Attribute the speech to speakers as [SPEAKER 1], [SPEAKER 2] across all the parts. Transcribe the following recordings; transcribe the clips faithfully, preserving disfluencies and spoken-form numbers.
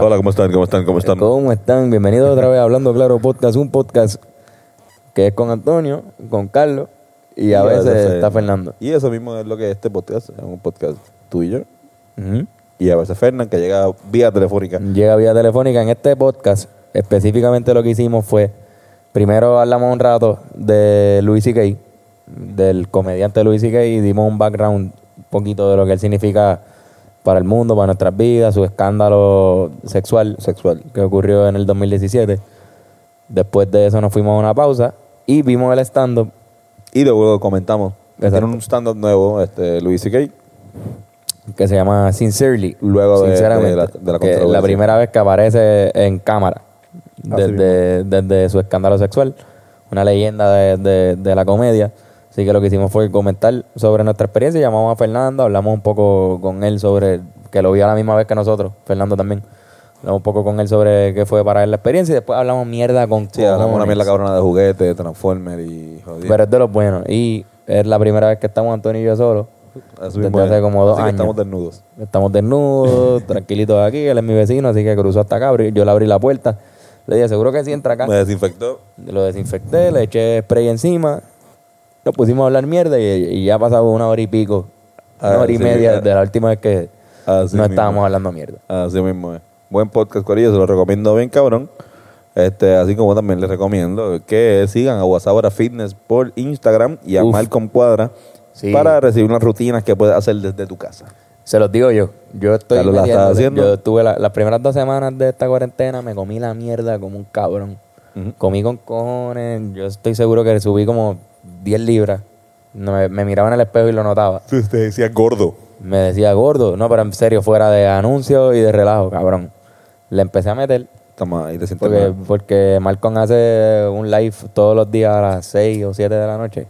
[SPEAKER 1] Hola, ¿cómo están? ¿Cómo están? ¿Cómo están?
[SPEAKER 2] ¿Cómo están? Bienvenidos otra vez a Hablando Claro Podcast, un podcast que es con Antonio, con Carlos y a
[SPEAKER 1] Y
[SPEAKER 2] veces
[SPEAKER 1] veces
[SPEAKER 2] está
[SPEAKER 1] Fernan.
[SPEAKER 2] Fernando.
[SPEAKER 1] Y eso mismo es lo que es este podcast, es un podcast tuyo.
[SPEAKER 2] Ujú.
[SPEAKER 1] Y a veces Fernan, que llega vía telefónica.
[SPEAKER 2] Llega vía telefónica. En este podcast, específicamente lo que hicimos fue, primero hablamos un rato de Louis C K, del comediante Louis C K, y dimos un background, un poquito de lo que él significa para el mundo, para nuestras vidas, su escándalo sexual,
[SPEAKER 1] Sexual.
[SPEAKER 2] que ocurrió en el dos mil diecisiete. Después de eso nos fuimos a una pausa y vimos el stand-up.
[SPEAKER 1] Y luego comentamos.
[SPEAKER 2] Exacto.
[SPEAKER 1] Tiene un stand-up nuevo, este, Louis C K.
[SPEAKER 2] Que se llama Sincerely.
[SPEAKER 1] Luego de-
[SPEAKER 2] Sinceramente,
[SPEAKER 1] de la- de la
[SPEAKER 2] que es
[SPEAKER 1] controversia.
[SPEAKER 2] la primera vez que aparece en cámara
[SPEAKER 1] Así
[SPEAKER 2] desde, desde su escándalo sexual. Una leyenda de, de- de la comedia. Así que lo que hicimos fue comentar sobre nuestra experiencia. Llamamos a Fernando, hablamos un poco con él sobre, que lo vio a la misma vez que nosotros, Fernando también. Hablamos un poco con él sobre qué fue para él la experiencia y después hablamos mierda con
[SPEAKER 1] Sí, hablamos una
[SPEAKER 2] cojones.
[SPEAKER 1] mierda cabrona de juguetes, Transformer y jodido.
[SPEAKER 2] Pero es de los buenos. Y es la primera vez que estamos Antonio y yo solos.
[SPEAKER 1] Así
[SPEAKER 2] desde
[SPEAKER 1] mismo es.
[SPEAKER 2] hace como dos
[SPEAKER 1] Así que
[SPEAKER 2] años.
[SPEAKER 1] estamos desnudos.
[SPEAKER 2] Estamos desnudos, tranquilitos aquí. Él es mi vecino, así que cruzó hasta acá. abrí- Yo le abrí la puerta. Le dije, seguro que sí entra acá.
[SPEAKER 1] Me desinfectó.
[SPEAKER 2] Lo desinfecté, le eché spray encima. Nos pusimos a hablar mierda y, y ya ha pasado una hora y pico. Una
[SPEAKER 1] Ah,
[SPEAKER 2] hora y
[SPEAKER 1] sí,
[SPEAKER 2] media
[SPEAKER 1] ah.
[SPEAKER 2] de la última vez que
[SPEAKER 1] Así
[SPEAKER 2] no
[SPEAKER 1] mismo.
[SPEAKER 2] estábamos hablando mierda.
[SPEAKER 1] Así mismo es. Buen podcast, Corillo, se lo recomiendo bien, cabrón. Este, así como también les recomiendo que sigan a Guasabara Fitness por Instagram y a
[SPEAKER 2] Uf.
[SPEAKER 1] Malcolm Cuadra
[SPEAKER 2] Sí.
[SPEAKER 1] para recibir unas rutinas que puedes hacer desde tu casa.
[SPEAKER 2] Se los digo yo. Yo estoy
[SPEAKER 1] Carlos la está
[SPEAKER 2] metiéndole.
[SPEAKER 1] haciendo.
[SPEAKER 2] Yo estuve la- las primeras dos semanas de esta cuarentena, me comí la mierda como un cabrón.
[SPEAKER 1] Ujú.
[SPEAKER 2] Comí con cojones. Yo estoy seguro que subí como diez libras. No, me, me miraba en el espejo y lo notaba.
[SPEAKER 1] Te decía gordo.
[SPEAKER 2] Me decía gordo. No, pero en serio, fuera de anuncios y de relajo, cabrón. Le empecé a meter
[SPEAKER 1] Toma, ahí te sientes
[SPEAKER 2] porque,
[SPEAKER 1] mal.
[SPEAKER 2] porque Malcolm hace un live todos los días a las seis o siete de la noche.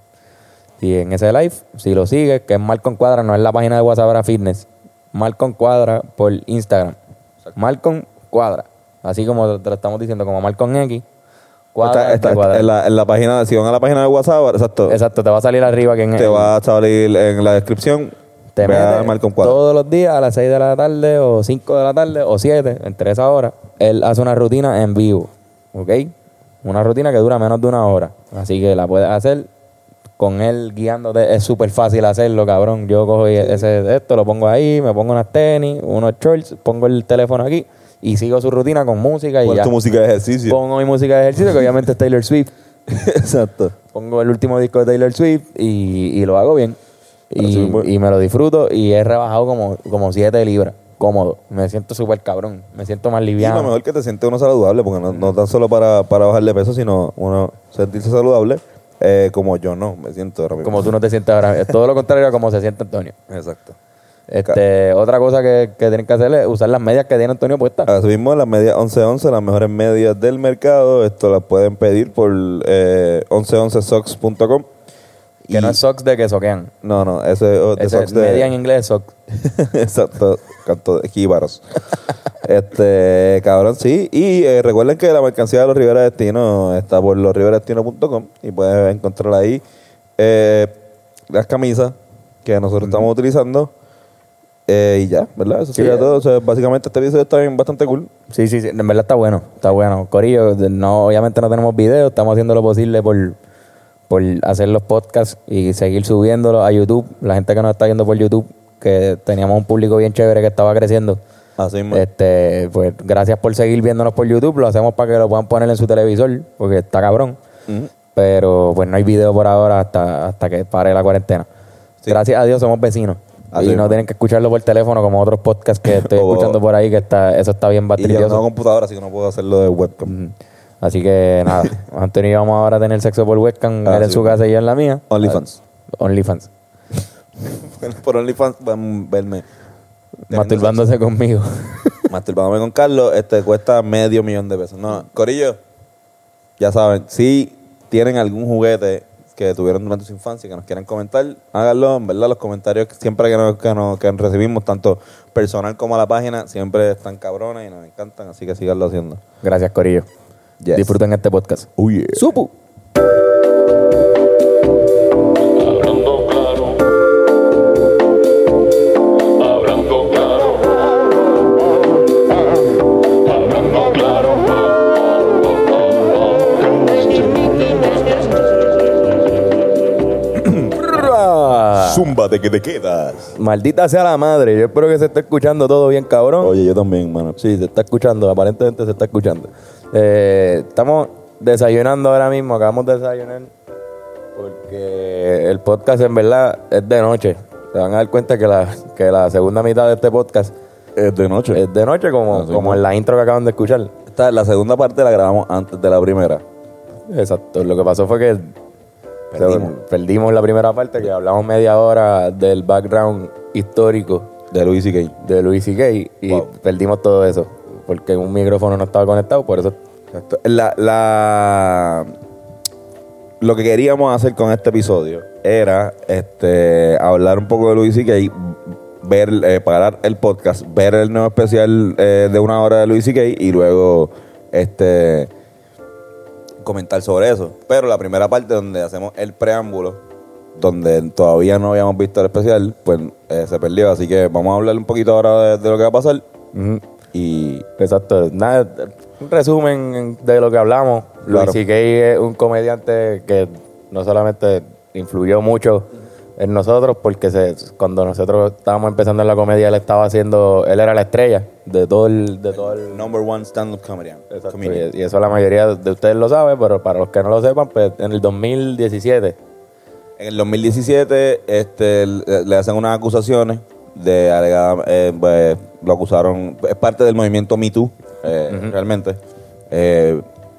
[SPEAKER 2] Y en ese live, si lo sigues, que es Malcolm Cuadra, no es la página de WhatsApp Fitness. Malcolm Cuadra por Instagram. Malcolm Cuadra. Así como te lo estamos diciendo, como Malcolm X. Cuadra
[SPEAKER 1] Está- está-
[SPEAKER 2] de Cuadra.
[SPEAKER 1] en, la, en la página, si van a la página de WhatsApp, exacto,
[SPEAKER 2] Exacto, te va a salir arriba que en
[SPEAKER 1] te va a salir en la descripción.
[SPEAKER 2] Te
[SPEAKER 1] ve a
[SPEAKER 2] metes
[SPEAKER 1] Malcolm Cuadra.
[SPEAKER 2] todos los días a las seis de la tarde o cinco de la tarde o siete, entre esas horas, él hace una rutina en vivo, ¿ok? Una rutina que dura menos de una hora. Así que la puedes hacer con él guiándote. Es súper fácil hacerlo, cabrón. Yo cojo y ese, esto, lo pongo ahí, me pongo unas tenis, unos shorts, pongo el teléfono aquí y sigo su rutina con música y
[SPEAKER 1] Pon
[SPEAKER 2] ya.
[SPEAKER 1] tu música de ejercicio.
[SPEAKER 2] Pongo mi música de ejercicio, que obviamente es Taylor Swift.
[SPEAKER 1] Exacto.
[SPEAKER 2] Pongo el último disco de Taylor Swift y, y lo hago bien.
[SPEAKER 1] Así
[SPEAKER 2] Y,
[SPEAKER 1] mismo.
[SPEAKER 2] y me lo disfruto y he rebajado como, como siete libras. Cómodo. Me siento súper cabrón. Me siento más
[SPEAKER 1] Y
[SPEAKER 2] liviano.
[SPEAKER 1] lo mejor que te sientes uno saludable, porque no, no tan solo para, para bajar de peso, sino uno sentirse saludable, eh, como yo no me siento ahora mismo.
[SPEAKER 2] Como tú no te sientes ahora. Es todo lo contrario a como se siente Antonio.
[SPEAKER 1] Exacto.
[SPEAKER 2] Este, otra cosa que, que tienen que hacer es usar las medias que tiene Antonio puestas.
[SPEAKER 1] Así mismo, las medias once once, las mejores medias del mercado. Esto las pueden pedir por eh, once once socks punto com.
[SPEAKER 2] Que no es socks de que soquean.
[SPEAKER 1] No, no, ese es de
[SPEAKER 2] Ese
[SPEAKER 1] socks
[SPEAKER 2] es
[SPEAKER 1] de...
[SPEAKER 2] media en inglés, socks.
[SPEAKER 1] Exacto, canto de jíbaros. este, cabrón, sí. Y eh, recuerden que la mercancía de los Rivera Destino está por los rivera destino punto com y puedes encontrar ahí eh, las camisas que nosotros estamos utilizando. Eh, y ya, ¿verdad? Eso
[SPEAKER 2] Sí,
[SPEAKER 1] sería
[SPEAKER 2] ya.
[SPEAKER 1] todo. O sea, básicamente este video está bien, bastante cool.
[SPEAKER 2] Sí, sí, sí. En verdad está bueno. Está bueno. Corillo, no, obviamente no tenemos videos. Estamos haciendo lo posible por, por hacer los podcasts y seguir subiéndolos a YouTube. La gente que nos está viendo por YouTube, que teníamos un público bien chévere que estaba creciendo.
[SPEAKER 1] Así mismo.
[SPEAKER 2] Este, pues gracias por seguir viéndonos por YouTube. Lo hacemos para que lo puedan poner en su televisor, porque está cabrón.
[SPEAKER 1] Ujú.
[SPEAKER 2] Pero pues no hay video por ahora hasta, hasta que pare la cuarentena.
[SPEAKER 1] Sí.
[SPEAKER 2] Gracias a Dios somos vecinos.
[SPEAKER 1] Así
[SPEAKER 2] y
[SPEAKER 1] mismo.
[SPEAKER 2] no tienen que escucharlo por teléfono como otros podcasts que estoy
[SPEAKER 1] O-
[SPEAKER 2] escuchando por ahí, que está, eso está bien
[SPEAKER 1] Y yo no
[SPEAKER 2] bastidioso.
[SPEAKER 1] tengo computadora, así que no puedo hacerlo de webcam.
[SPEAKER 2] Ujú. Así que nada, Antonio y yo vamos ahora a tener sexo por webcam,
[SPEAKER 1] Ah,
[SPEAKER 2] él en
[SPEAKER 1] sí.
[SPEAKER 2] su casa y yo en la mía.
[SPEAKER 1] OnlyFans.
[SPEAKER 2] OnlyFans.
[SPEAKER 1] Por OnlyFans pueden verme
[SPEAKER 2] Masturbándose conmigo.
[SPEAKER 1] masturbándome con Carlos. Este cuesta medio millón de pesos. No, Corillo, ya saben, si tienen algún juguete que tuvieron durante su infancia y que nos quieran comentar, háganlo, en verdad, los comentarios siempre que nos, que nos que recibimos, tanto personal como a la página, siempre están cabrones y nos encantan, así que síganlo haciendo.
[SPEAKER 2] Gracias, Corillo.
[SPEAKER 1] Yes.
[SPEAKER 2] Disfruten este podcast.
[SPEAKER 1] Oh, yeah.
[SPEAKER 2] ¡Supu!
[SPEAKER 3] Hablando claro, hablando claro,
[SPEAKER 1] Zumba de que te quedas.
[SPEAKER 2] Maldita sea la madre. Yo espero que se esté escuchando todo bien, cabrón.
[SPEAKER 1] Oye, yo también, mano.
[SPEAKER 2] Sí, se está escuchando. Aparentemente se está escuchando. Eh, estamos desayunando ahora mismo. Acabamos de desayunar. Porque el podcast en verdad es de noche. Se van a dar cuenta que la, que la segunda mitad de este podcast
[SPEAKER 1] Es de noche.
[SPEAKER 2] es de noche, como,
[SPEAKER 1] Así
[SPEAKER 2] como
[SPEAKER 1] es.
[SPEAKER 2] en la intro que acaban de escuchar.
[SPEAKER 1] Esta, la segunda parte la grabamos antes de la primera.
[SPEAKER 2] Exacto. Lo que pasó fue que
[SPEAKER 1] Perdimos.
[SPEAKER 2] se- perdimos la primera parte, que hablamos media hora del background histórico
[SPEAKER 1] De Louis C K.
[SPEAKER 2] de Louis C K y
[SPEAKER 1] Wow.
[SPEAKER 2] perdimos todo eso. Porque un micrófono no estaba conectado, por eso.
[SPEAKER 1] Exacto. La, la, lo que queríamos hacer con este episodio era este, hablar un poco de Louis C K, ver, eh, parar el podcast, ver el nuevo especial eh, de una hora de Louis C K y luego este, comentar sobre eso. Pero la primera parte donde hacemos el preámbulo, donde todavía no habíamos visto el especial, pues eh, se perdió. Así que vamos a hablar un poquito ahora de, de lo que va a pasar.
[SPEAKER 2] Ujú.
[SPEAKER 1] Y
[SPEAKER 2] Exacto. Nada, un resumen de lo que hablamos.
[SPEAKER 1] Claro.
[SPEAKER 2] Louis C K es un comediante que no solamente influyó mucho en nosotros, porque se, cuando nosotros estábamos empezando en la comedia, él estaba haciendo, él era la estrella de todo el, de todo el
[SPEAKER 1] number one stand-up comedian.
[SPEAKER 2] Exacto,
[SPEAKER 1] comedian.
[SPEAKER 2] y, y eso la mayoría de ustedes lo sabe, pero para los que no lo sepan, pues en el dos mil diecisiete,
[SPEAKER 1] En el dos mil diecisiete este, le, le hacen unas acusaciones de alegada, eh, pues, lo acusaron, es parte del movimiento Me Too, eh,
[SPEAKER 2] Ujú.
[SPEAKER 1] realmente. Eh,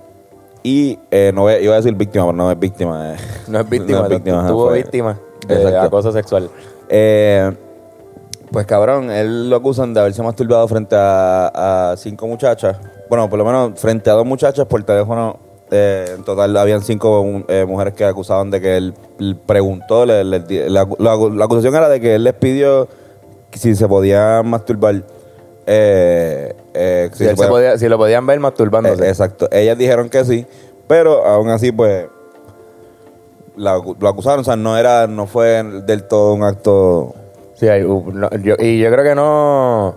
[SPEAKER 1] y eh, no voy- iba a decir víctima, pero no es víctima. eh.
[SPEAKER 2] no es víctima,
[SPEAKER 1] No es víctima, ajá,
[SPEAKER 2] tuvo
[SPEAKER 1] fue-
[SPEAKER 2] víctima de
[SPEAKER 1] Exacto.
[SPEAKER 2] acoso sexual.
[SPEAKER 1] Eh, pues cabrón, él lo acusan de haberse masturbado frente a, a cinco muchachas. Bueno, por lo menos frente a dos muchachas por teléfono. Eh, en total habían cinco eh, mujeres que acusaban de que él, él preguntó, le- le di- la, la- la acusación era de que él les pidió que si se podían masturbar. Eh, eh,
[SPEAKER 2] Si,
[SPEAKER 1] si
[SPEAKER 2] él
[SPEAKER 1] se
[SPEAKER 2] se
[SPEAKER 1] podía-
[SPEAKER 2] podía- si lo podían ver masturbándose.
[SPEAKER 1] eh, exacto. Ellas dijeron que sí, pero aún así, pues, la- lo acusaron. O sea, no era, no fue del todo un acto.
[SPEAKER 2] Sí, hay- uh, no, yo- y yo creo que no.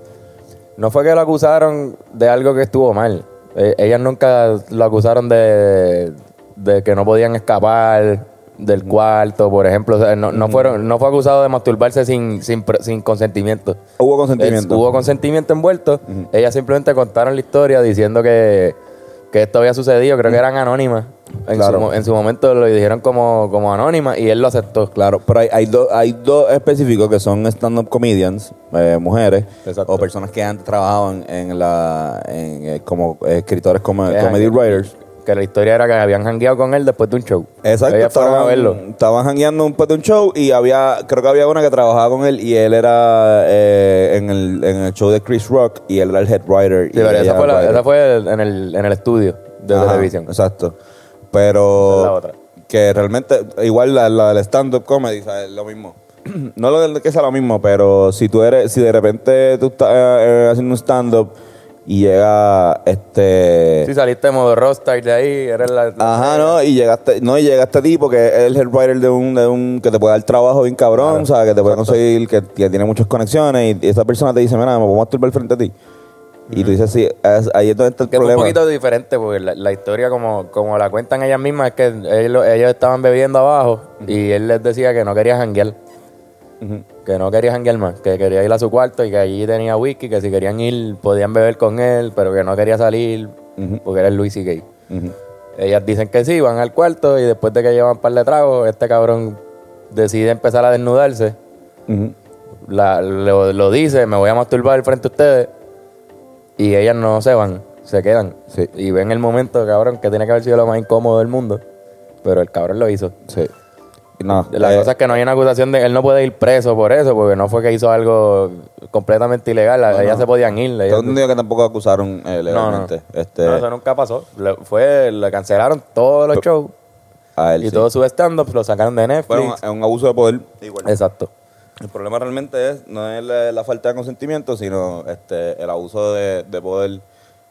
[SPEAKER 2] No fue que lo acusaron de algo que estuvo mal. Eh, ellas nunca lo acusaron de, de que no podían escapar del cuarto, por ejemplo. O sea, no, no fueron, no fue acusado de masturbarse sin, sin, pre- sin consentimiento.
[SPEAKER 1] Hubo consentimiento.
[SPEAKER 2] Es- hubo consentimiento envuelto. Ellas simplemente contaron la historia diciendo que, que esto había sucedido. Creo que eran anónimas. En,
[SPEAKER 1] Claro.
[SPEAKER 2] su, mo- en su momento lo dijeron como, como anónimas y él lo aceptó.
[SPEAKER 1] Claro, pero hay, hay, dos hay dos específicos que son stand-up comedians, eh, mujeres,
[SPEAKER 2] Exacto.
[SPEAKER 1] o personas que antes trabajaban en la, en, eh, como escritores, como
[SPEAKER 2] Que-
[SPEAKER 1] comedy writers.
[SPEAKER 2] Que la historia era que habían jangueado con él después de un show.
[SPEAKER 1] Exacto,
[SPEAKER 2] Ellas fueron a
[SPEAKER 1] estaban,
[SPEAKER 2] verlo.
[SPEAKER 1] estaban jangueando un de un show y había, creo que había una que trabajaba con él y él era eh, en, el, en el show de Chris Rock y él era el head writer.
[SPEAKER 2] Sí,
[SPEAKER 1] y
[SPEAKER 2] pero
[SPEAKER 1] ella
[SPEAKER 2] esa fue, la-
[SPEAKER 1] writer.
[SPEAKER 2] esa fue el- en, el, en el estudio de
[SPEAKER 1] Ajá,
[SPEAKER 2] televisión.
[SPEAKER 1] Exacto. Pero
[SPEAKER 2] Esa es la otra.
[SPEAKER 1] que realmente, igual la, la del stand-up comedy, ¿sabes? Es lo mismo. No lo de que sea lo mismo, pero si tú eres, si de repente tú estás eh, haciendo un stand-up y llega este.
[SPEAKER 2] Sí, saliste de modo rockstar de ahí. Eres la, la-
[SPEAKER 1] Ajá, no, y llegaste, no, y llega este tipo que es el head writer de un, de un, que te puede dar trabajo bien cabrón,
[SPEAKER 2] Claro,
[SPEAKER 1] o sea, que te puede
[SPEAKER 2] exacto.
[SPEAKER 1] conseguir, que, que tiene muchas conexiones, y, y esa persona te dice, mira, me puedo masturbar frente a ti. Y tú dices, sí, es- ahí es donde está el
[SPEAKER 2] Que fue un
[SPEAKER 1] problema.
[SPEAKER 2] poquito diferente porque la, la historia como, como la cuentan ellas mismas es que ellos, ellos estaban bebiendo abajo y él les decía que no quería janguear.
[SPEAKER 1] Ujú.
[SPEAKER 2] Que no quería janguear más, que quería ir a su cuarto y que allí tenía whisky, que si querían ir podían beber con él, pero que no quería salir
[SPEAKER 1] Ujú.
[SPEAKER 2] porque era el Louis C K.
[SPEAKER 1] Ujú.
[SPEAKER 2] Ellas dicen que sí, van al cuarto y después de que llevan un par de tragos, este cabrón decide empezar a desnudarse.
[SPEAKER 1] Ujú.
[SPEAKER 2] La- lo, lo dice, me voy a masturbar frente a ustedes. Y ellas no se van, se quedan.
[SPEAKER 1] Sí.
[SPEAKER 2] Y ven el momento, cabrón, que tiene que haber sido lo más incómodo del mundo. Pero el cabrón lo hizo.
[SPEAKER 1] Sí. No,
[SPEAKER 2] La
[SPEAKER 1] eh,
[SPEAKER 2] cosa es que no hay una acusación de él no puede ir preso por eso, porque no fue que hizo algo completamente ilegal. Ellas se podían ir. ellas-
[SPEAKER 1] tengo entendido que tampoco acusaron eh, legalmente. Este,
[SPEAKER 2] No, eso nunca pasó. Le, fue, le cancelaron todos los shows
[SPEAKER 1] a él.
[SPEAKER 2] y
[SPEAKER 1] sí.
[SPEAKER 2] todos sus stand-ups lo sacaron de Netflix.
[SPEAKER 1] Bueno, es un abuso de poder. Igual.
[SPEAKER 2] Exacto.
[SPEAKER 1] El problema realmente es, no es la, la falta de consentimiento, sino este, el abuso de, de poder.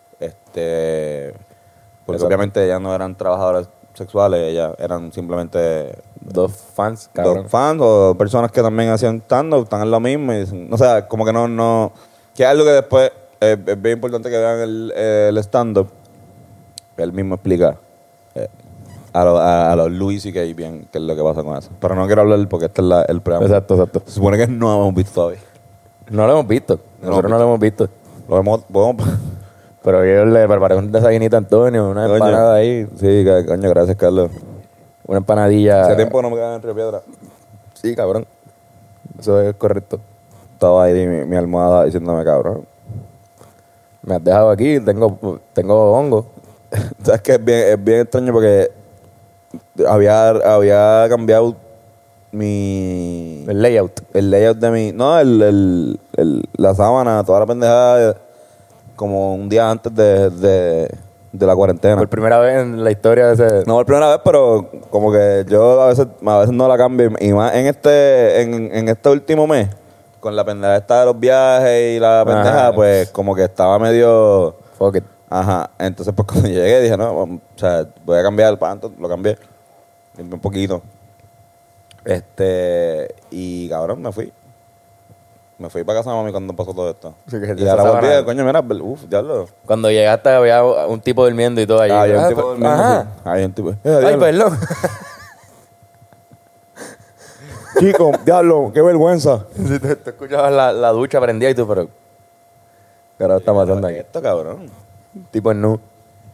[SPEAKER 1] Este, porque
[SPEAKER 2] Exacto.
[SPEAKER 1] obviamente ellas no eran trabajadoras sexuales, ellas eran simplemente
[SPEAKER 2] Dos fans, cabrón.
[SPEAKER 1] dos fans o personas que también hacían stand-up, están en lo mismo. Y dicen, o sea, como que no, no. Que es algo que después eh, es bien importante que vean el, el stand-up. Él mismo explica. eh, a, lo- a, a los Louis C K bien qué es lo que pasa con eso. Pero no quiero hablar porque este es la, el preámbulo.
[SPEAKER 2] Exacto, exacto.
[SPEAKER 1] Se supone que no hemos visto todavía.
[SPEAKER 2] No lo hemos visto.
[SPEAKER 1] No
[SPEAKER 2] Nosotros
[SPEAKER 1] lo
[SPEAKER 2] no lo hemos visto.
[SPEAKER 1] Lo hemos... podemos-
[SPEAKER 2] Pero yo le preparé un desayunito a Antonio, una
[SPEAKER 1] Coño.
[SPEAKER 2] empanada ahí,
[SPEAKER 1] Sí, ca- coño, gracias, Carlos.
[SPEAKER 2] una empanadilla.
[SPEAKER 1] Hace tiempo no me quedaba en Río Piedra.
[SPEAKER 2] Sí, cabrón. Eso es correcto.
[SPEAKER 1] Estaba ahí mi, mi almohada diciéndome, cabrón.
[SPEAKER 2] Me has dejado aquí, tengo, tengo hongo.
[SPEAKER 1] ¿Sabes qué? Es bien, es bien extraño porque había, había cambiado mi...
[SPEAKER 2] El layout.
[SPEAKER 1] el layout de mi... No, el, el, el- la sábana, toda la pendejada, como un día antes de, de, de la cuarentena.
[SPEAKER 2] Por primera vez en la historia de ese...
[SPEAKER 1] No por primera vez, pero como que yo a veces, a veces no la cambio. Y más en este, en, en este último mes, con la pendeja esta de los viajes y la pendeja,
[SPEAKER 2] Ajá.
[SPEAKER 1] pues como que estaba medio...
[SPEAKER 2] Fuck it.
[SPEAKER 1] Ajá. Entonces pues cuando llegué dije, no, vamos, o sea, voy a cambiar el panto, lo cambié. Limpié un poquito. Este, y cabrón, me fui. Me fui para casa de mami cuando pasó todo esto.
[SPEAKER 2] Sí, que
[SPEAKER 1] y
[SPEAKER 2] esa
[SPEAKER 1] ahora volví,
[SPEAKER 2] sábana-
[SPEAKER 1] coño, mira, uff, ya lo...
[SPEAKER 2] Cuando llegaste había un tipo durmiendo y todo allí.
[SPEAKER 1] Ah, había un
[SPEAKER 2] Ah,
[SPEAKER 1] tipo
[SPEAKER 2] pues,
[SPEAKER 1] durmiendo,
[SPEAKER 2] ajá.
[SPEAKER 1] sí. Había un tipo... Eh,
[SPEAKER 2] Ay,
[SPEAKER 1] diablo.
[SPEAKER 2] perdón.
[SPEAKER 1] Chico, diablo, qué vergüenza.
[SPEAKER 2] Si te, te escuchabas la, la ducha prendida y tú, pero... ¿Qué ahora está pasando aquí?
[SPEAKER 1] Esto, cabrón.
[SPEAKER 2] Tipo en nu.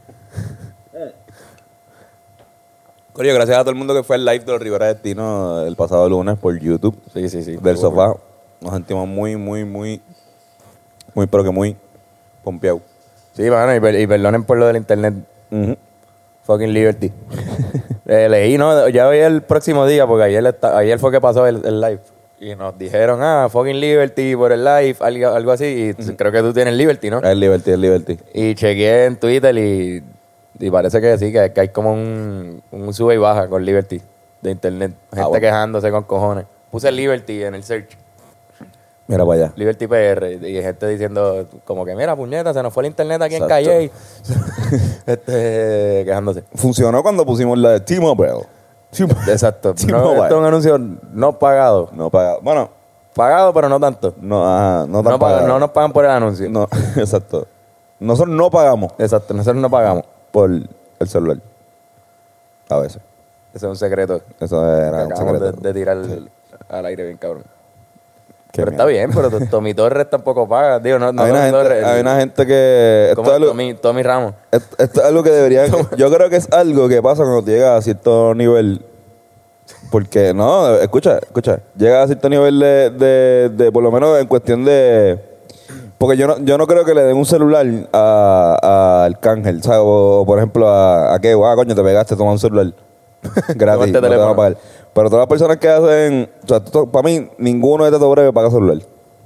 [SPEAKER 1] Coño, gracias a todo el mundo que fue al live de los Rivera Destino el pasado lunes por YouTube.
[SPEAKER 2] Sí, sí, sí.
[SPEAKER 1] Del sofá. Nos sentimos muy, muy, muy, muy, pero que muy pompeados.
[SPEAKER 2] Sí, mano, y, per- y perdonen por lo del internet.
[SPEAKER 1] Ujú.
[SPEAKER 2] Fucking Liberty. Eh, leí, ¿no? Ya hoy el próximo día, porque ayer, está- ayer fue que pasó el, el live. Y nos dijeron, ah, fucking Liberty por el live, algo, algo así. Y creo que tú tienes Liberty, ¿no?
[SPEAKER 1] Es Liberty, es Liberty.
[SPEAKER 2] Y chequeé en Twitter y, y parece que sí, que, que hay como un, un sube y baja con Liberty de internet. Gente
[SPEAKER 1] bueno.
[SPEAKER 2] quejándose con cojones. Puse Liberty en el search.
[SPEAKER 1] Mira para allá.
[SPEAKER 2] Liberty P R y gente diciendo como que mira puñeta se nos fue el internet aquí
[SPEAKER 1] Exacto.
[SPEAKER 2] en Calle este, quejándose
[SPEAKER 1] Funcionó cuando pusimos la de T-Mobile.
[SPEAKER 2] exacto no,
[SPEAKER 1] T-Mobile.
[SPEAKER 2] esto es un anuncio no pagado
[SPEAKER 1] No paga. Bueno,
[SPEAKER 2] pagado pero no tanto
[SPEAKER 1] no, ajá, no tan
[SPEAKER 2] no, paga-
[SPEAKER 1] pagado.
[SPEAKER 2] no nos pagan por el anuncio
[SPEAKER 1] No, exacto. Nosotros no pagamos
[SPEAKER 2] exacto nosotros no pagamos
[SPEAKER 1] por el celular. A veces.
[SPEAKER 2] ese es un secreto
[SPEAKER 1] Eso
[SPEAKER 2] que
[SPEAKER 1] era un
[SPEAKER 2] acabamos de,
[SPEAKER 1] secreto.
[SPEAKER 2] de tirar
[SPEAKER 1] Sí.
[SPEAKER 2] al aire bien cabrón
[SPEAKER 1] Qué
[SPEAKER 2] pero está
[SPEAKER 1] mierda.
[SPEAKER 2] bien pero to- Tommy Torres tampoco paga digo no, no
[SPEAKER 1] hay, una
[SPEAKER 2] Tommy
[SPEAKER 1] gente,
[SPEAKER 2] Torres,
[SPEAKER 1] hay
[SPEAKER 2] el-
[SPEAKER 1] una gente que...
[SPEAKER 2] ¿cómo?
[SPEAKER 1] Esto es algo,
[SPEAKER 2] Tommy, Tommy Ramos
[SPEAKER 1] esto, esto es algo que debería... yo creo que es algo que pasa cuando llega a cierto nivel. Porque, no, escucha, escucha. Llega a cierto nivel de, de, de por lo menos en cuestión de... Porque yo no, yo no creo que le den un celular a, a Arcángel, ¿sabes? O, por ejemplo, a, a qué, ah, coño, te pegaste, toma un celular. Gratis,
[SPEAKER 2] Toma este
[SPEAKER 1] no te van a
[SPEAKER 2] teléfono.
[SPEAKER 1] pagar. Pero todas las personas que hacen... O sea, para mí, ninguno de estos breve paga celular.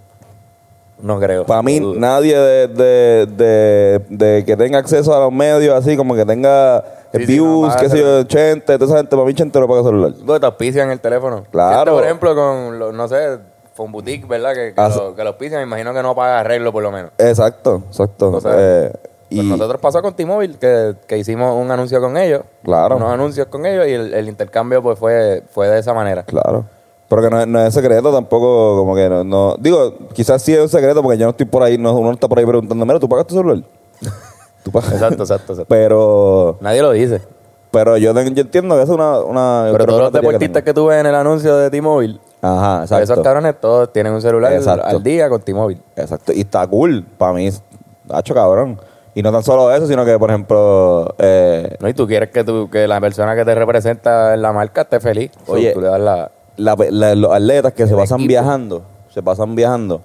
[SPEAKER 2] no creo
[SPEAKER 1] Para mí,
[SPEAKER 2] Dudo.
[SPEAKER 1] nadie de, de, de, de que tenga acceso a los medios, así como que tenga
[SPEAKER 2] Sí, sí,
[SPEAKER 1] views,
[SPEAKER 2] no paga
[SPEAKER 1] qué sé yo,
[SPEAKER 2] celular.
[SPEAKER 1] Chente, toda esa gente, para mí Chente no paga celular.
[SPEAKER 2] Bueno, te auspician el teléfono.
[SPEAKER 1] Claro.
[SPEAKER 2] Este, por ejemplo, con, los, no sé, Phone Boutique, ¿verdad? Que, que,
[SPEAKER 1] Ah,
[SPEAKER 2] lo, que lo auspician, me imagino que no paga arreglo por lo menos.
[SPEAKER 1] Exacto, exacto.
[SPEAKER 2] Entonces,
[SPEAKER 1] Eh,
[SPEAKER 2] Pues
[SPEAKER 1] y
[SPEAKER 2] nosotros pasó con T-Mobile, que, que hicimos un anuncio con ellos.
[SPEAKER 1] Claro.
[SPEAKER 2] Unos anuncios con ellos y el, el intercambio pues fue, fue de esa manera.
[SPEAKER 1] claro. Pero que no, es- no es secreto tampoco, como que no, no... Digo, quizás sí es un secreto porque yo no estoy por ahí, no, uno no está por ahí preguntando, mira, ¿tú pagas tu celular? ¿Tú pagas?
[SPEAKER 2] Exacto, exacto, exacto.
[SPEAKER 1] Pero...
[SPEAKER 2] Nadie lo dice.
[SPEAKER 1] Pero yo, ten- yo entiendo que es una... una
[SPEAKER 2] Pero todos los
[SPEAKER 1] teoría
[SPEAKER 2] deportistas que
[SPEAKER 1] tengo.
[SPEAKER 2] tú ves en el anuncio de T-Mobile,
[SPEAKER 1] Ajá, exacto.
[SPEAKER 2] esos cabrones todos tienen un celular
[SPEAKER 1] Exacto.
[SPEAKER 2] al día con T-Mobile.
[SPEAKER 1] Exacto. Y está cool. Para mí, hacho cabrón. Y no tan solo eso, sino que, por ejemplo, eh,
[SPEAKER 2] ¿No? Y tú quieres que, tú, que la persona que te representa en la marca esté feliz. So,
[SPEAKER 1] Oye,
[SPEAKER 2] tú le das la...
[SPEAKER 1] la- la- los atletas que se
[SPEAKER 2] El
[SPEAKER 1] pasan
[SPEAKER 2] equipo.
[SPEAKER 1] viajando, se pasan viajando.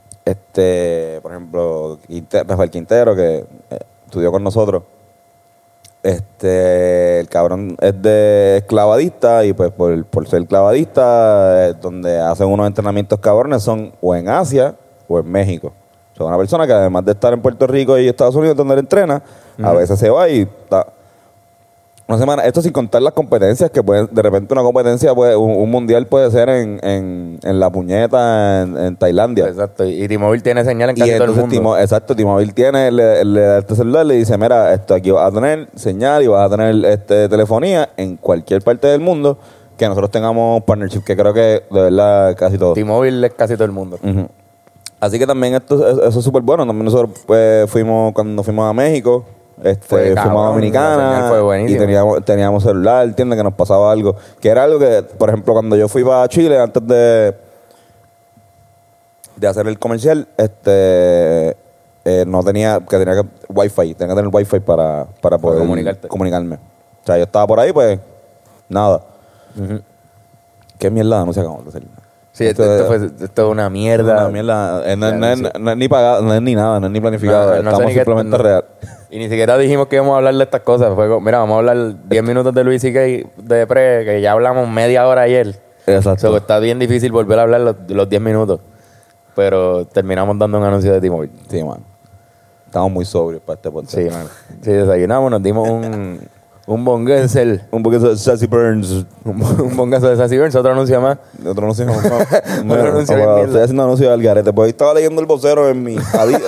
[SPEAKER 1] Este, por ejemplo, Quinte- Rafael Quintero, que eh, estudió con nosotros. Este, el cabrón es de es clavadista y pues por, por ser clavadista, eh, donde hacen unos entrenamientos cabrones son o en Asia o en México. O sea, una persona que además de estar en Puerto Rico y Estados Unidos donde él entrena, a veces se va y está una semana. Esto sin contar las competencias que pueden, de repente una competencia, puede, un, un mundial puede ser en, en, en la puñeta en, en Tailandia.
[SPEAKER 2] Exacto. Y T-Mobile tiene señal en
[SPEAKER 1] Y
[SPEAKER 2] casi todo el
[SPEAKER 1] entonces,
[SPEAKER 2] mundo.
[SPEAKER 1] Timo, exacto, T-Mobile tiene, le, le da este celular, le dice, mira, esto aquí vas a tener señal y vas a tener este telefonía en cualquier parte del mundo que nosotros tengamos partnership, que creo que de verdad casi todo.
[SPEAKER 2] T-Mobile es casi todo el mundo.
[SPEAKER 1] Ujú. Así que también esto, eso, eso es súper bueno. También nosotros pues, fuimos, cuando fuimos a México, Este,
[SPEAKER 2] Fue
[SPEAKER 1] fuimos a
[SPEAKER 2] cabrón, la
[SPEAKER 1] Dominicana
[SPEAKER 2] señal fue buenísima.
[SPEAKER 1] y teníamos, teníamos celular, ¿entiendes? Que nos pasaba algo. Que era algo que, por ejemplo, cuando yo fui para Chile, antes de, de hacer el comercial, este eh, no tenía, que tenía que, wifi, tenía que tener wifi para, para poder
[SPEAKER 2] comunicarte.
[SPEAKER 1] comunicarme. O sea, yo estaba por ahí, pues, nada.
[SPEAKER 2] Ujú.
[SPEAKER 1] ¿Qué mierda de anuncio acabamos de hacer?
[SPEAKER 2] Sí, esto, esto, fue, esto es una mierda.
[SPEAKER 1] Una mierda. Eh, no,
[SPEAKER 2] Ya,
[SPEAKER 1] no es-
[SPEAKER 2] sí.
[SPEAKER 1] no es ni pagado, no es ni nada, no es ni planificado.
[SPEAKER 2] No, no sé
[SPEAKER 1] Estamos
[SPEAKER 2] ni qué-
[SPEAKER 1] simplemente
[SPEAKER 2] no.
[SPEAKER 1] real.
[SPEAKER 2] Y ni siquiera dijimos que íbamos a hablar de estas cosas. Fue como, mira, vamos a hablar diez minutos de Luis C K de pre, que ya hablamos media hora ayer.
[SPEAKER 1] Exacto.
[SPEAKER 2] So, está bien difícil volver a hablar los, los diez minutos. Pero terminamos dando un anuncio de T-Mobile.
[SPEAKER 1] Sí, man. Estamos muy sobrios para este podcast.
[SPEAKER 2] Sí, mano. Sí, desayunamos, nos dimos un, un bonguesel,
[SPEAKER 1] Un poquito de Sassy Burns.
[SPEAKER 2] un, un bongazo de Sassy Burns, otro anuncio más.
[SPEAKER 1] Otro anuncio. No,
[SPEAKER 2] Otro
[SPEAKER 1] Bueno,
[SPEAKER 2] anuncio de
[SPEAKER 1] ahora
[SPEAKER 2] mierda.
[SPEAKER 1] estoy haciendo anuncio de Algarete. Pues hoy estaba leyendo el vocero en mi Adidas.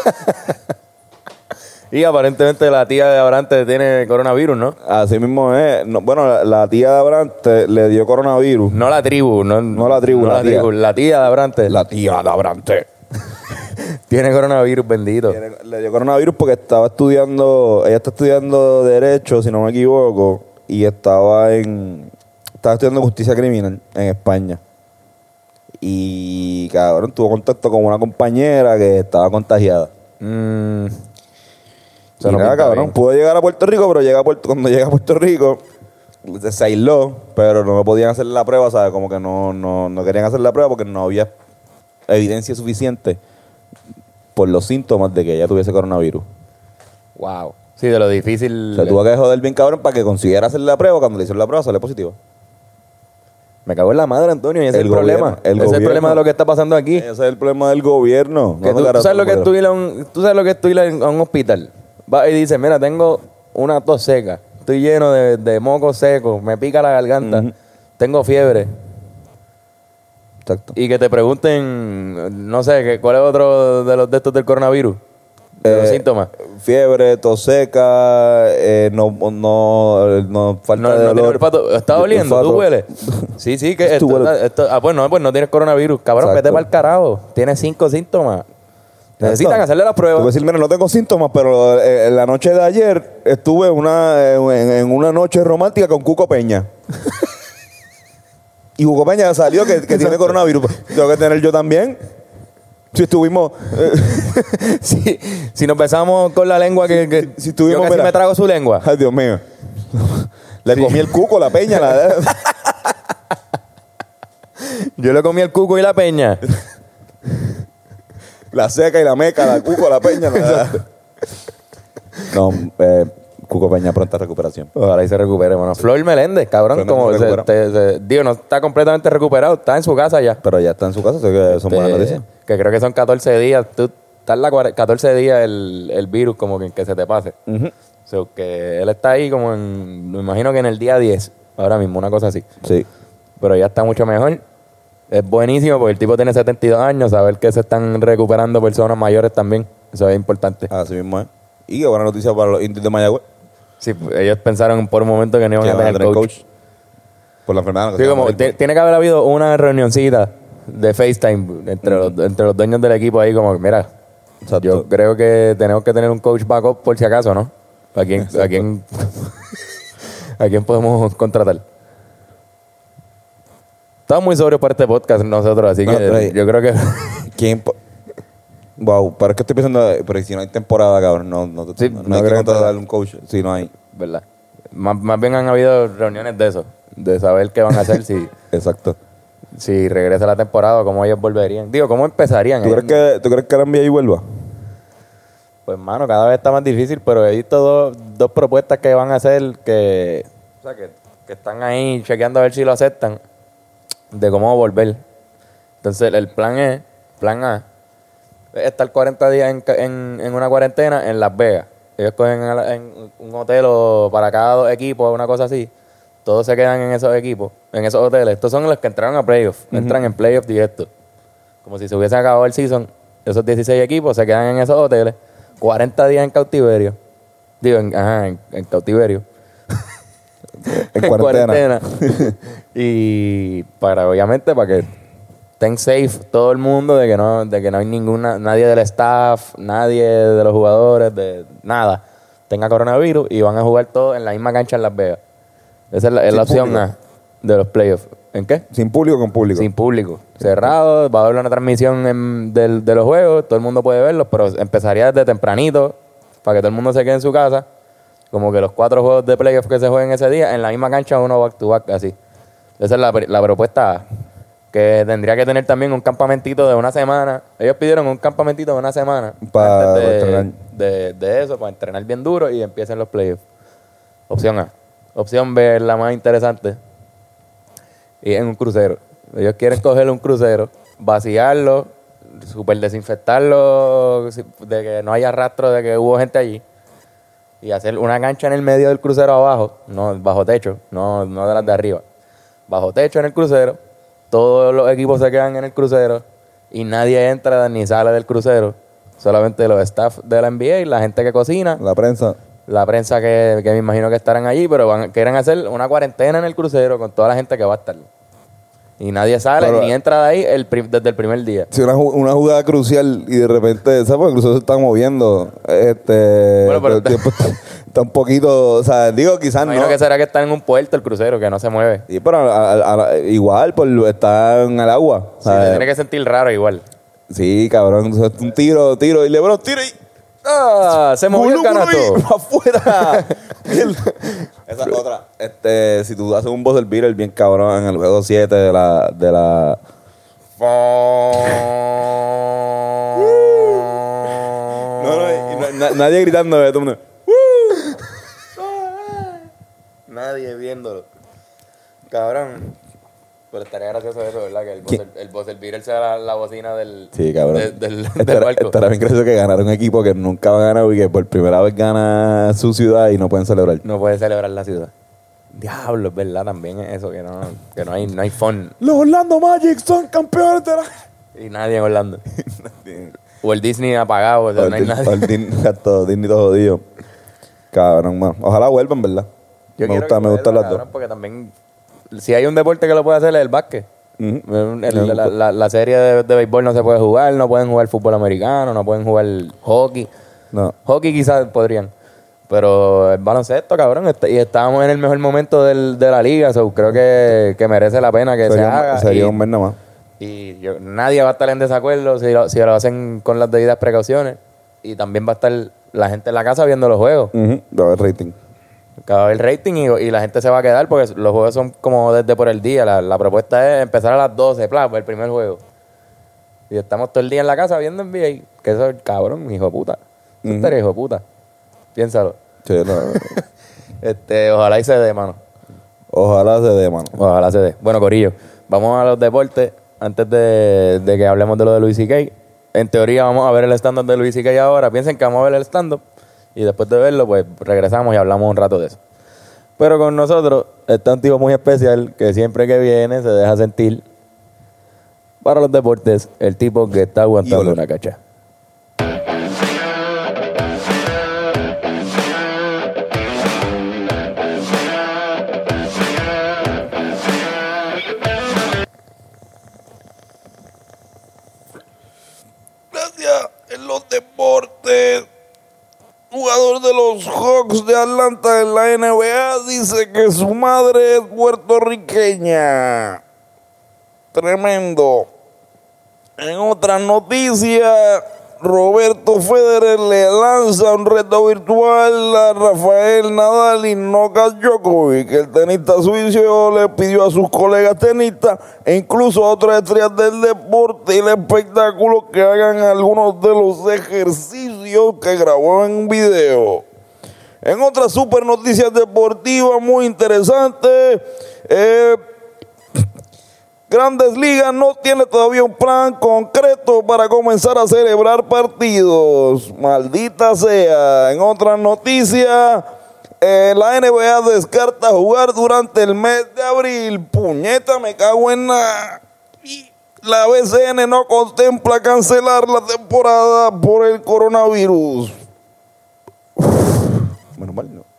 [SPEAKER 2] Y aparentemente la tía de Abrante tiene coronavirus, ¿no?
[SPEAKER 1] Así mismo es. No, bueno, la, la tía de Abrante le dio coronavirus.
[SPEAKER 2] No la tribu, no,
[SPEAKER 1] No la tribu,
[SPEAKER 2] no
[SPEAKER 1] la tía.
[SPEAKER 2] La tía de Abrante
[SPEAKER 1] La tía de Abrante.
[SPEAKER 2] tiene coronavirus, bendito.
[SPEAKER 1] Tiene- Le dio coronavirus porque estaba estudiando, ella está estudiando Derecho, si no me equivoco, y estaba en, estaba estudiando Justicia Criminal en España. Y, cabrón, tuvo contacto con una compañera que estaba contagiada.
[SPEAKER 2] Mm, eso
[SPEAKER 1] Y
[SPEAKER 2] no
[SPEAKER 1] nada,
[SPEAKER 2] pinta
[SPEAKER 1] cabrón,
[SPEAKER 2] bien.
[SPEAKER 1] pudo llegar a Puerto Rico, pero llega a Puerto, cuando llega a Puerto Rico, se aisló, pero no podían hacer la prueba, ¿sabes? Como que no, no, no querían hacer la prueba porque no había evidencia suficiente por los síntomas de que ella tuviese coronavirus.
[SPEAKER 2] Wow. Sí, de lo difícil.
[SPEAKER 1] O sea, tuvo que joder bien cabrón para que consiguiera hacer la prueba. Cuando le hicieron la prueba, salió positivo.
[SPEAKER 2] Me cago en la madre, Antonio, y ese
[SPEAKER 1] El
[SPEAKER 2] es el
[SPEAKER 1] gobierno,
[SPEAKER 2] problema.
[SPEAKER 1] el
[SPEAKER 2] ese es el
[SPEAKER 1] gobierno.
[SPEAKER 2] problema de lo que está pasando aquí.
[SPEAKER 1] Ese es el problema del gobierno.
[SPEAKER 2] Que
[SPEAKER 1] No,
[SPEAKER 2] tú,
[SPEAKER 1] cara,
[SPEAKER 2] tú sabes lo que es
[SPEAKER 1] pero-
[SPEAKER 2] tú ir a un, tú sabes lo que es tú ir a un, a un hospital. Vas y dices, mira, tengo una tos seca, estoy lleno de, de moco seco, me pica la garganta,
[SPEAKER 1] Ujú.
[SPEAKER 2] tengo fiebre.
[SPEAKER 1] Exacto.
[SPEAKER 2] Y que te pregunten, no sé, que- ¿cuál es otro de los de estos del coronavirus? De los
[SPEAKER 1] Eh,
[SPEAKER 2] síntomas.
[SPEAKER 1] Fiebre, tos seca, eh, no, no, no falta
[SPEAKER 2] No,
[SPEAKER 1] de
[SPEAKER 2] no tienes
[SPEAKER 1] olor.
[SPEAKER 2] olfato. ¿Estás
[SPEAKER 1] De
[SPEAKER 2] oliendo? ¿Tú
[SPEAKER 1] olfato.
[SPEAKER 2] hueles? Sí, sí, que
[SPEAKER 1] Tú
[SPEAKER 2] esto,
[SPEAKER 1] hueles.
[SPEAKER 2] esto- ah, pues no, pues no tienes coronavirus. Cabrón,
[SPEAKER 1] Exacto.
[SPEAKER 2] vete para el carajo. Tienes cinco síntomas. Necesitan
[SPEAKER 1] Exacto.
[SPEAKER 2] hacerle las
[SPEAKER 1] Te voy a
[SPEAKER 2] pruebas.
[SPEAKER 1] decir, mira, no tengo síntomas, pero eh, en la noche de ayer estuve una, en, en una noche romántica con Cuco Peña. Y Cuco Peña salió que, que tiene coronavirus. Tengo que tener yo también. Si estuvimos... eh,
[SPEAKER 2] si, si nos besamos con la lengua que, que
[SPEAKER 1] si estuvimos,
[SPEAKER 2] yo casi
[SPEAKER 1] mira.
[SPEAKER 2] me trago su lengua.
[SPEAKER 1] Ay, Dios mío. Le
[SPEAKER 2] Sí.
[SPEAKER 1] comí el cuco, la peña. La,
[SPEAKER 2] Yo le comí el cuco y la peña.
[SPEAKER 1] la seca y la meca, la cuco, la peña. La, no, eh, Cuco Peña, pronta recuperación.
[SPEAKER 2] Ojalá y se recupere. Bueno, Flor Meléndez, cabrón,
[SPEAKER 1] Flor
[SPEAKER 2] como
[SPEAKER 1] Meléndez
[SPEAKER 2] se,
[SPEAKER 1] recupera.
[SPEAKER 2] te- se- digo, no está completamente recuperado, está en su casa ya.
[SPEAKER 1] Pero ya está en su casa, sé que son buenas
[SPEAKER 2] Este,
[SPEAKER 1] noticias.
[SPEAKER 2] que creo que son catorce días. Tú estás la cuare- catorce días el, el virus como que, que se te pase.
[SPEAKER 1] Ujú.
[SPEAKER 2] So, que él está ahí como en, me imagino que en el día diez, ahora mismo, una cosa así.
[SPEAKER 1] Sí.
[SPEAKER 2] Pero ya está mucho mejor. Es buenísimo porque el tipo tiene setenta y dos años, saber que se están recuperando personas mayores también. Eso es importante.
[SPEAKER 1] Así mismo es. Y qué buena noticia para los indios de Mayagüez.
[SPEAKER 2] Sí, ellos pensaron por un momento que no iban
[SPEAKER 1] Que
[SPEAKER 2] a
[SPEAKER 1] van a
[SPEAKER 2] tener
[SPEAKER 1] tener
[SPEAKER 2] coach.
[SPEAKER 1] coach. Por la enfermedad. que
[SPEAKER 2] Sí,
[SPEAKER 1] se
[SPEAKER 2] como
[SPEAKER 1] llama
[SPEAKER 2] ti- tiene que haber habido una reunioncita de FaceTime entre, los, entre los dueños del equipo ahí, como, mira,
[SPEAKER 1] Exacto.
[SPEAKER 2] yo creo que tenemos que tener un coach backup por si acaso, ¿no? ¿A quién, a quién, a quién podemos contratar? Estamos muy sobrios para este podcast nosotros, así
[SPEAKER 1] No,
[SPEAKER 2] que
[SPEAKER 1] hey.
[SPEAKER 2] yo creo que...
[SPEAKER 1] ¿Quién? po- Wow, pero es que estoy pensando, pero si no hay temporada, cabrón, no, no,
[SPEAKER 2] Sí,
[SPEAKER 1] no,
[SPEAKER 2] no
[SPEAKER 1] hay que
[SPEAKER 2] creo que
[SPEAKER 1] contratarle un coach si no hay.
[SPEAKER 2] ¿Verdad? Más, más bien han habido reuniones de eso, de saber qué van a hacer si,
[SPEAKER 1] Exacto.
[SPEAKER 2] si regresa la temporada o cómo ellos volverían. Digo, ¿cómo empezarían?
[SPEAKER 1] ¿Tú crees que, ¿tú crees que la N B A vuelva?
[SPEAKER 2] Pues, mano, cada vez está más difícil, pero he visto dos, dos propuestas que van a hacer que, o sea, que, que están ahí chequeando a ver si lo aceptan, de cómo volver. Entonces, el plan es, plan A, es estar cuarenta días en, ca- en, en una cuarentena en Las Vegas. Ellos cogen a la- en un hotel o para cada dos equipos, una cosa así. Todos se quedan en esos equipos, en esos hoteles. Estos son los que entraron a playoffs, entran en playoffs directo. Como si se hubiese acabado el season. Esos dieciséis equipos se quedan en esos hoteles, cuarenta días en cautiverio. Digo, en, ajá, en, en cautiverio.
[SPEAKER 1] En cuarentena.
[SPEAKER 2] Y para, obviamente, para que estén safe todo el mundo de que no, de que no hay ninguna, nadie del staff, nadie de los jugadores, de nada. tenga coronavirus y van a jugar todos en la misma cancha en Las Vegas. Esa es la, es la
[SPEAKER 1] Sin
[SPEAKER 2] opción
[SPEAKER 1] público.
[SPEAKER 2] A de los playoffs. ¿En qué?
[SPEAKER 1] Sin público o con público.
[SPEAKER 2] Sin público. Cerrado, va a haber una transmisión en- del- de los juegos, todo el mundo puede verlos, pero empezaría desde tempranito para que todo el mundo se quede en su casa. Como que los cuatro juegos de playoff que se jueguen ese día, en la misma cancha uno back to back, así. Esa es la, la propuesta A. Que tendría que tener también un campamentito de una semana. Ellos pidieron un campamentito de una semana
[SPEAKER 1] Pa-
[SPEAKER 2] antes
[SPEAKER 1] pa
[SPEAKER 2] de,
[SPEAKER 1] entrenar.
[SPEAKER 2] de, de eso, para entrenar bien duro y empiecen los playoffs. Opción A. Opción B es la más interesante. Y en un crucero. Ellos quieren coger un crucero, vaciarlo, super desinfectarlo, si- de que no haya rastro de que hubo gente allí. Y hacer una cancha en el medio del crucero abajo, no bajo techo, no, no de las de arriba. Bajo techo en el crucero, todos los equipos se quedan en el crucero y nadie entra ni sale del crucero. Solamente los staff de la N B A, la gente que cocina,
[SPEAKER 1] La prensa.
[SPEAKER 2] la prensa que, que me imagino que estarán allí, pero van, quieren hacer una cuarentena en el crucero con toda la gente que va a estar. Y nadie sale
[SPEAKER 1] Pero-
[SPEAKER 2] ni entra de ahí el prim- desde el primer día.
[SPEAKER 1] Si una, ju- una jugada crucial y de repente, ¿sabes? Porque el crucero se está moviendo. Este.
[SPEAKER 2] Bueno, pero-
[SPEAKER 1] todo el tiempo está, está un poquito. O sea, digo, quizás
[SPEAKER 2] Me imagino
[SPEAKER 1] no.
[SPEAKER 2] que será que está en un puerto el crucero, que no se mueve.
[SPEAKER 1] Sí, pero a- a- a- igual, por está en el agua.
[SPEAKER 2] Sí, se tiene que sentir raro igual.
[SPEAKER 1] Sí, cabrón. O sea, un tiro, tiro. Y LeBron, tira y.
[SPEAKER 2] ¡Ah! Se movió el
[SPEAKER 1] ¡Culo, culo
[SPEAKER 2] canasto.
[SPEAKER 1] y ¡afuera! Esa es otra. Este, si tú haces un buzzer beater bien cabrón en el juego siete de la. De la no, no, y no- na- nadie gritando. Todo el mundo,
[SPEAKER 2] Nadie viéndolo. Cabrón. Pero estaría gracioso eso, ¿verdad? Que el
[SPEAKER 1] ¿Quién?
[SPEAKER 2] buzzer, el buzzer beater sea la, la bocina del,
[SPEAKER 1] Sí, cabrón.
[SPEAKER 2] de- del,
[SPEAKER 1] Estará-
[SPEAKER 2] del barco.
[SPEAKER 1] Estará bien gracioso que ganara un equipo que nunca va a ganar y que por primera vez gana su ciudad y no pueden celebrar.
[SPEAKER 2] No puede celebrar la ciudad. Diablo, es verdad también es eso, que no, que no hay, no hay fun.
[SPEAKER 1] Los Orlando Magic son campeones de la...
[SPEAKER 2] Y nadie en Orlando. O el Disney apagado, o sea, no hay nadie.
[SPEAKER 1] El Disney todo, Disney todo jodido. Cabrón, bueno. Ojalá vuelvan, ¿verdad?
[SPEAKER 2] Yo
[SPEAKER 1] me
[SPEAKER 2] quiero
[SPEAKER 1] gusta,
[SPEAKER 2] que
[SPEAKER 1] me gustan
[SPEAKER 2] vuelva,
[SPEAKER 1] las
[SPEAKER 2] cabrón,
[SPEAKER 1] dos.
[SPEAKER 2] porque también, si hay un deporte que lo puede hacer es el básquet.
[SPEAKER 1] Ujú.
[SPEAKER 2] El- el- la, la- la serie de, de béisbol no se puede jugar, no pueden jugar fútbol americano, no pueden jugar hockey.
[SPEAKER 1] No.
[SPEAKER 2] Hockey quizás podrían. Pero el baloncesto, cabrón, est- y estábamos en el mejor momento del- de la liga, so creo que, que merece la pena que se
[SPEAKER 1] Sería,
[SPEAKER 2] haga.
[SPEAKER 1] sería
[SPEAKER 2] y,
[SPEAKER 1] un mes nada más.
[SPEAKER 2] y yo- nadie va a estar en desacuerdo si lo, si lo hacen con las debidas precauciones. Y también va a estar la gente en la casa viendo los juegos.
[SPEAKER 1] Ujú. Va a haber rating.
[SPEAKER 2] Cada vez el rating y, y la gente se va a quedar porque los juegos son como desde por el día. La, la propuesta es empezar a las doce, plan, el primer juego. Y estamos todo el día en la casa viendo N B A. Que eso es cabrón, hijo de puta. Eso
[SPEAKER 1] Ujú.
[SPEAKER 2] estaría hijo de puta. Piénsalo.
[SPEAKER 1] Sí, no.
[SPEAKER 2] Este, ojalá y se dé, mano.
[SPEAKER 1] Ojalá se dé, mano.
[SPEAKER 2] Ojalá se dé. Bueno, Corillo, vamos a los deportes antes de, de que hablemos de lo de Louis C K. En teoría vamos a ver el stand-up de Louis C K ahora. Piensen que vamos a ver el stand-up y después de verlo, pues regresamos y hablamos un rato de eso. Pero con nosotros está un tipo muy especial que siempre que viene se deja sentir para los deportes el tipo que está aguantando
[SPEAKER 1] Híjole.
[SPEAKER 2] una cacha.
[SPEAKER 1] Gracias. En los deportes, jugador de los Hawks de Atlanta en la N B A dice que su madre es puertorriqueña. Tremendo. En otras noticias, Roberto Federer le lanza un reto virtual a Rafael Nadal y Novak Djokovic. El tenista suizo le pidió a sus colegas tenistas e incluso a otras estrellas del deporte y el espectáculo que hagan algunos de los ejercicios que grabó en un video. En otras super noticias deportivas muy interesantes, eh, Grandes Ligas no tiene todavía un plan concreto para comenzar a celebrar partidos. Maldita sea. En otras noticias, eh, la N B A descarta jugar durante el mes de abril. Puñeta, me cago en nada. Y la B C N no contempla cancelar la temporada por el coronavirus. Uf, menos mal, no.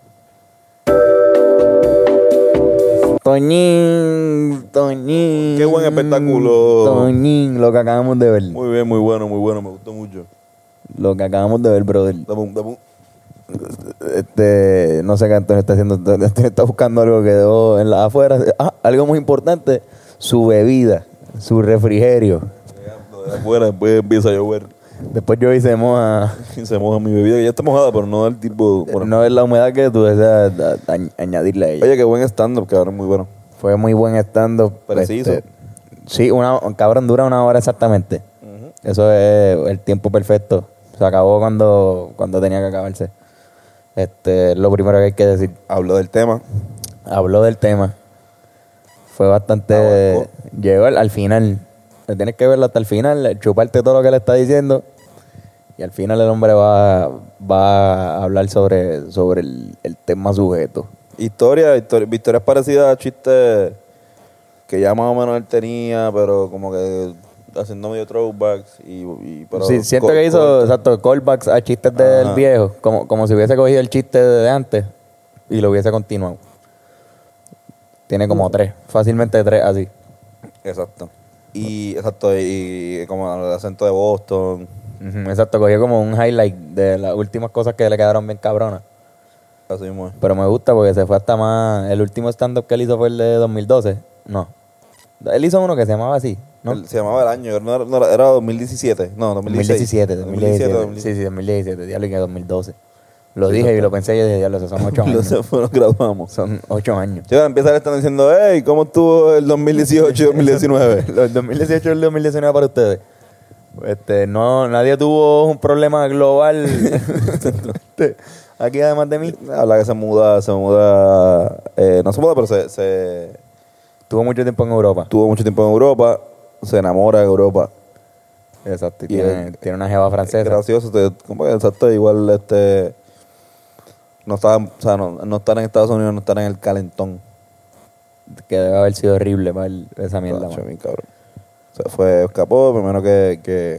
[SPEAKER 2] Toñín, Toñín.
[SPEAKER 1] Qué buen espectáculo.
[SPEAKER 2] Toñín, lo que acabamos de ver.
[SPEAKER 1] Muy bien, muy bueno, muy bueno. Me gustó mucho.
[SPEAKER 2] Lo que acabamos de ver, brother.
[SPEAKER 1] Dame un, dame un.
[SPEAKER 2] Este, no sé qué Antonio está haciendo. Antonio está buscando algo que dejó en la afuera. Ah, algo muy importante, su bebida, su refrigerio.
[SPEAKER 1] Lo de afuera, después empieza a llover.
[SPEAKER 2] Después yo hice moja.
[SPEAKER 1] Y se moja mi bebida. Ya está mojada, pero no del tipo... bueno.
[SPEAKER 2] No es la humedad que tú deseas a- a- añadirle a ella.
[SPEAKER 1] Oye, qué buen stand-up, cabrón, muy bueno.
[SPEAKER 2] Fue muy buen stand-up.
[SPEAKER 1] Preciso.
[SPEAKER 2] Este, sí, una, cabrón, dura una hora exactamente. Eso es el tiempo perfecto. Se acabó cuando, cuando tenía que acabarse. Este, lo primero que hay que decir.
[SPEAKER 1] Habló del tema.
[SPEAKER 2] Habló del tema. Fue bastante...
[SPEAKER 1] Abarcó.
[SPEAKER 2] Llegó al, al final. Tienes que verlo hasta el final, chuparte todo lo que le está diciendo. Y al final el hombre va, va a hablar sobre, sobre el, el tema sujeto.
[SPEAKER 1] Historia, historia, historias parecidas a chistes que ya más o menos él tenía, pero como que haciendo medio throwbacks. Y, y, pero
[SPEAKER 2] Sí, siento
[SPEAKER 1] co-
[SPEAKER 2] que hizo
[SPEAKER 1] corto.
[SPEAKER 2] exacto, callbacks a chistes del
[SPEAKER 1] Ajá.
[SPEAKER 2] viejo, como, como si hubiese cogido el chiste de antes y lo hubiese continuado. Tiene como tres, fácilmente tres así.
[SPEAKER 1] Exacto. Y, exacto, y, y como el acento de Boston.
[SPEAKER 2] Ujú, exacto, cogió como un highlight de las últimas cosas que le quedaron bien cabronas.
[SPEAKER 1] Así mismo es.
[SPEAKER 2] Pero me gusta porque se fue hasta más... El último stand-up que él hizo fue el de dos mil doce. No. Él hizo uno que se llamaba así, ¿no?
[SPEAKER 1] Él se llamaba el año, no era, no era, era dos mil diecisiete. No, dos mil dieciséis.
[SPEAKER 2] dos mil diecisiete, dos mil diecisiete. Sí, sí, dos mil diecisiete. Diablo, y que dos mil doce. Lo dije y lo pensé y yo dije, diablo, esos son ocho años.
[SPEAKER 1] Entonces fue, nos graduamos.
[SPEAKER 2] Son ocho años.
[SPEAKER 1] Yo empieza a estar diciendo, hey, ¿cómo estuvo el dos mil dieciocho y dos mil diecinueve?
[SPEAKER 2] El dos mil dieciocho y el dos mil diecinueve para ustedes. Este, no, nadie tuvo un problema global. Este, aquí además de mí.
[SPEAKER 1] Habla que se muda, se muda, eh, no se muda, pero se, se
[SPEAKER 2] Tuvo mucho tiempo en Europa.
[SPEAKER 1] tuvo mucho tiempo en Europa, se enamora de Europa.
[SPEAKER 2] Exacto. Y
[SPEAKER 1] Y
[SPEAKER 2] tiene,
[SPEAKER 1] el-
[SPEAKER 2] tiene una jeva
[SPEAKER 1] Es
[SPEAKER 2] francesa.
[SPEAKER 1] gracioso, te- como que exacto, igual este no estaba, o sea, no, no estar en Estados Unidos, no estar en el calentón.
[SPEAKER 2] Que debe haber sido horrible para él, esa mierda.
[SPEAKER 1] Tacho,
[SPEAKER 2] mano.
[SPEAKER 1] bien cabrón. O sea, fue, escapó, primero que, que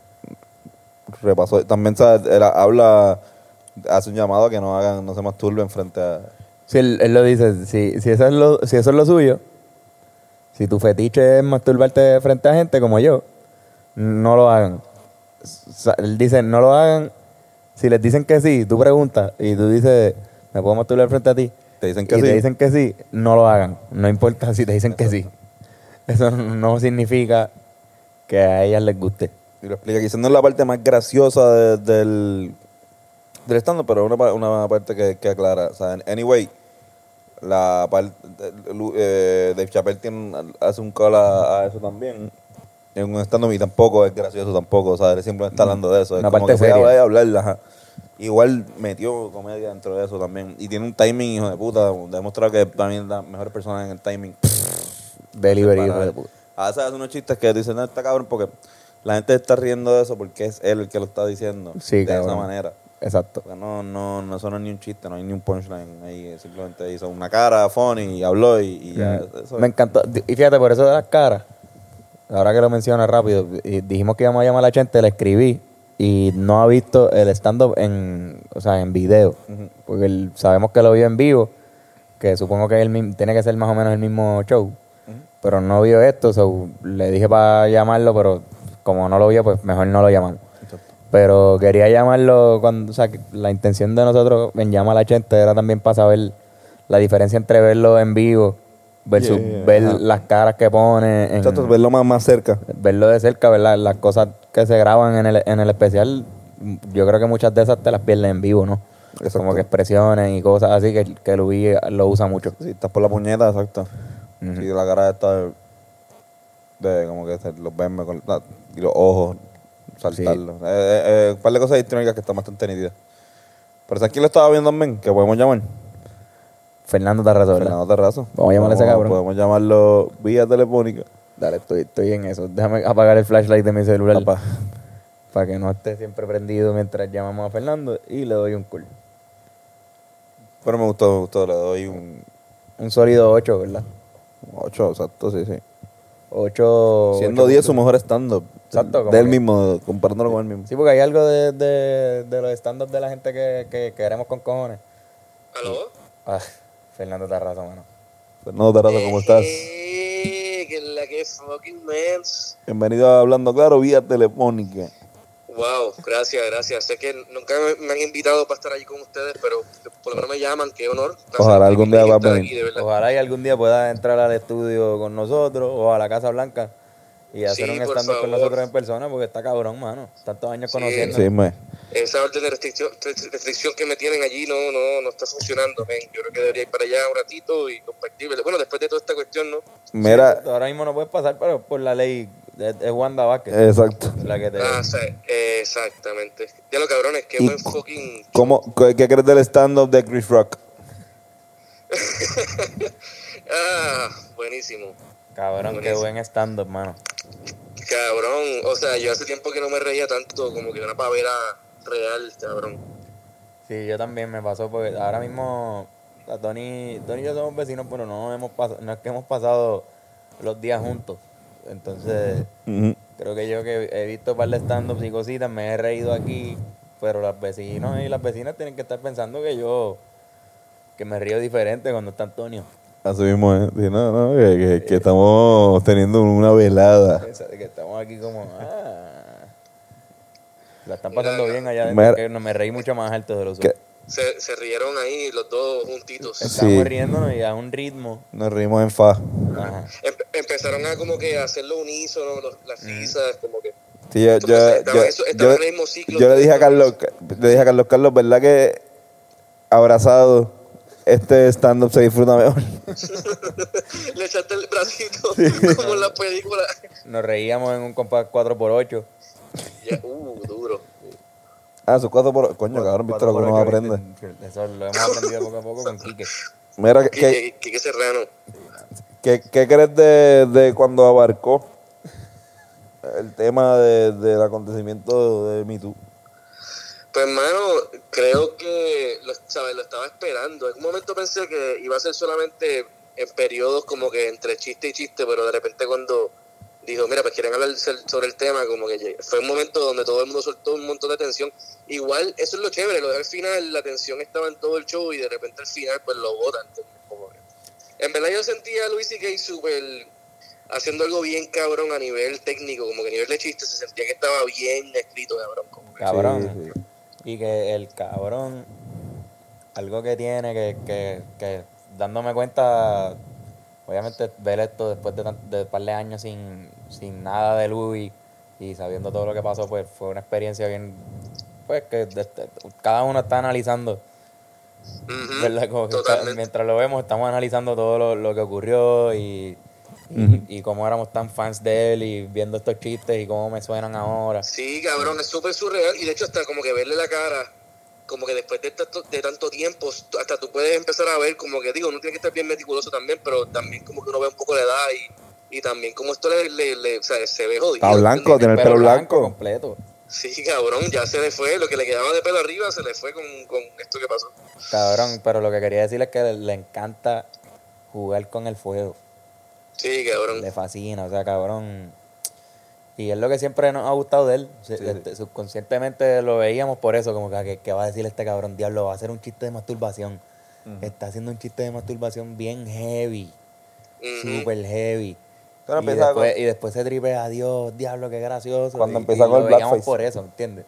[SPEAKER 1] repasó, también ¿sabes? Él habla, hace un llamado a que no hagan, no se masturben frente a...
[SPEAKER 2] Sí, él, él lo dice, si, si, eso es lo, si eso es lo suyo, si tu fetiche es masturbarte frente a gente como yo, no lo hagan. O sea, él dice, no lo hagan. Si les dicen que sí, tú preguntas y tú dices, ¿me puedo masturbar frente a ti?
[SPEAKER 1] Te dicen que
[SPEAKER 2] y
[SPEAKER 1] sí.
[SPEAKER 2] te dicen que sí, no lo hagan. No importa si te dicen que sí. Eso no significa que a ellas les guste.
[SPEAKER 1] Y lo explica, quizás no es la parte más graciosa de- del, del stand pero es una, pa- una parte que, que aclara. O sea, anyway, la parte, eh, Dave Chappelle tiene, un- hace un call a, a eso también. En un stand y tampoco es gracioso tampoco, o sea, él simplemente está hablando de eso. Es
[SPEAKER 2] Una
[SPEAKER 1] como
[SPEAKER 2] parte
[SPEAKER 1] que voy a-
[SPEAKER 2] seria.
[SPEAKER 1] voy a hablar, ajá. Igual metió comedia dentro de eso también. Y tiene un timing, hijo de puta. Demostrado que también es la mejor persona en el timing.
[SPEAKER 2] Delivery,
[SPEAKER 1] Para-
[SPEAKER 2] hijo de puta.
[SPEAKER 1] A veces hace unos chistes que dicen, no, está cabrón, porque la gente está riendo de eso porque es él el que lo está diciendo.
[SPEAKER 2] Sí,
[SPEAKER 1] de
[SPEAKER 2] cabrón.
[SPEAKER 1] esa manera.
[SPEAKER 2] Exacto.
[SPEAKER 1] Porque no, no, no, eso no es ni un chiste, no hay ni un punchline. Ahí simplemente hizo una cara funny y habló y, y ya. Eso
[SPEAKER 2] Mm. Me
[SPEAKER 1] es.
[SPEAKER 2] encantó. Y fíjate, por eso de las caras, ahora que lo mencionas rápido, y dijimos que íbamos a llamar a la gente, le escribí y no ha visto el stand-up en, o sea, en video. Porque él- sabemos que lo vio en vivo, que supongo que él mismo- tiene que ser más o menos el mismo show. Pero no vio esto, so, le dije para llamarlo, pero como no lo vio, pues mejor no lo llamamos. Pero quería llamarlo cuando, o sea, que la intención de nosotros en llamar a la gente era también para saber la diferencia entre verlo en vivo versus
[SPEAKER 1] Yeah,
[SPEAKER 2] ver
[SPEAKER 1] ajá.
[SPEAKER 2] las caras que pone, en-
[SPEAKER 1] Exacto, verlo más, más cerca.
[SPEAKER 2] verlo de cerca, ¿verdad? Las cosas que se graban en el, en el especial, yo creo que muchas de esas te las pierdes en vivo, ¿no?
[SPEAKER 1] Exacto.
[SPEAKER 2] Como que expresiones y cosas así que, que Luis lo usa mucho.
[SPEAKER 1] Si estás por la puñeta, exacto.
[SPEAKER 2] Ujú.
[SPEAKER 1] Si la cara está de, de como que se- los verme con la- y los ojos, saltarlos. Eh, eh, eh, un par de cosas histriónicas que están bastante nítidas. Pero ¿sabes quién lo estaba viendo también? Que podemos llamar.
[SPEAKER 2] Fernando Tarrazo, ¿verdad?
[SPEAKER 1] Fernando Terrazo.
[SPEAKER 2] Vamos a llamarle a ese cabrón.
[SPEAKER 1] Podemos llamarlo vía telefónica.
[SPEAKER 2] Dale, estoy, estoy en eso. Déjame apagar el flashlight de mi celular
[SPEAKER 1] Papá.
[SPEAKER 2] para que no esté siempre prendido mientras llamamos a Fernando y le doy un cool.
[SPEAKER 1] Pero me gustó, me gustó. Le doy un
[SPEAKER 2] Un sólido ocho, ¿verdad?
[SPEAKER 1] ocho, exacto, sí, sí.
[SPEAKER 2] ocho.
[SPEAKER 1] Siendo
[SPEAKER 2] ocho
[SPEAKER 1] diez su
[SPEAKER 2] punto-
[SPEAKER 1] mejor stand-up.
[SPEAKER 2] Exacto, como
[SPEAKER 1] De él
[SPEAKER 2] que-
[SPEAKER 1] mismo, comparándolo con él mismo.
[SPEAKER 2] Sí, porque hay algo de, de, de los stand-up de la gente que, que queremos con cojones.
[SPEAKER 4] ¿Aló?
[SPEAKER 2] Ah, Fernando Tarrazo, mano.
[SPEAKER 1] Fernando Terrazo, ¿cómo estás?
[SPEAKER 4] Eh, que la que fucking mens.
[SPEAKER 1] Bienvenido a Hablando Claro vía telefónica.
[SPEAKER 4] Wow, gracias, gracias. Sé que nunca me, me han invitado para estar allí con ustedes, pero por lo menos me llaman, qué honor.
[SPEAKER 1] Ojalá algún día
[SPEAKER 4] puedas
[SPEAKER 1] puedas venir.
[SPEAKER 4] de verdad.
[SPEAKER 2] Ojalá y algún día pueda entrar al estudio con nosotros o a la Casa Blanca y hacer
[SPEAKER 4] Sí,
[SPEAKER 2] un
[SPEAKER 4] por
[SPEAKER 2] stand-up con
[SPEAKER 4] favor.
[SPEAKER 2] nosotros en persona porque está cabrón, mano. Tantos años
[SPEAKER 4] Sí.
[SPEAKER 2] conociendo.
[SPEAKER 1] Sí, me.
[SPEAKER 4] Esa orden de restricción, restricción que me tienen allí no, no, no está funcionando, men. Yo creo que debería ir para allá un ratito y compartir. Bueno, después de toda esta cuestión, ¿no?
[SPEAKER 1] Mira,
[SPEAKER 2] Ahora mismo no puedes pasar, pero por la ley es, es Wanda Vázquez.
[SPEAKER 1] exacto.
[SPEAKER 2] La que te...
[SPEAKER 4] Ah, o sea, eh, exactamente. Ya lo cabrones, qué
[SPEAKER 1] ¿Y
[SPEAKER 4] buen fucking...
[SPEAKER 1] ¿Cómo, qué, qué crees del stand-up de Chris Rock?
[SPEAKER 4] Ah, buenísimo.
[SPEAKER 2] Cabrón, qué
[SPEAKER 4] Buenísimo.
[SPEAKER 2] buen stand-up, mano.
[SPEAKER 4] Cabrón, o sea, yo hace tiempo que no me reía tanto como que una pavera real, cabrón.
[SPEAKER 2] Sí, yo también me pasó porque ahora mismo a Tony, Tony y yo somos vecinos, pero no hemos pasado, no es que hemos pasado los días juntos. Entonces,
[SPEAKER 1] Ujú.
[SPEAKER 2] creo que yo que he visto un par de stand-ups y cositas, me he reído aquí, pero los vecinos y las vecinas tienen que estar pensando que yo, que me río diferente cuando está Antonio.
[SPEAKER 1] Así mismo, ¿eh? Sí, no, no, que, que- que estamos teniendo una velada.
[SPEAKER 2] Esa de que estamos aquí como, ah, la están pasando
[SPEAKER 4] Mira,
[SPEAKER 2] bien allá adentro,
[SPEAKER 1] Mira.
[SPEAKER 2] que no me reí mucho más alto de lo
[SPEAKER 1] Que-
[SPEAKER 2] usual.
[SPEAKER 4] Se, se rieron ahí los dos juntitos.
[SPEAKER 2] Estamos
[SPEAKER 1] Sí.
[SPEAKER 2] riéndonos y a un ritmo.
[SPEAKER 1] Nos reímos en fa.
[SPEAKER 2] Ajá.
[SPEAKER 4] Em- empezaron a como que hacerlo unísono, los- las risas, como que...
[SPEAKER 1] Sí, yo, yo,
[SPEAKER 4] Estaban-
[SPEAKER 1] yo,
[SPEAKER 4] eso- estaban
[SPEAKER 1] yo-
[SPEAKER 4] en el mismo ciclo.
[SPEAKER 1] yo le dije a Carlos, le dije a Carlos, Carlos, ¿verdad que abrazado este stand-up se disfruta mejor?
[SPEAKER 4] Le echaste el bracito como en la película.
[SPEAKER 2] Nos reíamos en un compás cuatro por ocho.
[SPEAKER 4] Ya, uh, duro.
[SPEAKER 1] Ah, sus cuatro por... Coño, cabrón, viste lo que uno aprende.
[SPEAKER 2] Eso lo hemos aprendido poco a poco con Quique.
[SPEAKER 1] Mira, ¿qué,
[SPEAKER 4] Quique Quique Serrano.
[SPEAKER 1] qué, qué crees de, de cuando abarcó el tema de, del acontecimiento de Me Too?
[SPEAKER 4] Pues, hermano, creo que lo, ¿sabes? Lo estaba esperando. En un momento pensé que iba a ser solamente en periodos como que entre chiste y chiste, pero de repente cuando dijo, mira, pues quieren hablar sobre el tema, como que fue un momento donde todo el mundo soltó un montón de tensión. Igual, eso es lo chévere, lo de al final, la tensión estaba en todo el show y de repente al final, pues lo botan. Como que- en verdad yo sentía a Luis C K súper haciendo algo bien cabrón a nivel técnico, como que a nivel de chiste se sentía que estaba bien escrito, cabrón. Como que,
[SPEAKER 2] Cabrón.
[SPEAKER 1] Sí, sí.
[SPEAKER 2] Y que el cabrón, algo que tiene que, que, que dándome cuenta, obviamente ver esto después de, tan- de un par de años sin, sin nada de Luis y sabiendo todo lo que pasó, pues fue una experiencia bien, pues que de- de- cada uno está analizando,
[SPEAKER 4] ujú,
[SPEAKER 2] ¿verdad? Como que está-
[SPEAKER 4] totalmente.
[SPEAKER 2] mientras lo vemos estamos analizando todo lo, lo que ocurrió y, y, y cómo éramos tan fans de él y viendo estos chistes y cómo me suenan ahora.
[SPEAKER 4] Sí, cabrón, es súper surreal. Y de hecho, hasta como que verle la cara, como que después de tanto, de tanto tiempo, hasta tú puedes empezar a ver, como que digo, no tiene que estar bien meticuloso también, pero también como que uno ve un poco la edad y, y también como esto le, le, le- o sea, se ve jodido.
[SPEAKER 1] Está blanco, tiene el pelo blanco.
[SPEAKER 2] completo.
[SPEAKER 4] Sí, cabrón, ya se le fue, lo que le quedaba de pelo arriba se le fue con, con esto que pasó.
[SPEAKER 2] Cabrón, pero lo que quería decirle es que le, le encanta jugar con el fuego.
[SPEAKER 4] Sí, cabrón.
[SPEAKER 2] Le fascina, o sea, cabrón. Y es lo que siempre nos ha gustado de él. Se-
[SPEAKER 1] Sí,
[SPEAKER 2] este, subconscientemente lo veíamos por eso, como que, que va a decir este cabrón, diablo, va a hacer un chiste de masturbación. Está haciendo un chiste de masturbación bien heavy,
[SPEAKER 4] Ujú.
[SPEAKER 2] super heavy.
[SPEAKER 1] Pero
[SPEAKER 2] Y
[SPEAKER 1] empieza
[SPEAKER 2] después,
[SPEAKER 1] con-
[SPEAKER 2] y después se tripea, Dios, diablo, qué gracioso.
[SPEAKER 1] Cuando
[SPEAKER 2] y,
[SPEAKER 1] empieza
[SPEAKER 2] y
[SPEAKER 1] con
[SPEAKER 2] lo
[SPEAKER 1] el
[SPEAKER 2] veíamos
[SPEAKER 1] blackface.
[SPEAKER 2] por eso, ¿entiendes?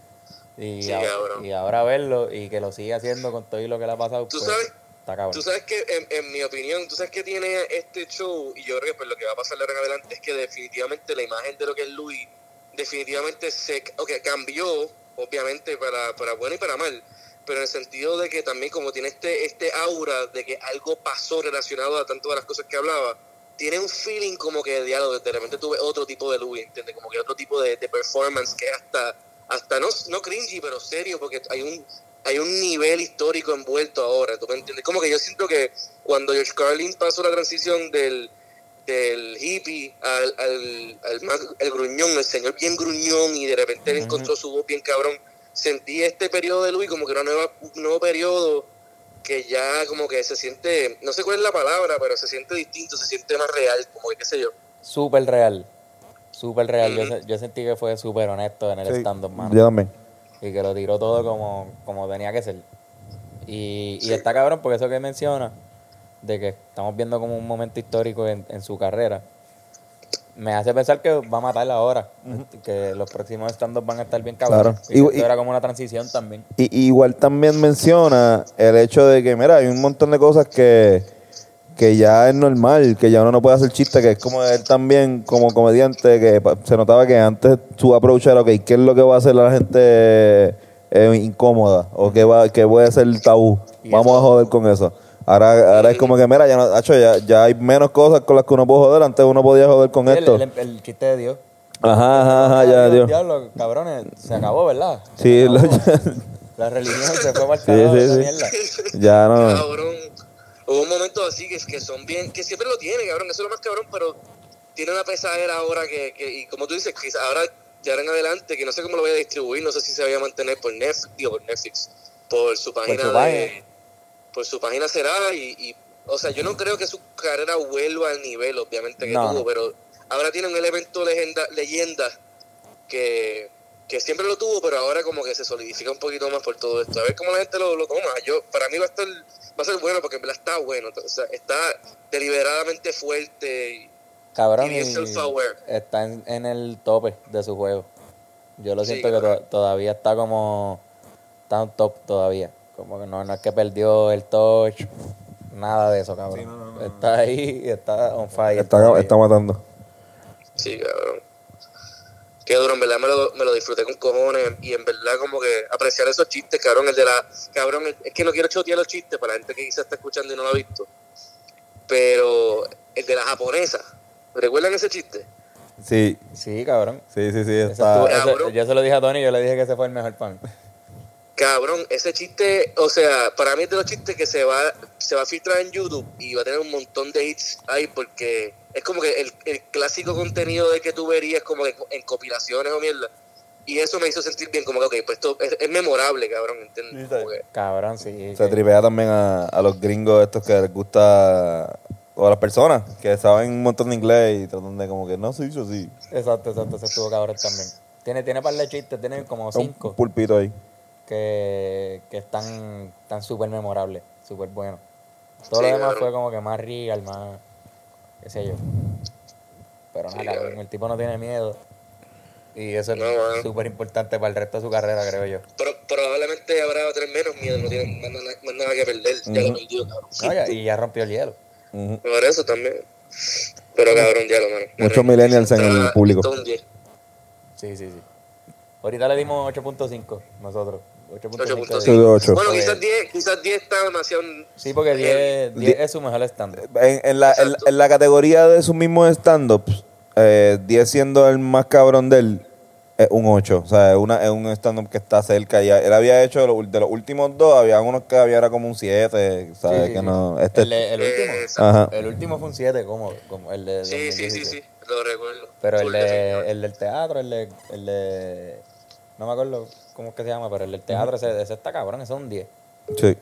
[SPEAKER 2] Y,
[SPEAKER 4] Sí,
[SPEAKER 2] ahora,
[SPEAKER 4] cabrón.
[SPEAKER 2] y ahora verlo y que lo sigue haciendo con todo y lo que le ha pasado,
[SPEAKER 4] Tú
[SPEAKER 2] pues,
[SPEAKER 4] sabes-
[SPEAKER 2] está cabrón.
[SPEAKER 4] Tú sabes que, en, en mi opinión, tú sabes que tiene este show, y yo creo que pues lo que va a pasar de ahora en adelante es que definitivamente la imagen de lo que es Luis, definitivamente se okay, cambió, obviamente, para, para bueno y para mal, pero en el sentido de que también como tiene este, este aura de que algo pasó relacionado a tanto de las cosas que hablaba, tiene un feeling como que de diálogo, de repente tuve otro tipo de Luis, ¿entiendes? Como que otro tipo de, de performance que hasta, hasta no, no cringy, pero serio, porque hay un hay un nivel histórico envuelto ahora, ¿tú me entiendes? Como que yo siento que cuando George Carlin pasó la transición del, del hippie al, al, al más, el gruñón, el señor bien gruñón, y de repente él encontró su voz bien cabrón, sentí este periodo de Luis como que era una nueva, un nuevo periodo que ya como que se siente, no sé cuál es la palabra, pero se siente distinto, se siente más real, como que qué sé yo.
[SPEAKER 2] Súper real. Súper real. Yo,
[SPEAKER 4] Ujú.
[SPEAKER 2] se- yo sentí que fue súper honesto en el
[SPEAKER 1] Sí,
[SPEAKER 2] stand-up, mano.
[SPEAKER 1] yo también.
[SPEAKER 2] Y que lo tiró todo como, como tenía que ser. Y, y
[SPEAKER 4] Sí.
[SPEAKER 2] está cabrón porque eso que menciona, de que estamos viendo como un momento histórico en, en su carrera. me hace pensar que va a matar ahora. Que los próximos stand-up van a estar bien cabrones.
[SPEAKER 1] Claro.
[SPEAKER 2] Y
[SPEAKER 1] Y-
[SPEAKER 2] esto
[SPEAKER 1] y-
[SPEAKER 2] era como una transición también.
[SPEAKER 1] Y, igual también menciona el hecho de que, mira, hay un montón de cosas que, que ya es normal, que ya uno no puede hacer chistes, que es como él también, como comediante, que pa- se notaba que antes su approach era, ok, ¿qué es lo que va a hacer la gente eh, incómoda? O qué va, qué puede ser tabú.
[SPEAKER 2] Y
[SPEAKER 1] Vamos
[SPEAKER 2] eso-
[SPEAKER 1] a joder con eso. Ahora, ahora es como que, mira, ya, no, hacho, ya, ya hay menos cosas con las que uno puede joder. Antes uno podía joder con
[SPEAKER 2] Sí, el,
[SPEAKER 1] esto.
[SPEAKER 2] el- el chiste de Dios.
[SPEAKER 1] Ajá, ajá, ajá,
[SPEAKER 2] Ah,
[SPEAKER 1] ya, Dios.
[SPEAKER 2] Diablo, cabrones, se acabó, ¿verdad? Se
[SPEAKER 1] Sí,
[SPEAKER 2] acabó.
[SPEAKER 1] lo-
[SPEAKER 2] La religión se fue para el
[SPEAKER 1] Sí,
[SPEAKER 2] carajo,
[SPEAKER 1] sí,
[SPEAKER 2] esa
[SPEAKER 1] sí.
[SPEAKER 2] mierda.
[SPEAKER 1] ya no.
[SPEAKER 4] Cabrón. Hubo momentos así que, que son bien, que siempre lo tiene, cabrón. Eso es lo más cabrón, pero tiene una pesadera ahora que, que y como tú dices, quizá ahora ya en adelante, que no sé cómo lo voy a distribuir, no sé si se vaya a mantener por Netflix, digo, por Netflix, por su página
[SPEAKER 2] su
[SPEAKER 4] de,
[SPEAKER 2] página.
[SPEAKER 4] por su página será y, y, o sea, yo no creo que su carrera vuelva al nivel, obviamente, que
[SPEAKER 2] No,
[SPEAKER 4] tuvo,
[SPEAKER 2] no.
[SPEAKER 4] pero ahora tiene un elemento legenda, leyenda que, que siempre lo tuvo, pero ahora como que se solidifica un poquito más por todo esto. A ver cómo la gente lo, lo toma. Yo, para mí va a estar, va a ser bueno porque en verdad está bueno. O sea, está deliberadamente fuerte y,
[SPEAKER 2] Cabrón,
[SPEAKER 4] y bien
[SPEAKER 2] y
[SPEAKER 4] self-aware.
[SPEAKER 2] está en, en el tope de su juego. Yo lo
[SPEAKER 4] Sí,
[SPEAKER 2] siento que
[SPEAKER 4] cabrón.
[SPEAKER 2] to- todavía está como... Está un top todavía. Como que no, no es que perdió el touch. Nada de eso, cabrón. Está ahí y está on fire.
[SPEAKER 1] Está,
[SPEAKER 2] todavía.
[SPEAKER 1] está matando.
[SPEAKER 4] Sí, cabrón. Qué duro, en verdad me lo, me lo disfruté con cojones y en verdad como que apreciar esos chistes, cabrón, el de la, cabrón, el- es que no quiero chotear los chistes para la gente que quizás está escuchando y no lo ha visto, pero el de la japonesa, ¿recuerdan ese chiste?
[SPEAKER 1] Sí,
[SPEAKER 2] Sí, cabrón.
[SPEAKER 1] sí, sí, sí.
[SPEAKER 2] Ese
[SPEAKER 1] Está.
[SPEAKER 2] estuvo- ese-
[SPEAKER 4] Cabrón.
[SPEAKER 2] yo se lo dije a Tony y yo le dije que ese fue el mejor para mí.
[SPEAKER 4] Cabrón, ese chiste, o sea, para mí es de los chistes que se va, se va a filtrar en YouTube y va a tener un montón de hits ahí porque es como que el, el clásico contenido de que tú verías como que en compilaciones o mierda. Y eso me hizo sentir bien, como que, ok, pues esto es, es memorable, cabrón, ¿entiendes? Como que-
[SPEAKER 2] Cabrón, sí.
[SPEAKER 1] Se
[SPEAKER 2] que-
[SPEAKER 1] tripea también a, a los gringos estos que les gusta, o a las personas que saben un montón de inglés y tratan de como que no se hizo así.
[SPEAKER 2] Exacto, exacto. Ese estuvo cabrón también. Tiene, tiene par de chistes, tiene como
[SPEAKER 1] Un
[SPEAKER 2] cinco
[SPEAKER 1] pulpito ahí.
[SPEAKER 2] que, que están tan súper memorables, súper buenos. Todo
[SPEAKER 4] Sí,
[SPEAKER 2] lo demás
[SPEAKER 4] cabrón.
[SPEAKER 2] fue como que más real, más, qué sé yo. Pero nada,
[SPEAKER 4] Sí,
[SPEAKER 2] cabrón,
[SPEAKER 4] cabrón.
[SPEAKER 2] el tipo no tiene miedo. Y eso
[SPEAKER 4] No,
[SPEAKER 2] es
[SPEAKER 4] mano.
[SPEAKER 2] súper importante para el resto de su carrera, creo yo.
[SPEAKER 4] Pro- probablemente ahora va a tener menos miedo, no tiene más, nada- más nada que perder, ya lo perdió, cabrón.
[SPEAKER 2] No, ya- y ya rompió el hielo.
[SPEAKER 1] Ujú.
[SPEAKER 4] Por eso también. Pero cabrón, ya lo, mano. Me
[SPEAKER 1] Muchos
[SPEAKER 4] rendí.
[SPEAKER 1] millennials en el
[SPEAKER 4] Está-
[SPEAKER 1] público.
[SPEAKER 4] está un diez.
[SPEAKER 2] Sí, sí, sí. Ahorita le dimos ocho punto cinco nosotros. ocho punto cinco
[SPEAKER 4] ocho punto
[SPEAKER 2] de-
[SPEAKER 1] Sí, de ocho.
[SPEAKER 4] Bueno,
[SPEAKER 2] Porque-
[SPEAKER 4] quizás diez, quizás diez está demasiado.
[SPEAKER 2] Sí, porque diez, diez es su mejor estándar.
[SPEAKER 1] En, en la, en,
[SPEAKER 4] Exacto.
[SPEAKER 1] en la categoría de sus mismos stand-ups, eh, diez siendo el más cabrón de él, es un ocho. O sea, es, una, es un stand-up que está cerca. Ya, él había hecho, de los, de los últimos dos, había unos que había era como un siete. ¿Sabes?
[SPEAKER 2] Sí, sí,
[SPEAKER 1] que
[SPEAKER 2] sí.
[SPEAKER 1] no. Este,
[SPEAKER 2] el, de- el último.
[SPEAKER 4] Eh,
[SPEAKER 1] Ajá.
[SPEAKER 2] El último fue un siete, como, como el de
[SPEAKER 4] Sí, sí, sí,
[SPEAKER 2] 2016.
[SPEAKER 4] sí, lo recuerdo.
[SPEAKER 2] Pero el,
[SPEAKER 4] Full,
[SPEAKER 2] de,
[SPEAKER 4] definitivamente.
[SPEAKER 2] el del teatro, el de, el de... No me acuerdo cómo es que se llama, pero el del teatro, ese, ese está cabrón, ese es un diez.
[SPEAKER 1] Sí.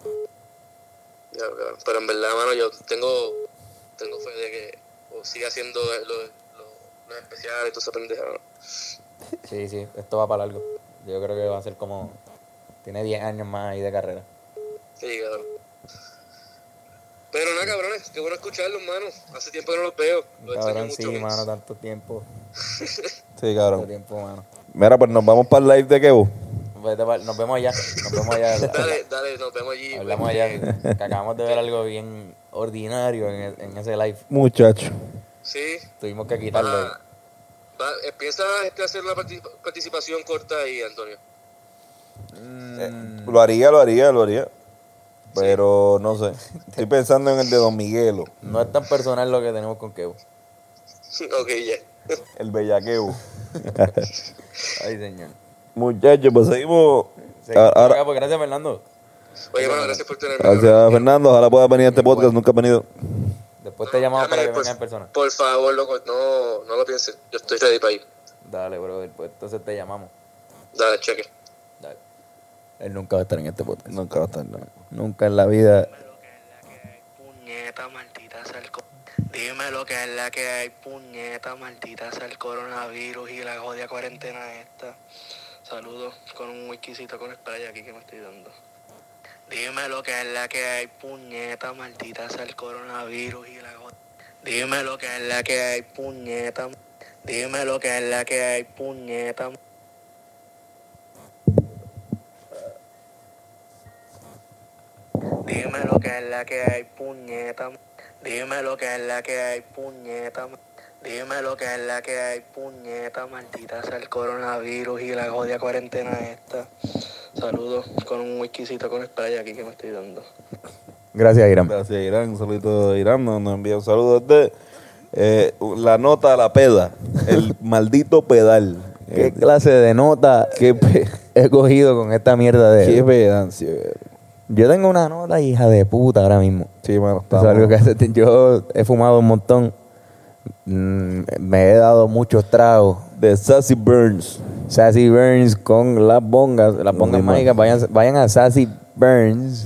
[SPEAKER 4] Ya, cabrón. Pero en verdad, mano, yo tengo, tengo fe de que o siga haciendo los lo, los especiales y toda esa pendeja, ¿no?
[SPEAKER 2] Sí, sí, esto va para largo. Yo creo que va a ser como... Tiene diez años más ahí de carrera.
[SPEAKER 4] Sí, cabrón. Pero nada, cabrones, qué bueno escucharlos, mano. Hace tiempo que no los veo. Los extraño
[SPEAKER 2] Cabrón,
[SPEAKER 4] mucho.
[SPEAKER 2] sí,
[SPEAKER 4] men.
[SPEAKER 2] mano, tanto tiempo.
[SPEAKER 1] Sí,
[SPEAKER 2] Tanto
[SPEAKER 1] cabrón.
[SPEAKER 2] tiempo, mano.
[SPEAKER 1] Mira, pues nos vamos para el live de Kevo.
[SPEAKER 2] Vete pa- Nos vemos allá. Nos vemos allá.
[SPEAKER 4] Dale, dale, nos vemos allí.
[SPEAKER 2] Hablamos
[SPEAKER 4] este,
[SPEAKER 2] allá. Que acabamos de ver algo bien ordinario en, e- en ese live.
[SPEAKER 1] Muchacho.
[SPEAKER 4] Sí.
[SPEAKER 2] Tuvimos que quitarlo. ahí.
[SPEAKER 4] Va, va, eh, ¿Piensas este, hacer una parti- participación corta ahí, Antonio?
[SPEAKER 2] Mm,
[SPEAKER 1] Lo haría, lo haría, lo haría. Pero no sé. Estoy pensando en el de Don Miguelo.
[SPEAKER 2] no es tan personal lo que tenemos con Kevo.
[SPEAKER 4] Ok, ya.
[SPEAKER 1] El bellaqueo.
[SPEAKER 2] Ay, señor.
[SPEAKER 1] Muchachos, pues seguimos.
[SPEAKER 2] Sí,
[SPEAKER 1] Ahora- ahora-
[SPEAKER 2] acá, pues, gracias, Fernando.
[SPEAKER 4] Oye, mano, gracias por tenerme.
[SPEAKER 1] gracias,
[SPEAKER 4] cabrón.
[SPEAKER 1] Fernando. Ojalá pueda venir a este podcast. Nunca ha venido.
[SPEAKER 2] Después te llamamos
[SPEAKER 4] Déjame,
[SPEAKER 2] para que
[SPEAKER 4] por-
[SPEAKER 2] vengas en persona.
[SPEAKER 4] Por favor, loco, no, no lo pienses. Yo estoy ready para ir.
[SPEAKER 2] Dale, brother. Pues entonces te llamamos.
[SPEAKER 4] Dale, cheque.
[SPEAKER 2] Dale. Él nunca va a estar en este podcast.
[SPEAKER 1] Nunca va a estar. no.
[SPEAKER 2] Nunca en la vida.
[SPEAKER 5] Dime lo que es la que hay, puñeta, maldita sea el co- Dime lo que es la que hay, puñeta, maldita sea el coronavirus y la jodida cuarentena esta. Saludos con un whiskycito con spray aquí que me estoy dando. Dime lo que es la que hay, puñeta, maldita sea el coronavirus y la jodida. Dime lo que es la que hay, puñeta. Dime lo que es la que hay, puñeta. Dime lo que es la que hay, puñeta. Dime lo que es la que hay, puñeta. Dime lo que es la que hay, puñeta. Maldita sea el coronavirus y la jodida cuarentena esta. Saludos con un whiskycito con spray aquí que me estoy dando.
[SPEAKER 2] Gracias, Irán.
[SPEAKER 1] Gracias, Irán. Un saludito de Irán. Nos, nos envía un saludo desde eh, la nota a la peda. El maldito pedal.
[SPEAKER 2] ¿Qué
[SPEAKER 1] Eh,
[SPEAKER 2] clase de nota
[SPEAKER 1] qué, pe-
[SPEAKER 2] he cogido con esta mierda de...
[SPEAKER 1] qué pedancia.
[SPEAKER 2] Yo tengo una nota hija de puta ahora mismo.
[SPEAKER 1] Sí, mano.
[SPEAKER 2] Eso es
[SPEAKER 1] Estamos,
[SPEAKER 2] algo que hace- yo he fumado un montón. Mm, me he dado muchos tragos.
[SPEAKER 1] de Sassy Burns.
[SPEAKER 2] Sassy Burns con las bongas. Las
[SPEAKER 1] Lo
[SPEAKER 2] bongas
[SPEAKER 1] mismo.
[SPEAKER 2] mágicas. Vayan, vayan a Sassy Burns.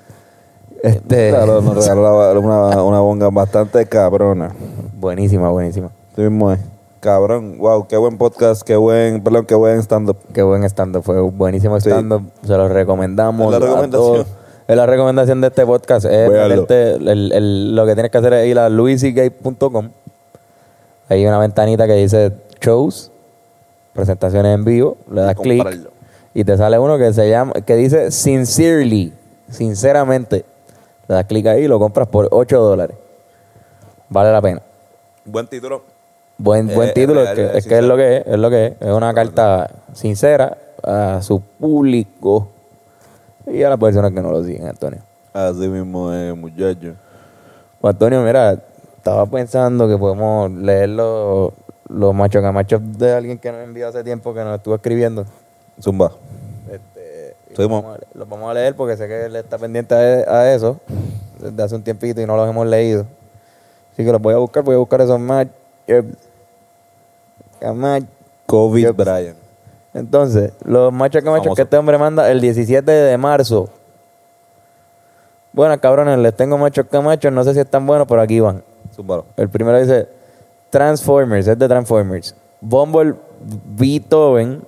[SPEAKER 2] Este,
[SPEAKER 1] Claro, nos regaló una, una bonga bastante cabrona.
[SPEAKER 2] buenísima, buenísima.
[SPEAKER 1] Tú mismo es. Cabrón. Wow, qué buen podcast. Qué buen, perdón, qué buen stand-up.
[SPEAKER 2] Qué buen stand-up. Fue un buenísimo
[SPEAKER 1] Sí.
[SPEAKER 2] stand-up. Se lo recomendamos.
[SPEAKER 1] Es la
[SPEAKER 2] a
[SPEAKER 1] recomendación.
[SPEAKER 2] todos. Es la recomendación de este podcast. Es
[SPEAKER 1] Véanlo.
[SPEAKER 2] meterte- el- el- lo que tienes que hacer es ir a louis c k punto com. Hay una ventanita que dice shows, presentaciones en vivo. Le das
[SPEAKER 1] Y
[SPEAKER 2] clic
[SPEAKER 1] comprarlo.
[SPEAKER 2] y te sale uno que se llama, que dice sincerely, sinceramente. Le das clic ahí y lo compras por ocho dólares. Vale la pena.
[SPEAKER 1] Buen título.
[SPEAKER 2] Buen,
[SPEAKER 1] Eh,
[SPEAKER 2] buen
[SPEAKER 1] es
[SPEAKER 2] título,
[SPEAKER 1] real,
[SPEAKER 2] es, que,
[SPEAKER 1] es
[SPEAKER 2] es que es
[SPEAKER 1] sincero.
[SPEAKER 2] lo que es, es lo que es. Es una carta sincera a su público y a las personas que no lo siguen, Antonio.
[SPEAKER 1] Así mismo es, muchacho.
[SPEAKER 2] Pues, Antonio, mira, estaba pensando que podemos leer los, los machos camachos de alguien que nos envió hace tiempo que nos estuvo escribiendo.
[SPEAKER 1] Zumba.
[SPEAKER 2] Este, y
[SPEAKER 1] Seguimos.
[SPEAKER 2] los, vamos a, le- los vamos a leer porque sé que él está pendiente a, a eso desde hace un tiempito y no los hemos leído. Así que los voy a buscar, voy a buscar esos machos. Camachos.
[SPEAKER 1] Kobe
[SPEAKER 2] Yep.
[SPEAKER 1] Bryant.
[SPEAKER 2] Entonces, los machos camachos
[SPEAKER 1] Famoso.
[SPEAKER 2] que este hombre manda el diecisiete de marzo. Bueno, cabrones, les tengo machos camachos, no sé si están buenos, pero aquí van.
[SPEAKER 1] Zúmbalo.
[SPEAKER 2] El primero dice Transformers, es de Transformers. Bumble Beethoven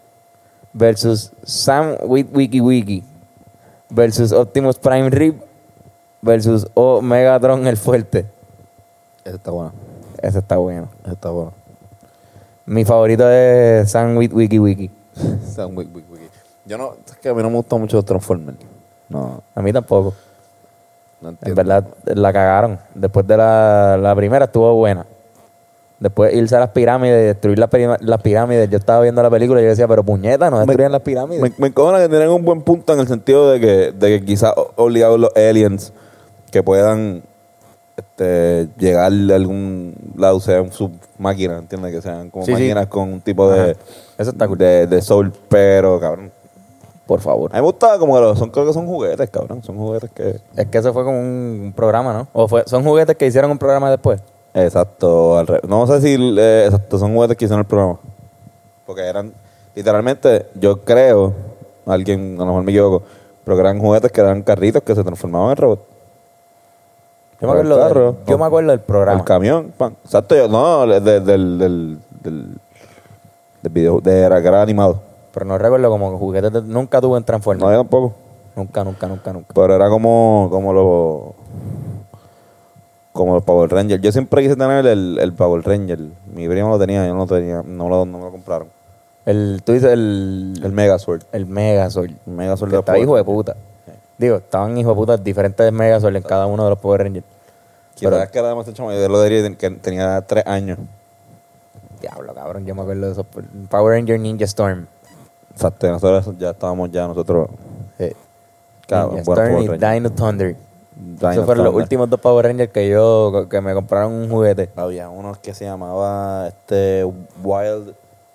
[SPEAKER 2] versus Sam with Wiki Wiki versus Optimus Prime Rip versus O Megatron el Fuerte.
[SPEAKER 1] Ese está bueno.
[SPEAKER 2] Ese está bueno.
[SPEAKER 1] Ese está bueno.
[SPEAKER 2] Mi favorito es Sam with Wiki Wiki.
[SPEAKER 1] Sam Wick, Wick, Wick. Yo no, es que a mí no me gustan mucho los Transformers. No,
[SPEAKER 2] A mí tampoco.
[SPEAKER 1] no
[SPEAKER 2] En
[SPEAKER 1] entiendo.
[SPEAKER 2] verdad, la cagaron. Después de la, la primera estuvo buena. Después irse a las pirámides y destruir las, pira- las pirámides. Yo estaba viendo la película y yo decía, pero puñeta, no destruyan las pirámides.
[SPEAKER 1] Me, me encojona que tienen un buen punto en el sentido de que, de que quizás o- obligados los aliens que puedan este, llegar a algún lado, sean sus máquinas, ¿entiendes? Que sean como
[SPEAKER 2] Sí, sí.
[SPEAKER 1] máquinas con un tipo de,
[SPEAKER 2] Ajá. Eso está cool.
[SPEAKER 1] de, de soul, pero cabrón.
[SPEAKER 2] Por favor.
[SPEAKER 1] A mí me gusta como que los, son, creo que son juguetes, cabrón. Son juguetes que...
[SPEAKER 2] Es que eso fue como un, un programa, ¿no? O fue, son juguetes que hicieron un programa después.
[SPEAKER 1] Exacto, al re- no sé si eh, exacto, son juguetes que hicieron el programa. Porque eran, literalmente, yo creo, alguien, a lo mejor me equivoco, pero que eran juguetes que eran carritos que se transformaban en robot.
[SPEAKER 2] Yo me
[SPEAKER 1] El
[SPEAKER 2] acuerdo,
[SPEAKER 1] carro,
[SPEAKER 2] del, yo me acuerdo del programa.
[SPEAKER 1] El camión, pan. Exacto, yo, no, de- de- del, del, del, del video, de era, que era animado.
[SPEAKER 2] Pero no recuerdo como juguetes. de- nunca tuve en Transformers.
[SPEAKER 1] No, yo tampoco.
[SPEAKER 2] Nunca, nunca, nunca, nunca.
[SPEAKER 1] Pero era como, como los, como los Power Rangers. Yo siempre quise tener el, el Power Ranger. Mi primo lo tenía, yo no lo tenía, no, lo, no me lo compraron.
[SPEAKER 2] El, tú dices el...
[SPEAKER 1] El Megazord.
[SPEAKER 2] El Megazord.
[SPEAKER 1] El Megazord
[SPEAKER 2] Que
[SPEAKER 1] de los
[SPEAKER 2] estaba
[SPEAKER 1] Power
[SPEAKER 2] hijo de
[SPEAKER 1] Rangers.
[SPEAKER 2] puta. Digo, estaban hijo de puta diferentes Megazord en cada uno de los Power Rangers.
[SPEAKER 1] Pero es que era demasiado chamo. Yo lo diría que tenía tres años.
[SPEAKER 2] Diablo, cabrón, yo me acuerdo de eso. Power Ranger Ninja Storm.
[SPEAKER 1] Exacto, nosotros ya estábamos ya nosotros.
[SPEAKER 2] Sí.
[SPEAKER 1] Cabrón,
[SPEAKER 2] Ninja
[SPEAKER 1] buenos
[SPEAKER 2] Storm y
[SPEAKER 1] Power Rangers.
[SPEAKER 2] Dino Thunder.
[SPEAKER 1] Dino
[SPEAKER 2] Esos fueron los
[SPEAKER 1] Thunder.
[SPEAKER 2] últimos dos Power Rangers que yo, que me compraron un juguete.
[SPEAKER 1] Había uno que se llamaba este Wild.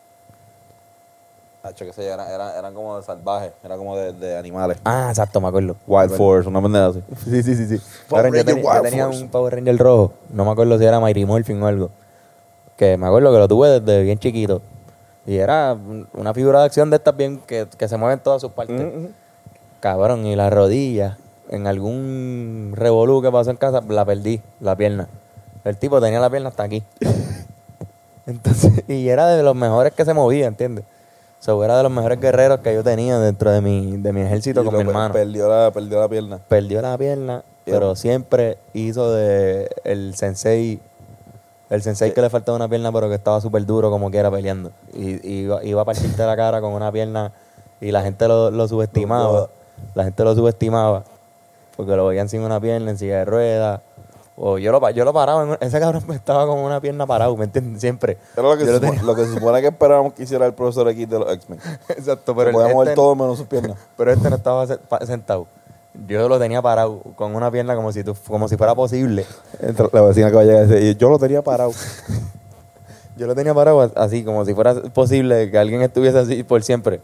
[SPEAKER 1] Hacho, que se era, era, eran como de salvajes, era como de, de animales.
[SPEAKER 2] Ah, exacto, me acuerdo.
[SPEAKER 1] Wild Force, una pendeja así.
[SPEAKER 2] Sí, sí, sí, sí.
[SPEAKER 1] Power
[SPEAKER 2] Cabrón, yo,
[SPEAKER 1] Ranger
[SPEAKER 2] ten- yo
[SPEAKER 1] Wild
[SPEAKER 2] tenía
[SPEAKER 1] Force.
[SPEAKER 2] un Power Ranger rojo. No me acuerdo si era Mighty Morphin o algo. Que me acuerdo que lo tuve desde bien chiquito. Y era un- una figura de acción de estas bien que, que se mueven todas sus partes.
[SPEAKER 1] Mm,
[SPEAKER 2] Cabrón, y la rodilla, en algún revolú que pasó en casa, la perdí, la pierna. El tipo tenía la pierna hasta aquí. Entonces, y era de los mejores que se movía, ¿entiendes? O sea, era de los mejores guerreros que yo tenía dentro de mi, de mi ejército
[SPEAKER 1] Y
[SPEAKER 2] con
[SPEAKER 1] lo
[SPEAKER 2] mi
[SPEAKER 1] per-
[SPEAKER 2] hermano.
[SPEAKER 1] Perdió la, perdió la pierna.
[SPEAKER 2] Perdió la pierna pero siempre hizo de el sensei, el sensei que le faltaba una pierna, pero que estaba súper duro como quiera peleando. Y, y iba, iba a partirte la cara con una pierna y la gente lo, lo subestimaba. La gente lo subestimaba porque lo veían sin una pierna, en silla de ruedas. O yo lo, yo lo paraba, en, ese cabrón estaba con una pierna parado, ¿me entiendes? Siempre.
[SPEAKER 1] Era lo que,
[SPEAKER 2] Yo
[SPEAKER 1] se,
[SPEAKER 2] lo tenía-
[SPEAKER 1] supone- lo que se supone que esperábamos que hiciera el profesor X de los X-Men.
[SPEAKER 2] Exacto,
[SPEAKER 1] Pero
[SPEAKER 2] pero
[SPEAKER 1] podía
[SPEAKER 2] el-
[SPEAKER 1] mover
[SPEAKER 2] este-
[SPEAKER 1] todo menos sus piernas.
[SPEAKER 2] Pero este no estaba se- pa- sentado. Yo lo tenía parado con una pierna como si, tu- como si fuera posible.
[SPEAKER 1] Entra la vecina que va a llegar y dice, "Y yo lo tenía parado.
[SPEAKER 2] Yo lo tenía parado a- así, como si fuera posible que alguien estuviese así por siempre,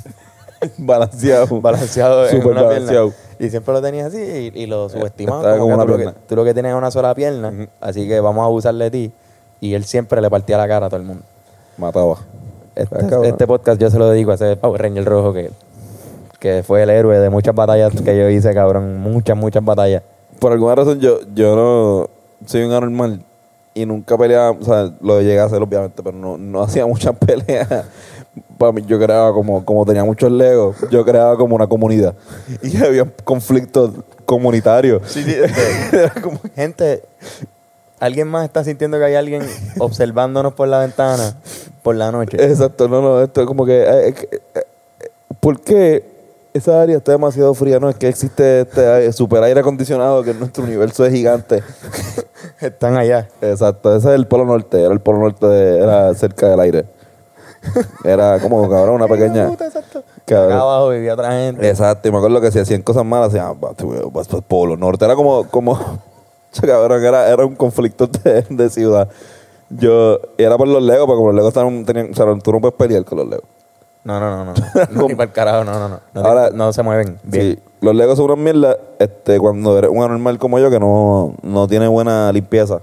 [SPEAKER 1] Balanceado.
[SPEAKER 2] balanceado en
[SPEAKER 1] Súper
[SPEAKER 2] una
[SPEAKER 1] balanceado.
[SPEAKER 2] pierna. Y siempre lo tenía así y, y lo subestimaba.
[SPEAKER 1] estaba
[SPEAKER 2] Como
[SPEAKER 1] con
[SPEAKER 2] que
[SPEAKER 1] una
[SPEAKER 2] tú, lo que,
[SPEAKER 1] pierna.
[SPEAKER 2] tú lo que tienes es una sola pierna, así que vamos a abusarle de ti. Y él siempre le partía la cara a todo el mundo.
[SPEAKER 1] Mataba.
[SPEAKER 2] Este,
[SPEAKER 1] Ah, cabrón.
[SPEAKER 2] este podcast yo se lo dedico a ese Power Ranger rojo que, que fue el héroe de muchas batallas que yo hice, cabrón. Muchas, muchas batallas.
[SPEAKER 1] Por alguna razón yo, yo no soy un anormal y nunca peleaba, o sea, lo llegué a hacer obviamente, pero no, no hacía muchas peleas. Para mí yo creaba como, como tenía muchos legos, yo creaba como una comunidad. Y había conflictos comunitarios. Era como-
[SPEAKER 2] Gente, ¿alguien más está sintiendo que hay alguien observándonos por la ventana por la noche?
[SPEAKER 1] Exacto, no, no, esto es como que, eh, eh, eh, ¿por qué esa área está demasiado fría? No, es que existe este aire- super aire acondicionado, que nuestro universo es gigante.
[SPEAKER 2] Están allá.
[SPEAKER 1] Exacto, ese es el polo norte, era el polo norte, de- era cerca del aire. Era como, cabrón, una pequeña...
[SPEAKER 2] Exacto.
[SPEAKER 1] Cabrón.
[SPEAKER 2] Acá abajo vivía otra gente.
[SPEAKER 1] Exacto, y me acuerdo que si hacían cosas malas, hacían, "Ah, vas, tú, vas para el polo norte". Era como, como, cabrón, era, era un conflicto de, de ciudad. Yo, y era por los legos, porque como los legos estaban, tenían, o sea, tú no puedes pelear con los legos.
[SPEAKER 2] No, no, no, no. no. No, ni para el carajo, no, no, no. No,
[SPEAKER 1] Ahora-
[SPEAKER 2] no se mueven bien.
[SPEAKER 1] Sí, los legos son unas mierdas, este, cuando eres un anormal como yo, que no, no tiene buena limpieza,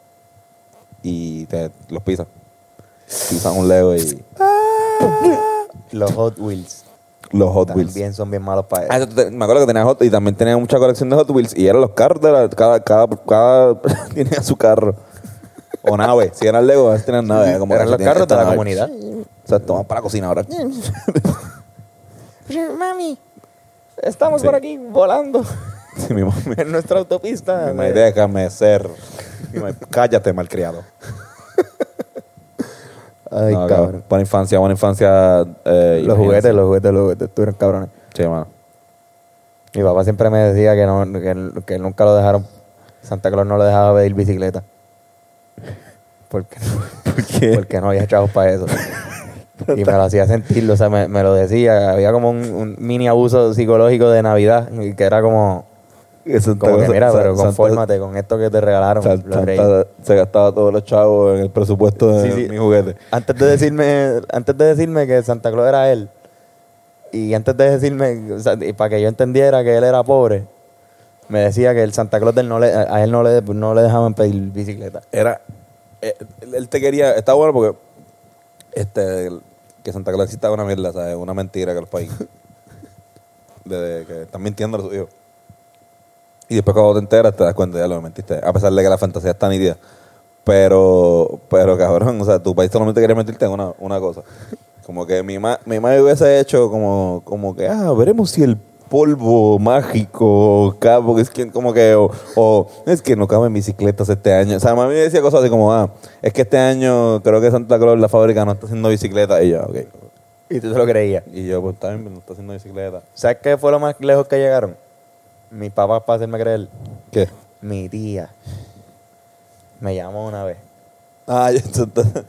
[SPEAKER 1] y te los pisas. Pisan un lego y
[SPEAKER 2] Los Hot Wheels
[SPEAKER 1] los Hot Wheels.
[SPEAKER 2] también son bien malos para
[SPEAKER 1] Ah,
[SPEAKER 2] eso.
[SPEAKER 1] eso te- me acuerdo que tenía Hot y también tenía mucha colección de Hot Wheels y eran los carros de la, cada, cada, cada tenía su carro o nave, si eran Lego, a veces tenían nave, como
[SPEAKER 2] Eran
[SPEAKER 1] que
[SPEAKER 2] los
[SPEAKER 1] tienen
[SPEAKER 2] carros de
[SPEAKER 1] esta
[SPEAKER 2] la
[SPEAKER 1] nave.
[SPEAKER 2] comunidad.
[SPEAKER 1] O sea, toman para la cocina ahora.
[SPEAKER 2] Mami, estamos
[SPEAKER 1] Sí.
[SPEAKER 2] por aquí volando
[SPEAKER 1] Sí, mi mamá, mi,
[SPEAKER 2] en nuestra autopista.
[SPEAKER 1] mi mamá, déjame ser. Mi mamá, cállate, malcriado.
[SPEAKER 2] Ay,
[SPEAKER 1] No,
[SPEAKER 2] cabrón.
[SPEAKER 1] Buena infancia, buena infancia. eh,
[SPEAKER 2] Los
[SPEAKER 1] imagínense.
[SPEAKER 2] juguetes, los juguetes, los juguetes, estuvieron cabrones.
[SPEAKER 1] Sí, mano.
[SPEAKER 2] Mi papá siempre me decía que, no, que, que nunca lo dejaron, Santa Claus no le dejaba pedir bicicleta. Porque,
[SPEAKER 1] ¿Por qué?
[SPEAKER 2] porque no había chavos para eso. Y me lo hacía sentir, o sea, me, me lo decía. Había como un, un mini abuso psicológico de Navidad, y que era como,
[SPEAKER 1] Eso
[SPEAKER 2] como que mira, pero
[SPEAKER 1] Santa-
[SPEAKER 2] confórmate con esto que te regalaron.
[SPEAKER 1] Santa-
[SPEAKER 2] los reyes.
[SPEAKER 1] Santa se gastaba todos los chavos en el presupuesto de
[SPEAKER 2] Sí, sí.
[SPEAKER 1] mi juguete.
[SPEAKER 2] Antes de decirme, antes de decirme que Santa Claus era él, y antes de decirme, o sea, y para que yo entendiera que él era pobre, me decía que el Santa Claus de él no le, a él no le, no le dejaban pedir bicicleta.
[SPEAKER 1] Era eh, él te quería, está bueno porque este el- que Santa Claus exista es una mierda, ¿sabes? Una mentira que los países de que están mintiendo a sus hijos. Y después cuando te enteras te das cuenta, ya lo mentiste, a pesar de que la fantasía está nítida. Pero, pero cabrón, o sea, tu país solamente quería mentirte en una, una cosa. Como que mi ma, mi madre hubiese hecho como, como que, ah, veremos si el polvo mágico cabe, porque es que como que, o, o es que no caben bicicletas este año. O sea, mami me decía cosas así como, ah, es que este año creo que Santa Claus, la fábrica, no está haciendo bicicleta. Y yo, ok.
[SPEAKER 2] Y tú te lo creías.
[SPEAKER 1] Y yo, pues está bien, pero no está haciendo bicicleta.
[SPEAKER 2] ¿Sabes qué fue lo más lejos que llegaron? Mis papás para hacerme creer.
[SPEAKER 1] ¿Qué?
[SPEAKER 2] Mi tía me llamó una vez.
[SPEAKER 1] Ah, ya está.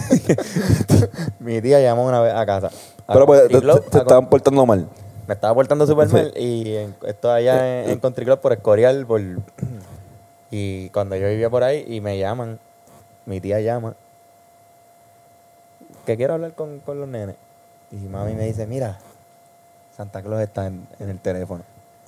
[SPEAKER 2] Mi tía llamó una vez a casa. A
[SPEAKER 1] Pero pues, te,
[SPEAKER 2] Country Club,
[SPEAKER 1] te- te
[SPEAKER 2] a
[SPEAKER 1] estaban portando mal.
[SPEAKER 2] Me estaba portando súper
[SPEAKER 1] Sí.
[SPEAKER 2] mal y en, esto allá en, en Country Club por Escorial, por, y cuando yo vivía por ahí y me llaman, mi tía llama, que quiero hablar con, con los nenes. Y mami me dice, mira, Santa Claus está en, en el teléfono.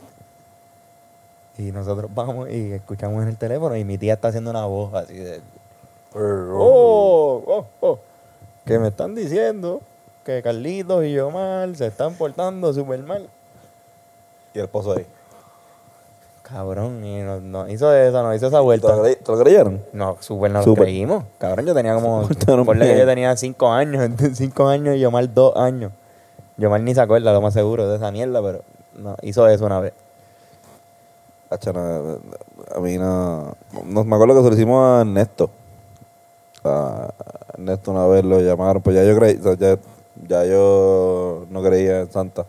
[SPEAKER 2] Y nosotros vamos y escuchamos en el teléfono y mi tía está haciendo una voz así de... Oh, oh, oh. Que me están diciendo que Carlitos y Yomar se están portando súper mal.
[SPEAKER 1] Y el pozo ahí.
[SPEAKER 2] Cabrón, y nos, nos hizo eso, nos hizo esa
[SPEAKER 1] ¿Te
[SPEAKER 2] vuelta.
[SPEAKER 1] lo, creí- te lo creyeron?
[SPEAKER 2] No, súper nos
[SPEAKER 1] Súper.
[SPEAKER 2] lo creímos. Cabrón, yo tenía como...
[SPEAKER 1] portaron
[SPEAKER 2] Ponle que
[SPEAKER 1] bien.
[SPEAKER 2] yo tenía cinco años, cinco años y Yomar dos años. Yomar ni se acuerda, lo más seguro, de esa mierda, pero no, hizo eso una vez.
[SPEAKER 1] Hacha, no, a mí no, no... Me acuerdo que se lo hicimos a Ernesto. A Ernesto una vez lo llamaron, pues ya yo creí, o sea, ya, ya yo no creía en Santa.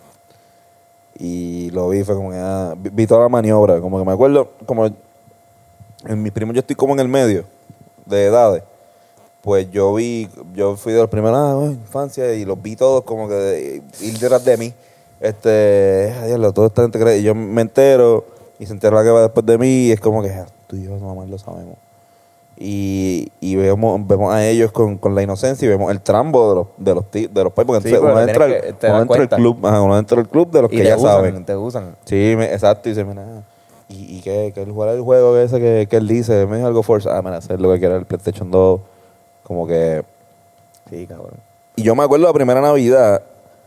[SPEAKER 1] Y lo vi, fue como que ah, vi, vi toda la maniobra, como que me acuerdo, como en mis primos yo estoy como en el medio de edades. Pues yo vi, yo fui de los primeros, ah, bueno, infancia, y los vi todos como que de, ir detrás de mí. Este, ay, Dios, todo esta gente cree. Y yo me entero, y se entera la que va después de mí, y es como que ah, tú y yo mamá lo sabemos. Y, y vemos, vemos a ellos con, con la inocencia y vemos el trambo de los de los ti- de los pais, porque
[SPEAKER 2] Sí,
[SPEAKER 1] entonces uno
[SPEAKER 2] porque
[SPEAKER 1] entra,
[SPEAKER 2] tienes
[SPEAKER 1] al-
[SPEAKER 2] que- te
[SPEAKER 1] uno
[SPEAKER 2] das
[SPEAKER 1] entra al
[SPEAKER 2] cuenta.
[SPEAKER 1] club, ajá, uno entra al club de los
[SPEAKER 2] Y
[SPEAKER 1] que
[SPEAKER 2] te
[SPEAKER 1] ya
[SPEAKER 2] usan,
[SPEAKER 1] saben.
[SPEAKER 2] te usan.
[SPEAKER 1] Sí, me- exacto, y dice, mira, y, y que, que él juega el juego ese que, que él dice, me dijo algo Forza, ah, mira, hacer lo que quiera el PlayStation dos, como que...
[SPEAKER 2] Sí, cabrón.
[SPEAKER 1] Y yo me acuerdo la primera Navidad,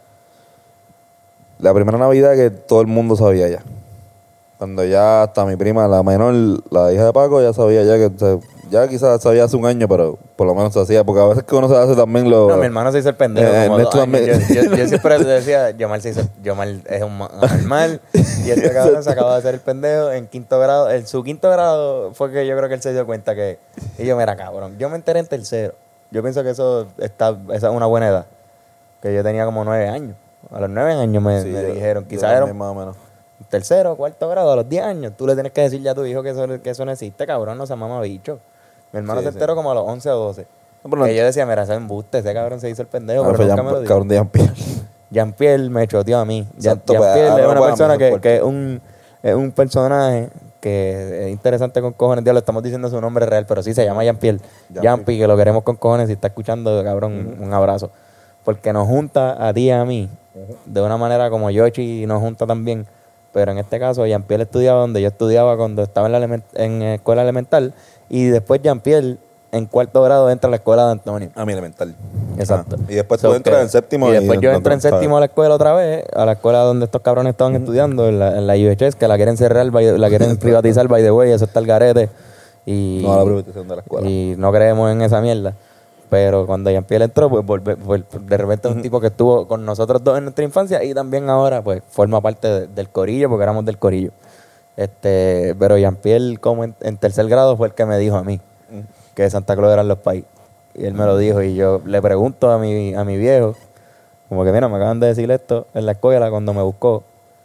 [SPEAKER 1] la primera Navidad que todo el mundo sabía ya. Cuando ya hasta mi prima, la menor, la hija de Paco, ya sabía ya que, o sea, ya quizás sabía hace un año, pero por lo menos se hacía, porque a veces que uno se hace también lo...
[SPEAKER 2] No, mi hermano se hizo el pendejo.
[SPEAKER 1] Eh,
[SPEAKER 2] como
[SPEAKER 1] Ernesto
[SPEAKER 2] dos años.
[SPEAKER 1] también.
[SPEAKER 2] Yo, yo- yo siempre le decía, Yomar se hizo, Yomar es un ma- normal. Y este cabrón se acaba de hacer el pendejo en quinto grado. En su quinto grado fue que yo creo que él se dio cuenta que. Y yo, mira, cabrón, yo me enteré en tercero. Yo pienso que eso está, esa es una buena edad. Que yo tenía como nueve años. A los nueve años me,
[SPEAKER 1] Sí,
[SPEAKER 2] me
[SPEAKER 1] yo-
[SPEAKER 2] dijeron,
[SPEAKER 1] yo
[SPEAKER 2] quizás era
[SPEAKER 1] también más o menos.
[SPEAKER 2] tercero, cuarto grado, a los diez años. Tú le tienes que decir ya a tu hijo que eso, que eso no existe, cabrón, no se mama bicho. Mi hermano
[SPEAKER 1] Sí,
[SPEAKER 2] se
[SPEAKER 1] sí.
[SPEAKER 2] enteró como a los once o doce.
[SPEAKER 1] No, pero no-
[SPEAKER 2] que yo decía, mira, ese embuste, ese cabrón se hizo el pendejo,
[SPEAKER 1] Ah,
[SPEAKER 2] pero
[SPEAKER 1] fue
[SPEAKER 2] nunca
[SPEAKER 1] Jean-
[SPEAKER 2] me lo dijo.
[SPEAKER 1] cabrón de Jean-Pierre.
[SPEAKER 2] Jean-Pierre me choteó a mí. Jean-
[SPEAKER 1] Exacto, pues,
[SPEAKER 2] Jean-Pierre
[SPEAKER 1] ahora
[SPEAKER 2] es una
[SPEAKER 1] podemos
[SPEAKER 2] persona
[SPEAKER 1] hacer
[SPEAKER 2] que,
[SPEAKER 1] fuerte.
[SPEAKER 2] que es, un, es un personaje que es interesante con cojones. Diablo, estamos diciendo su nombre real, pero sí se llama Jean-Pierre.
[SPEAKER 1] Jean-Pierre.
[SPEAKER 2] Jean-Pierre, que lo queremos con cojones. Si está escuchando, cabrón, un abrazo. Porque nos junta a ti y a mí de una manera como Yoshi nos junta también. Pero en este caso, Jean-Pierre estudiaba donde yo estudiaba cuando estaba en la element- en escuela elemental. Y después Jean-Pierre, en cuarto grado, entra a la escuela de Antonio.
[SPEAKER 1] A mi elemental.
[SPEAKER 2] Exacto.
[SPEAKER 1] Ajá. Y después
[SPEAKER 2] So
[SPEAKER 1] tú entras
[SPEAKER 2] que-
[SPEAKER 1] en séptimo.
[SPEAKER 2] Y después yo entré en
[SPEAKER 1] ¿sabes?
[SPEAKER 2] séptimo a la escuela otra vez, a la escuela donde estos cabrones estaban estudiando, en la, en la U H S, que la quieren cerrar, by- la quieren privatizar, by the way, eso está el garete. Y,
[SPEAKER 1] No a la privatización de la escuela.
[SPEAKER 2] y no creemos en esa mierda. Pero cuando Jean-Pierre entró, pues volve- vol- de repente es un tipo que estuvo con nosotros dos en nuestra infancia y también ahora, pues, forma parte de- del corillo, porque éramos del corillo. Este, pero Jean-Pierre, como en, en tercer grado, fue el que me dijo a mí que Santa Claus eran los país. Y él me lo dijo y yo le pregunto a mi, a mi viejo, como que mira, me acaban de decir esto en la escuela cuando me buscó.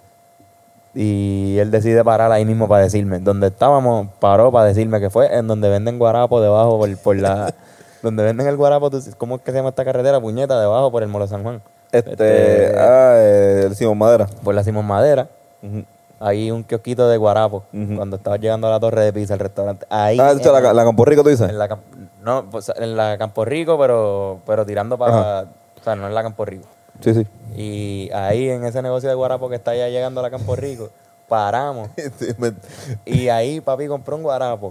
[SPEAKER 2] Y él decide parar ahí mismo para decirme. Donde estábamos, paró para decirme que fue en donde venden guarapo debajo por, por la... donde venden el guarapo, tú- ¿cómo es que se llama esta carretera? Puñeta, debajo por el Molo San Juan.
[SPEAKER 1] Este,
[SPEAKER 2] Este,
[SPEAKER 1] ah, eh, el Simón Madera.
[SPEAKER 2] Por la Simón Madera.
[SPEAKER 1] Ujú.
[SPEAKER 2] Hay un kiosquito de guarapo.
[SPEAKER 1] Ujú.
[SPEAKER 2] Cuando estabas llegando a la torre de pizza, el restaurante. Ahí
[SPEAKER 1] Ah, esa,
[SPEAKER 2] en-
[SPEAKER 1] la, la Campo Rico, tú dices.
[SPEAKER 2] En la, Camp- no, pues, en la Campo Rico, pero, pero tirando para... O sea, no en la Campo Rico.
[SPEAKER 1] Sí, sí.
[SPEAKER 2] Y ahí, en ese negocio de guarapo que está allá llegando a la Campo Rico, paramos.
[SPEAKER 1] Sí, me-
[SPEAKER 2] Y ahí papi compró un guarapo.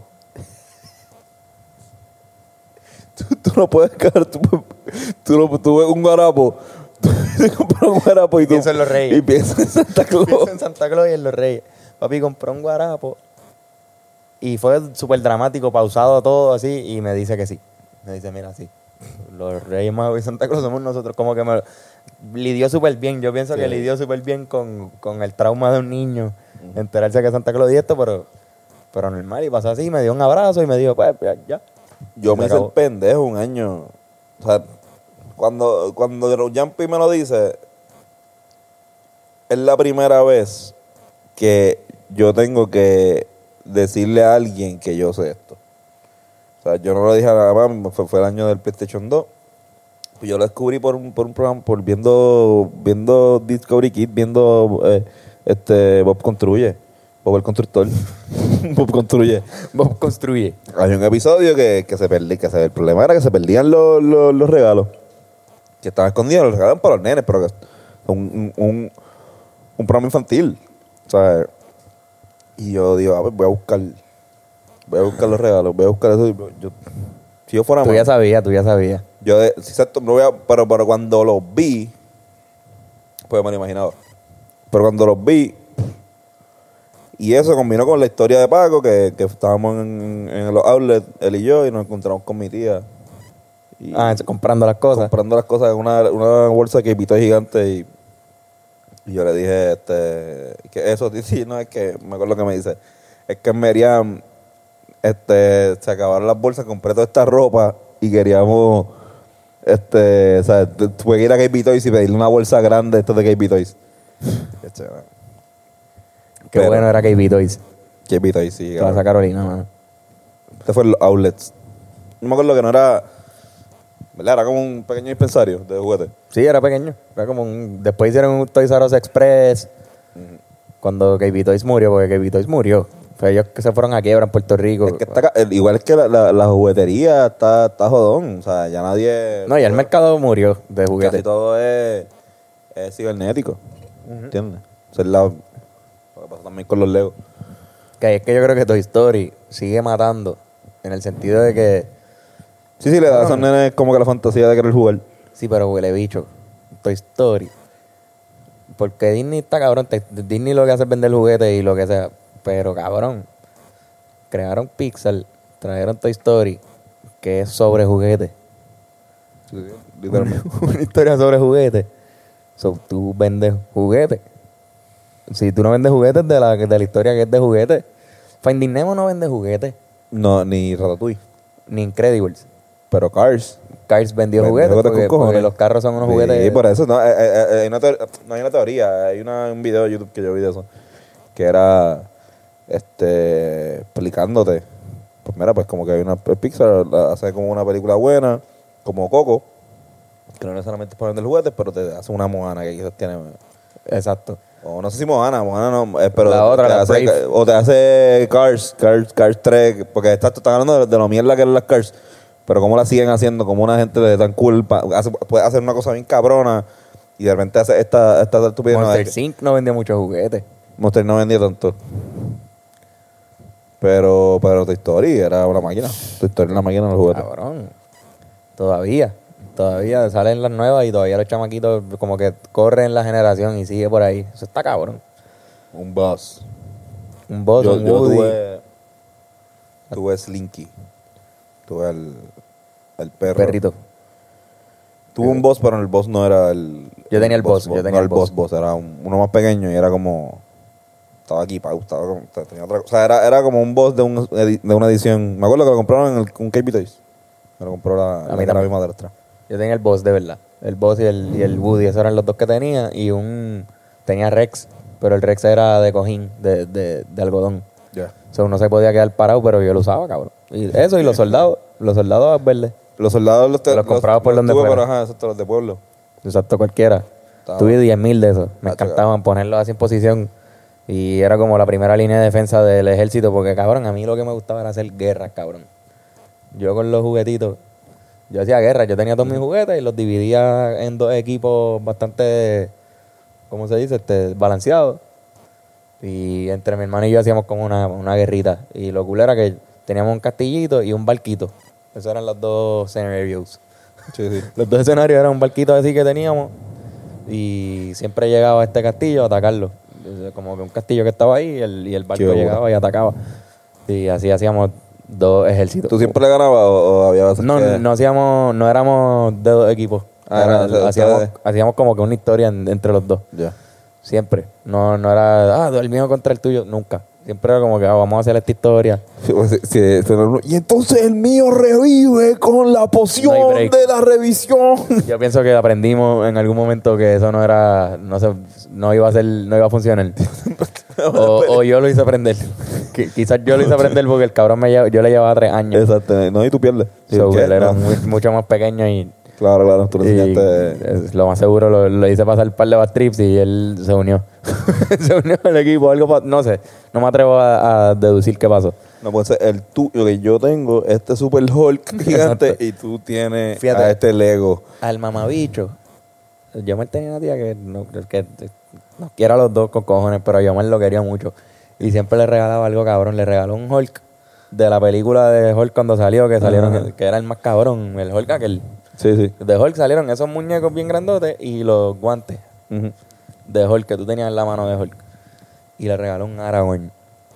[SPEAKER 1] tú, tú no puedes caer. Tú, tú, no- tú ves un guarapo. Tú te compras un guarapo y tú.
[SPEAKER 2] Pienso en los Reyes.
[SPEAKER 1] Y piensas en Santa Claus.
[SPEAKER 2] Pienso en Santa Claus y en los Reyes. Papi compró un guarapo. Y fue súper dramático, pausado todo así. Y me dice que sí. Me dice, mira, sí. Los Reyes Magos y Santa Claus somos nosotros. Como que me lidió súper bien. Yo pienso
[SPEAKER 1] Sí.
[SPEAKER 2] que lidió súper bien con, con el trauma de un niño. Enterarse que Santa Claus dio esto, pero, pero normal. Y pasó así, me dio un abrazo y me dijo, pues, ya. ya.
[SPEAKER 1] Yo
[SPEAKER 2] Se
[SPEAKER 1] me hice
[SPEAKER 2] acabó.
[SPEAKER 1] el pendejo un año. O sea, cuando, cuando Jumpy me lo dice, es la primera vez que yo tengo que decirle a alguien que yo sé esto. O sea, yo no lo dije a la mamá, fue, fue el año del PlayStation dos. Y yo lo descubrí por un, por un programa, por viendo, viendo Discovery Kids, viendo eh, este Bob Construye. Bob el Constructor. Bob Construye.
[SPEAKER 2] Bob construye.
[SPEAKER 1] Hay un episodio que, que se perdía, que se, el problema era que se perdían los, los, los regalos. Que estaban escondidos, los regalaban para los nenes, pero que un, un, un, un programa infantil. O sea, y yo digo, a ver, voy a buscar, voy a buscar los regalos, voy a buscar eso. y Yo, si yo fuera
[SPEAKER 2] Tú
[SPEAKER 1] mamá,
[SPEAKER 2] ya sabías, tú ya sabías.
[SPEAKER 1] yo de, sí, exacto, no voy a, pero, pero cuando los vi, pues me lo imaginaba. Pero cuando los vi, y eso combinó con la historia de Paco, que, que estábamos en, en los outlets, él y yo, y nos encontramos con mi tía. Y
[SPEAKER 2] Ah, comprando las cosas.
[SPEAKER 1] comprando las cosas en una, una bolsa que pito gigante y, Y yo le dije, este, que eso, sí, no, es que, me acuerdo que me dice, es que en Meriam, este, se acabaron las bolsas, compré toda esta ropa y queríamos, este, o sea, tu- tuve que ir a K B Toys y pedirle una bolsa grande esto de K B Toys. Qué chévere.
[SPEAKER 2] Qué
[SPEAKER 1] Pero-
[SPEAKER 2] bueno era K B Toys.
[SPEAKER 1] K B Toys, sí.
[SPEAKER 2] Plaza
[SPEAKER 1] cabrón.
[SPEAKER 2] Carolina, mano.
[SPEAKER 1] Este fue el outlets. No me acuerdo que no era, ¿verdad? Era como un pequeño dispensario de juguetes.
[SPEAKER 2] Sí, era pequeño. Era como un... Después hicieron un Toys R Us Express. Cuando K B Toys murió, porque K B Toys murió. Fue ellos que se fueron a quiebra en Puerto Rico.
[SPEAKER 1] Es que está, ca- el- igual es que la, la, la juguetería está, está jodón. O sea, ya nadie...
[SPEAKER 2] No, ya el mercado murió de
[SPEAKER 1] Casi
[SPEAKER 2] juguetes.
[SPEAKER 1] todo es, es cibernético. ¿Entiendes? Eso es la, lo que pasa también con los Legos.
[SPEAKER 2] Que es que yo creo que Toy Story sigue matando. En el sentido de que...
[SPEAKER 1] Sí, sí, le da a esos nenes como que la fantasía de querer jugar.
[SPEAKER 2] Sí, pero huele bicho. Toy Story. Porque Disney está cabrón. te- Disney lo que hace es vender juguetes y lo que sea. Pero cabrón. Crearon Pixar. Trajeron Toy Story. Que es sobre juguetes.
[SPEAKER 1] Sí, sí, literalmente.
[SPEAKER 2] Una historia sobre juguetes. So, tú vendes juguetes. Si tú no vendes juguetes de la, de la historia que es de juguetes. Finding Nemo no vende juguetes.
[SPEAKER 1] No, ni Ratatouille.
[SPEAKER 2] Ni Incredibles.
[SPEAKER 1] Pero Cars.
[SPEAKER 2] Cars vendió
[SPEAKER 1] Vendió
[SPEAKER 2] juguetes.
[SPEAKER 1] juguetes con
[SPEAKER 2] Porque,
[SPEAKER 1] cojones.
[SPEAKER 2] porque los carros son unos
[SPEAKER 1] Sí,
[SPEAKER 2] juguetes.
[SPEAKER 1] por eso. No, eh, eh, eh, hay una teor- no hay una teoría. Hay una, un video de YouTube que yo vi de eso. Que era este explicándote. Pues mira, pues como que hay una Pixar la- hace como una película buena, como Coco, que no necesariamente es para vender juguetes, pero te hace una Moana que quizás tiene.
[SPEAKER 2] Exacto.
[SPEAKER 1] O no sé si Moana, Moana no, eh, pero
[SPEAKER 2] La otra,
[SPEAKER 1] te
[SPEAKER 2] la
[SPEAKER 1] hace,
[SPEAKER 2] Brave.
[SPEAKER 1] o te hace Cars, Cars, Cars tres, porque estás están hablando de, de lo mierda que eran las Cars, pero cómo la siguen haciendo, como una gente de tan cool, pa- hace- puede hacer una cosa bien cabrona y de repente hace esta, esta estupidez. no,
[SPEAKER 2] Monster
[SPEAKER 1] es que-
[SPEAKER 2] inc no vendió muchos juguetes.
[SPEAKER 1] Monster no vendía tanto. Pero, pero Toy Story era una máquina. Toy Story era una máquina en los juguetes.
[SPEAKER 2] Cabrón. Todavía. Todavía salen las nuevas y todavía los chamaquitos como que corren la generación y sigue por ahí. Eso está cabrón.
[SPEAKER 1] Un boss.
[SPEAKER 2] Un boss,
[SPEAKER 1] yo
[SPEAKER 2] un
[SPEAKER 1] yo
[SPEAKER 2] Woody.
[SPEAKER 1] tuve, tuve Slinky. Tuve el, el perro.
[SPEAKER 2] Perrito.
[SPEAKER 1] Tuve un boss, pero el boss no era el...
[SPEAKER 2] Yo tenía el boss, yo tenía
[SPEAKER 1] no
[SPEAKER 2] el
[SPEAKER 1] el boss, boss. Era un- uno más pequeño y era como... Estaba aquí, pa, estaba como, tenía otra cosa. O sea, era, era como un boss de, un, edi- de una edición... Me acuerdo que lo compraron en el, un K B Toys. Me lo compró la, la,
[SPEAKER 2] mí
[SPEAKER 1] la
[SPEAKER 2] también.
[SPEAKER 1] mi madrastra.
[SPEAKER 2] Yo tenía el boss de verdad. El boss y el, y el Woody, esos eran los dos que tenía. Y un... Tenía Rex, pero el Rex era de cojín, de, de, de algodón.
[SPEAKER 1] Ya.
[SPEAKER 2] O sea, uno se podía quedar parado, pero yo lo usaba, cabrón. Y eso, y los soldados, los soldados verdes.
[SPEAKER 1] Los soldados los,
[SPEAKER 2] Te los comprabas por donde
[SPEAKER 1] tuve,
[SPEAKER 2] fuera.
[SPEAKER 1] pero ajá, exacto, los de pueblo.
[SPEAKER 2] Exacto, cualquiera.
[SPEAKER 1] Estaba-
[SPEAKER 2] Tuve diez mil de esos. Me
[SPEAKER 1] Nacho,
[SPEAKER 2] encantaban ponerlos así en posición. Y era como la primera línea de defensa del ejército, porque cabrón, a mí lo que me gustaba era hacer guerras, cabrón. Yo con los juguetitos, yo hacía guerras, yo tenía todos mis juguetes y los dividía en dos equipos bastante, ¿cómo se dice? Este, balanceados. Y entre mi hermano y yo hacíamos como una, una guerrita. Y lo cool era que teníamos un castillito y un barquito. Esos eran los dos scenarios.
[SPEAKER 1] Sí, sí.
[SPEAKER 2] Los dos escenarios eran un barquito así que teníamos y siempre llegaba a este castillo a atacarlo. Como que un castillo que estaba ahí y el, y el barco
[SPEAKER 1] Qué bueno.
[SPEAKER 2] llegaba y atacaba. Y así hacíamos dos ejércitos.
[SPEAKER 1] ¿Tú siempre le ganabas o, o había veces
[SPEAKER 2] No,
[SPEAKER 1] que-
[SPEAKER 2] no hacíamos, no éramos de dos equipos.
[SPEAKER 1] Ah,
[SPEAKER 2] Era-
[SPEAKER 1] eran de
[SPEAKER 2] hacíamos,
[SPEAKER 1] ustedes.
[SPEAKER 2] hacíamos como que una historia en- entre los dos.
[SPEAKER 1] Ya.
[SPEAKER 2] Siempre. No, no era, ah, el mío contra el tuyo. Nunca. Siempre era como que ah, vamos a hacer esta historia.
[SPEAKER 1] Sí, sí, sí, sí, no, no. Y entonces el mío revive con la poción
[SPEAKER 2] No hay break.
[SPEAKER 1] de la revisión.
[SPEAKER 2] Yo pienso que aprendimos en algún momento que eso no era, no se, no iba a ser, no iba a funcionar. o, o yo lo hice aprender. Qui- Quizás yo lo hice aprender porque el cabrón me lleva, yo le llevaba tres años.
[SPEAKER 1] Exacto. No, y tú pierdes. Sí,
[SPEAKER 2] So,
[SPEAKER 1] ¿qué?
[SPEAKER 2] él era
[SPEAKER 1] No.
[SPEAKER 2] muy- mucho más pequeño y,
[SPEAKER 1] Claro, claro. Tú le
[SPEAKER 2] y
[SPEAKER 1] enseñaste...
[SPEAKER 2] es lo más seguro lo, lo hice pasar un par de bad trips y él se unió. se unió al equipo, algo pa- no sé, no me atrevo a, a deducir qué pasó.
[SPEAKER 1] No puede ser el tuyo que yo tengo, este Super Hulk gigante,
[SPEAKER 2] Exacto.
[SPEAKER 1] y tú tienes
[SPEAKER 2] Fíjate.
[SPEAKER 1] a este Lego.
[SPEAKER 2] Al mamabicho, yo me tenía una tía que, no, que nos quiera a los dos con cojones, pero yo lo quería mucho. Y siempre le regalaba algo cabrón. Le regaló un Hulk de la película de Hulk cuando salió, que salieron,
[SPEAKER 1] Ajá.
[SPEAKER 2] que era el más cabrón, el Hulk aquel.
[SPEAKER 1] Sí, sí.
[SPEAKER 2] De Hulk salieron esos muñecos bien grandotes y los guantes
[SPEAKER 1] Ujú.
[SPEAKER 2] de Hulk que tú tenías en la mano de Hulk. Y le regaló un Aragorn.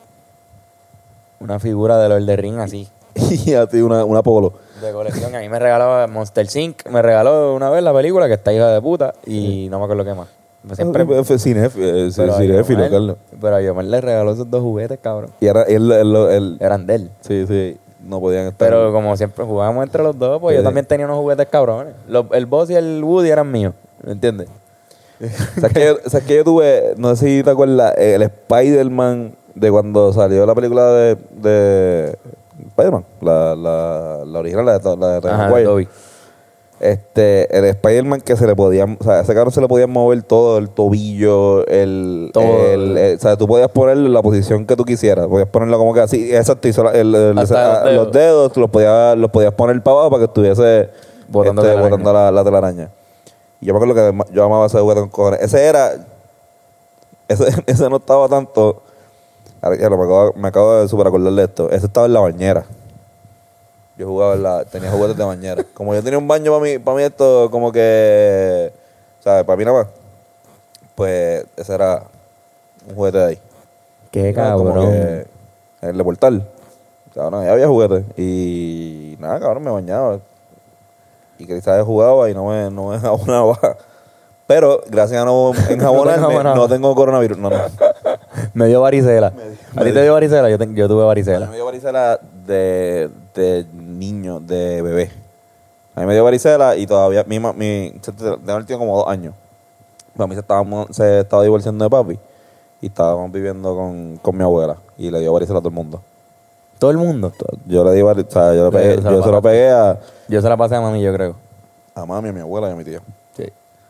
[SPEAKER 2] Una figura de Lord of the Ring así.
[SPEAKER 1] Y a ti una, una polo.
[SPEAKER 2] De colección. A mí me regalaba Monster inc. Me regaló una vez la película que está hija de puta. Y no me acuerdo qué más. Siempre,
[SPEAKER 1] Fue cinéfilo, eh,
[SPEAKER 2] pero, a
[SPEAKER 1] cinéfilo,
[SPEAKER 2] Yomel,
[SPEAKER 1] Carlos.
[SPEAKER 2] pero a Yomel le regaló esos dos juguetes, cabrón.
[SPEAKER 1] Y era él, él, él, él-
[SPEAKER 2] Eran de él.
[SPEAKER 1] sí, sí, no podían estar.
[SPEAKER 2] Pero como siempre jugábamos entre los dos, pues
[SPEAKER 1] Sí.
[SPEAKER 2] yo también tenía unos juguetes cabrones. Los- el Boss y el Woody eran míos, ¿me entiendes?
[SPEAKER 1] ¿Sabes que, yo, ¿Sabes que yo tuve, no sé si te acuerdas, el Spider-Man de cuando salió la película de, de Spider-Man, la, la, la original, la de, to- la de Tobey
[SPEAKER 2] Ajá,
[SPEAKER 1] Maguire.
[SPEAKER 2] Toby.
[SPEAKER 1] Este, el Spider-Man que se le podía, o sea, a ese carro se le podía mover todo, el tobillo, el,
[SPEAKER 2] Todo.
[SPEAKER 1] el- el- o sea, tú podías ponerlo en la posición que tú quisieras, podías ponerlo como que así, exacto, y solo el- el-
[SPEAKER 2] Hasta
[SPEAKER 1] a-
[SPEAKER 2] los
[SPEAKER 1] los dedos, tú los podías, los podías poner para abajo para que estuviese
[SPEAKER 2] Botando
[SPEAKER 1] este,
[SPEAKER 2] telaraña.
[SPEAKER 1] botando la, la telaraña. Y yo me acuerdo que ma- yo amaba ese juguete con cojones. Ese era, ese, ese no estaba tanto, ahora ya lo- me acabo, me acabo de super acordar de esto, ese estaba en la bañera. Yo jugaba en la, tenía juguetes de bañera. Como yo tenía un baño para mí, para mí esto como que, ¿sabes? Para mí nada más. Pues ese era un juguete de ahí.
[SPEAKER 2] Qué
[SPEAKER 1] Era como
[SPEAKER 2] cabrón.
[SPEAKER 1] que el de portal. Cabrón, ahí había juguetes. Y nada, cabrón, me bañaba. Y quizás jugaba y no me, no me enjabonaba. Pero gracias a no enjabonarme,
[SPEAKER 2] enjabonaba.
[SPEAKER 1] no tengo coronavirus. No, no.
[SPEAKER 2] Me dio varicela.
[SPEAKER 1] me
[SPEAKER 2] ¿A ti te dio varicela? Yo, te- yo tuve
[SPEAKER 1] A mí
[SPEAKER 2] varicela.
[SPEAKER 1] me dio varicela de, de niño, de bebé. A mí me dio varicela y todavía mi, ma- mi se- de haber tenido como dos años. Para mí se estaba, mu- se estaba divorciando de papi y estábamos viviendo con, con mi abuela y le dio varicela a todo el mundo.
[SPEAKER 2] Todo el mundo.
[SPEAKER 1] Yo le di varicela, o sea, yo, le
[SPEAKER 2] Yo
[SPEAKER 1] pegué-
[SPEAKER 2] se lo
[SPEAKER 1] yo se lo
[SPEAKER 2] pasaste.
[SPEAKER 1] pegué a,
[SPEAKER 2] Yo se la pasé a mami, yo creo.
[SPEAKER 1] a mami, a mi abuela y a mi tío.
[SPEAKER 2] Sí.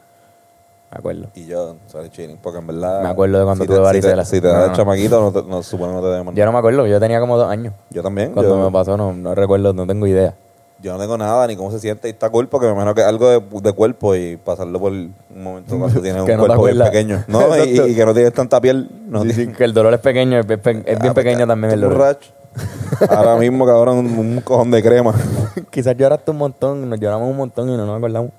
[SPEAKER 2] Me acuerdo.
[SPEAKER 1] Y yo, sorry, chilling, porque en verdad...
[SPEAKER 2] Me acuerdo de cuando
[SPEAKER 1] si
[SPEAKER 2] tuve
[SPEAKER 1] te-
[SPEAKER 2] varicela.
[SPEAKER 1] Si te, si te
[SPEAKER 2] No,
[SPEAKER 1] da el
[SPEAKER 2] no.
[SPEAKER 1] chamaquito, no, te, no supone que no te deben
[SPEAKER 2] Yo no me acuerdo, yo tenía como dos años.
[SPEAKER 1] Yo también.
[SPEAKER 2] Cuando
[SPEAKER 1] yo,
[SPEAKER 2] me pasó, no, no recuerdo, no tengo idea.
[SPEAKER 1] Yo no tengo nada, ni cómo se siente y está cool, porque me imagino que es algo de, de cuerpo y pasarlo por un momento cuando tienes un
[SPEAKER 2] Que no te
[SPEAKER 1] cuerpo bien
[SPEAKER 2] acuerdas.
[SPEAKER 1] pequeño. No, y,
[SPEAKER 2] Exacto.
[SPEAKER 1] y que no tienes tanta piel. No
[SPEAKER 2] Sí, sí,
[SPEAKER 1] tienes-
[SPEAKER 2] que el dolor es pequeño, es, es pe- es bien
[SPEAKER 1] Ah,
[SPEAKER 2] pequeño
[SPEAKER 1] porque
[SPEAKER 2] también el
[SPEAKER 1] un
[SPEAKER 2] dolor.
[SPEAKER 1] rash. Ahora mismo, cabrón, un, un cojón de crema.
[SPEAKER 2] Quizás lloraste un montón, nos lloramos un montón y no nos acordamos.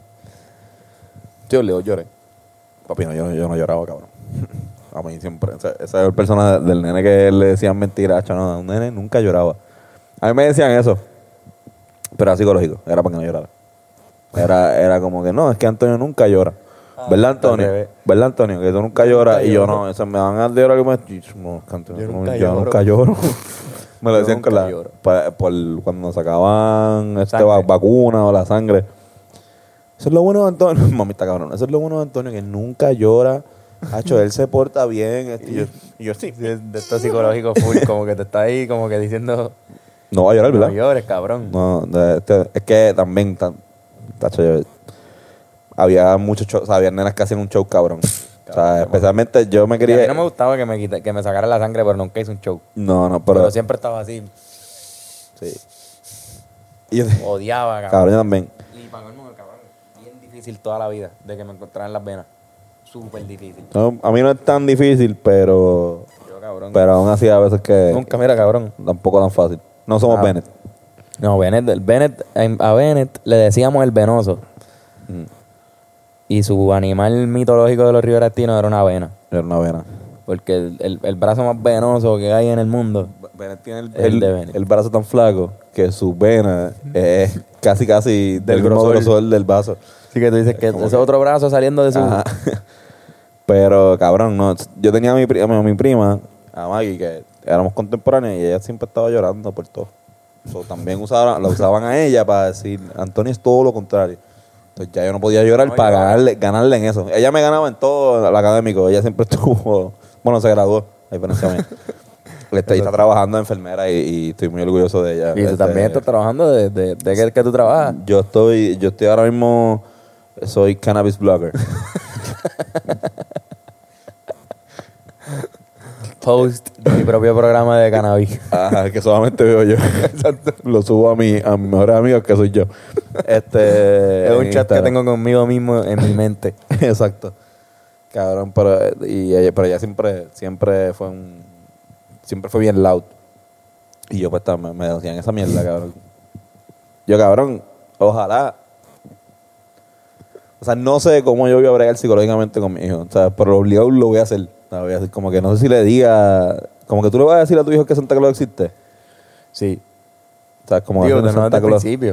[SPEAKER 1] Yo le lloré. Papi, no, yo, yo no lloraba, cabrón. A mí siempre, esa, esa es el persona del nene que le decían mentiras, no, un nene nunca lloraba. A mí me decían eso, pero era psicológico, era para que no llorara. Era, era como que no, es que Antonio nunca llora. ¿Verdad, Antonio?
[SPEAKER 2] al revés.
[SPEAKER 1] ¿Verdad, Antonio? Que tú nunca
[SPEAKER 2] Yo
[SPEAKER 1] lloras
[SPEAKER 2] nunca
[SPEAKER 1] y yo
[SPEAKER 2] lloro.
[SPEAKER 1] no, eso me van a de llorar que me. No, es que Antonio,
[SPEAKER 2] Yo
[SPEAKER 1] tú no-
[SPEAKER 2] nunca
[SPEAKER 1] yo
[SPEAKER 2] lloro.
[SPEAKER 1] nunca lloro. me lo
[SPEAKER 2] Yo
[SPEAKER 1] decían con
[SPEAKER 2] nunca
[SPEAKER 1] la,
[SPEAKER 2] lloro.
[SPEAKER 1] pa- por cuando sacaban este,
[SPEAKER 2] Sangre.
[SPEAKER 1] va- vacuna o la sangre. Eso es lo bueno de Antonio. Mami, está cabrón. Eso es lo bueno de Antonio, que nunca llora. Hacho, él se porta bien. este, y, yo, y yo sí.
[SPEAKER 2] Sí, es de esto psicológico full, como que te está ahí como que diciendo,
[SPEAKER 1] No va a llorar,
[SPEAKER 2] no
[SPEAKER 1] ¿verdad?
[SPEAKER 2] llores, cabrón.
[SPEAKER 1] No, de- este, es que también, tan- tacho, yo- había muchos shows, o sea, había nenas que hacían un show cabrón. O sea, especialmente yo me
[SPEAKER 2] Y a
[SPEAKER 1] quería...
[SPEAKER 2] mí no me gustaba que me, quita- que me sacara la sangre, pero nunca hice un show.
[SPEAKER 1] No, no,
[SPEAKER 2] Pero,
[SPEAKER 1] pero...
[SPEAKER 2] siempre estaba así,
[SPEAKER 1] Sí. Y yo,
[SPEAKER 2] odiaba, cabrón.
[SPEAKER 1] cabrón, yo también.
[SPEAKER 2] Y para colmo, cabrón, bien difícil toda la vida de que me encontraran las venas. Súper difícil.
[SPEAKER 1] No, a mí no es tan difícil, pero...
[SPEAKER 2] Yo, cabrón.
[SPEAKER 1] Pero aún así a veces que...
[SPEAKER 2] Nunca, mira, cabrón.
[SPEAKER 1] Tampoco tan fácil. No somos
[SPEAKER 2] Ah.
[SPEAKER 1] Bennett.
[SPEAKER 2] No, Bennett, el Bennett, a Bennett le decíamos el venoso.
[SPEAKER 1] Mm,
[SPEAKER 2] Y su animal mitológico de los riverestinos era una avena.
[SPEAKER 1] Era una vena.
[SPEAKER 2] Porque el, el, el brazo más venoso que hay en el mundo.
[SPEAKER 1] Bennett tiene el,
[SPEAKER 2] El
[SPEAKER 1] el-
[SPEAKER 2] de Bennett.
[SPEAKER 1] el brazo tan flaco que su vena es casi casi del mismo
[SPEAKER 2] grosor.
[SPEAKER 1] grosor del vaso.
[SPEAKER 2] Así que tú dices que
[SPEAKER 1] Como
[SPEAKER 2] ese
[SPEAKER 1] que-
[SPEAKER 2] otro brazo saliendo de su...
[SPEAKER 1] Ajá. Pero, cabrón, no. Yo tenía a mi, pri- a mi, a mi prima, a Maggie, que éramos contemporáneos y ella siempre estaba llorando por todo. So, también usaban, la usaban a ella para decir, Antonio es todo lo contrario. Entonces ya yo no podía llorar
[SPEAKER 2] No,
[SPEAKER 1] para
[SPEAKER 2] yo-
[SPEAKER 1] ganarle, ganarle en eso. Ella me ganaba en todo lo académico. Ella siempre estuvo, bueno, se graduó, a diferencia mía. Este, y está trabajando de enfermera y, y estoy muy orgulloso de ella.
[SPEAKER 2] Y tú
[SPEAKER 1] Este,
[SPEAKER 2] también estás trabajando de, de, de que, que tú trabajas.
[SPEAKER 1] Yo estoy, yo estoy ahora mismo, soy cannabis blogger.
[SPEAKER 2] Host de mi propio programa de cannabis.
[SPEAKER 1] Ajá, que solamente veo yo. Lo subo a mi, a mis mejores amigos, que soy yo. Este,
[SPEAKER 2] Es un
[SPEAKER 1] en
[SPEAKER 2] chat que
[SPEAKER 1] Instagram.
[SPEAKER 2] tengo conmigo mismo en mi mente.
[SPEAKER 1] Exacto. Cabrón, pero, y ella, pero ella siempre, siempre fue un, siempre fue bien loud. Y yo pues también me decían esa mierda, cabrón. Yo, cabrón, ojalá. O sea, no sé cómo yo voy a bregar psicológicamente con mi hijo. O sea, pero lo obligado lo voy a hacer. La voy a hacer. Como que no sé si le diga, como que tú le vas a decir a tu hijo que Santa Claus existe.
[SPEAKER 2] Sí.
[SPEAKER 1] O sea, como
[SPEAKER 2] Digo,
[SPEAKER 1] hacer
[SPEAKER 2] de no
[SPEAKER 1] Santa
[SPEAKER 2] desde el
[SPEAKER 1] Claus.
[SPEAKER 2] principio.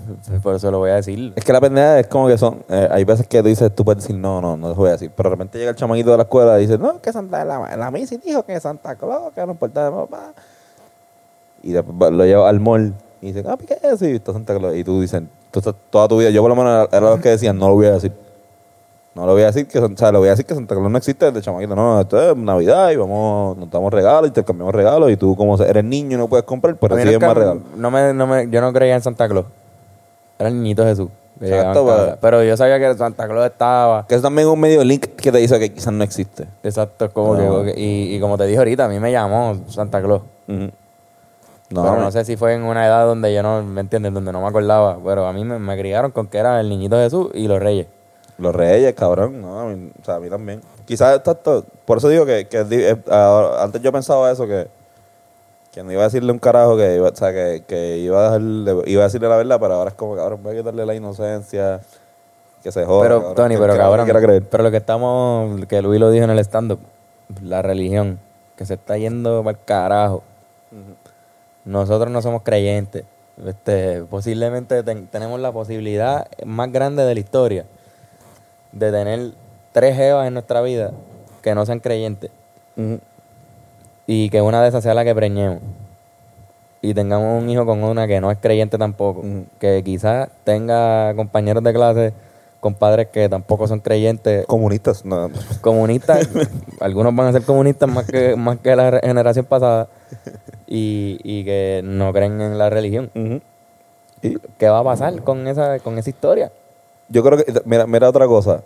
[SPEAKER 2] Por eso lo voy a decir.
[SPEAKER 1] Es que la pendeja es como que son. Eh, hay veces que tú dices, tú puedes decir, no, no, no les voy a decir. Pero de repente llega el chamaquito de la escuela y dice, no, que Santa la, la Missy dijo que Santa Claus, que no importa de papá. Y después va- lo lleva al mall y dice, ah, ¿qué es eso? Y está Santa Claus. Y tú dices, tú estás toda tu vida, yo por lo menos era los que decían, no lo voy a decir. No lo voy a decir que, o sea, le voy a decir que Santa Claus no existe desde chamaquito. No, esto es Navidad y vamos, nos damos regalos, intercambiamos regalos y tú como eres niño y no puedes comprar, pues
[SPEAKER 2] A mí
[SPEAKER 1] recibes
[SPEAKER 2] nunca-
[SPEAKER 1] más regalos.
[SPEAKER 2] No me, no me, yo no creía en Santa Claus. Era el niñito Jesús. que llegaba
[SPEAKER 1] Exacto,
[SPEAKER 2] en casa.
[SPEAKER 1] pues.
[SPEAKER 2] Pero yo sabía que Santa Claus estaba.
[SPEAKER 1] Que es también un medio link que te dice que quizás no existe.
[SPEAKER 2] Exacto, es como
[SPEAKER 1] No.
[SPEAKER 2] que. Y, y como te dije ahorita, a mí me llamó Santa Claus.
[SPEAKER 1] Ujú.
[SPEAKER 2] No, pero no sé si fue en una edad donde yo no, ¿me entiendes? Donde no me acordaba. Pero a mí me, me criaron con que era el niñito Jesús y los reyes.
[SPEAKER 1] Los reyes, cabrón, no, a mí, o sea, a mí también. Quizás está todo- por eso digo que, que es di- eh, ahora- antes yo pensaba eso, que, que no iba a decirle un carajo, que iba, o sea, que, que iba a dejarle, iba a decirle la verdad, pero ahora es como, cabrón, voy a quitarle la inocencia, que se joda.
[SPEAKER 2] Pero,
[SPEAKER 1] cabrón,
[SPEAKER 2] Tony,
[SPEAKER 1] que-
[SPEAKER 2] pero
[SPEAKER 1] que no me
[SPEAKER 2] cabrón,
[SPEAKER 1] quiera creer.
[SPEAKER 2] pero lo que estamos, que Luis lo dijo en el stand-up, la religión, que se está yendo para el carajo. Nosotros no somos creyentes. Este, posiblemente ten- tenemos la posibilidad más grande de la historia de tener tres jevas en nuestra vida que no sean creyentes
[SPEAKER 1] Ujú.
[SPEAKER 2] y que una de esas sea la que preñemos. Y tengamos un hijo con una que no es creyente tampoco.
[SPEAKER 1] Ujú.
[SPEAKER 2] Que quizás tenga compañeros de clase con padres que tampoco son creyentes.
[SPEAKER 1] Comunistas, no.
[SPEAKER 2] Comunistas, algunos van a ser comunistas más que, más que la re- generación pasada. Y, y que no creen en la religión.
[SPEAKER 1] Ujú. Y
[SPEAKER 2] ¿Qué va a pasar con esa, con esa historia?
[SPEAKER 1] yo creo que, mira, mira otra cosa.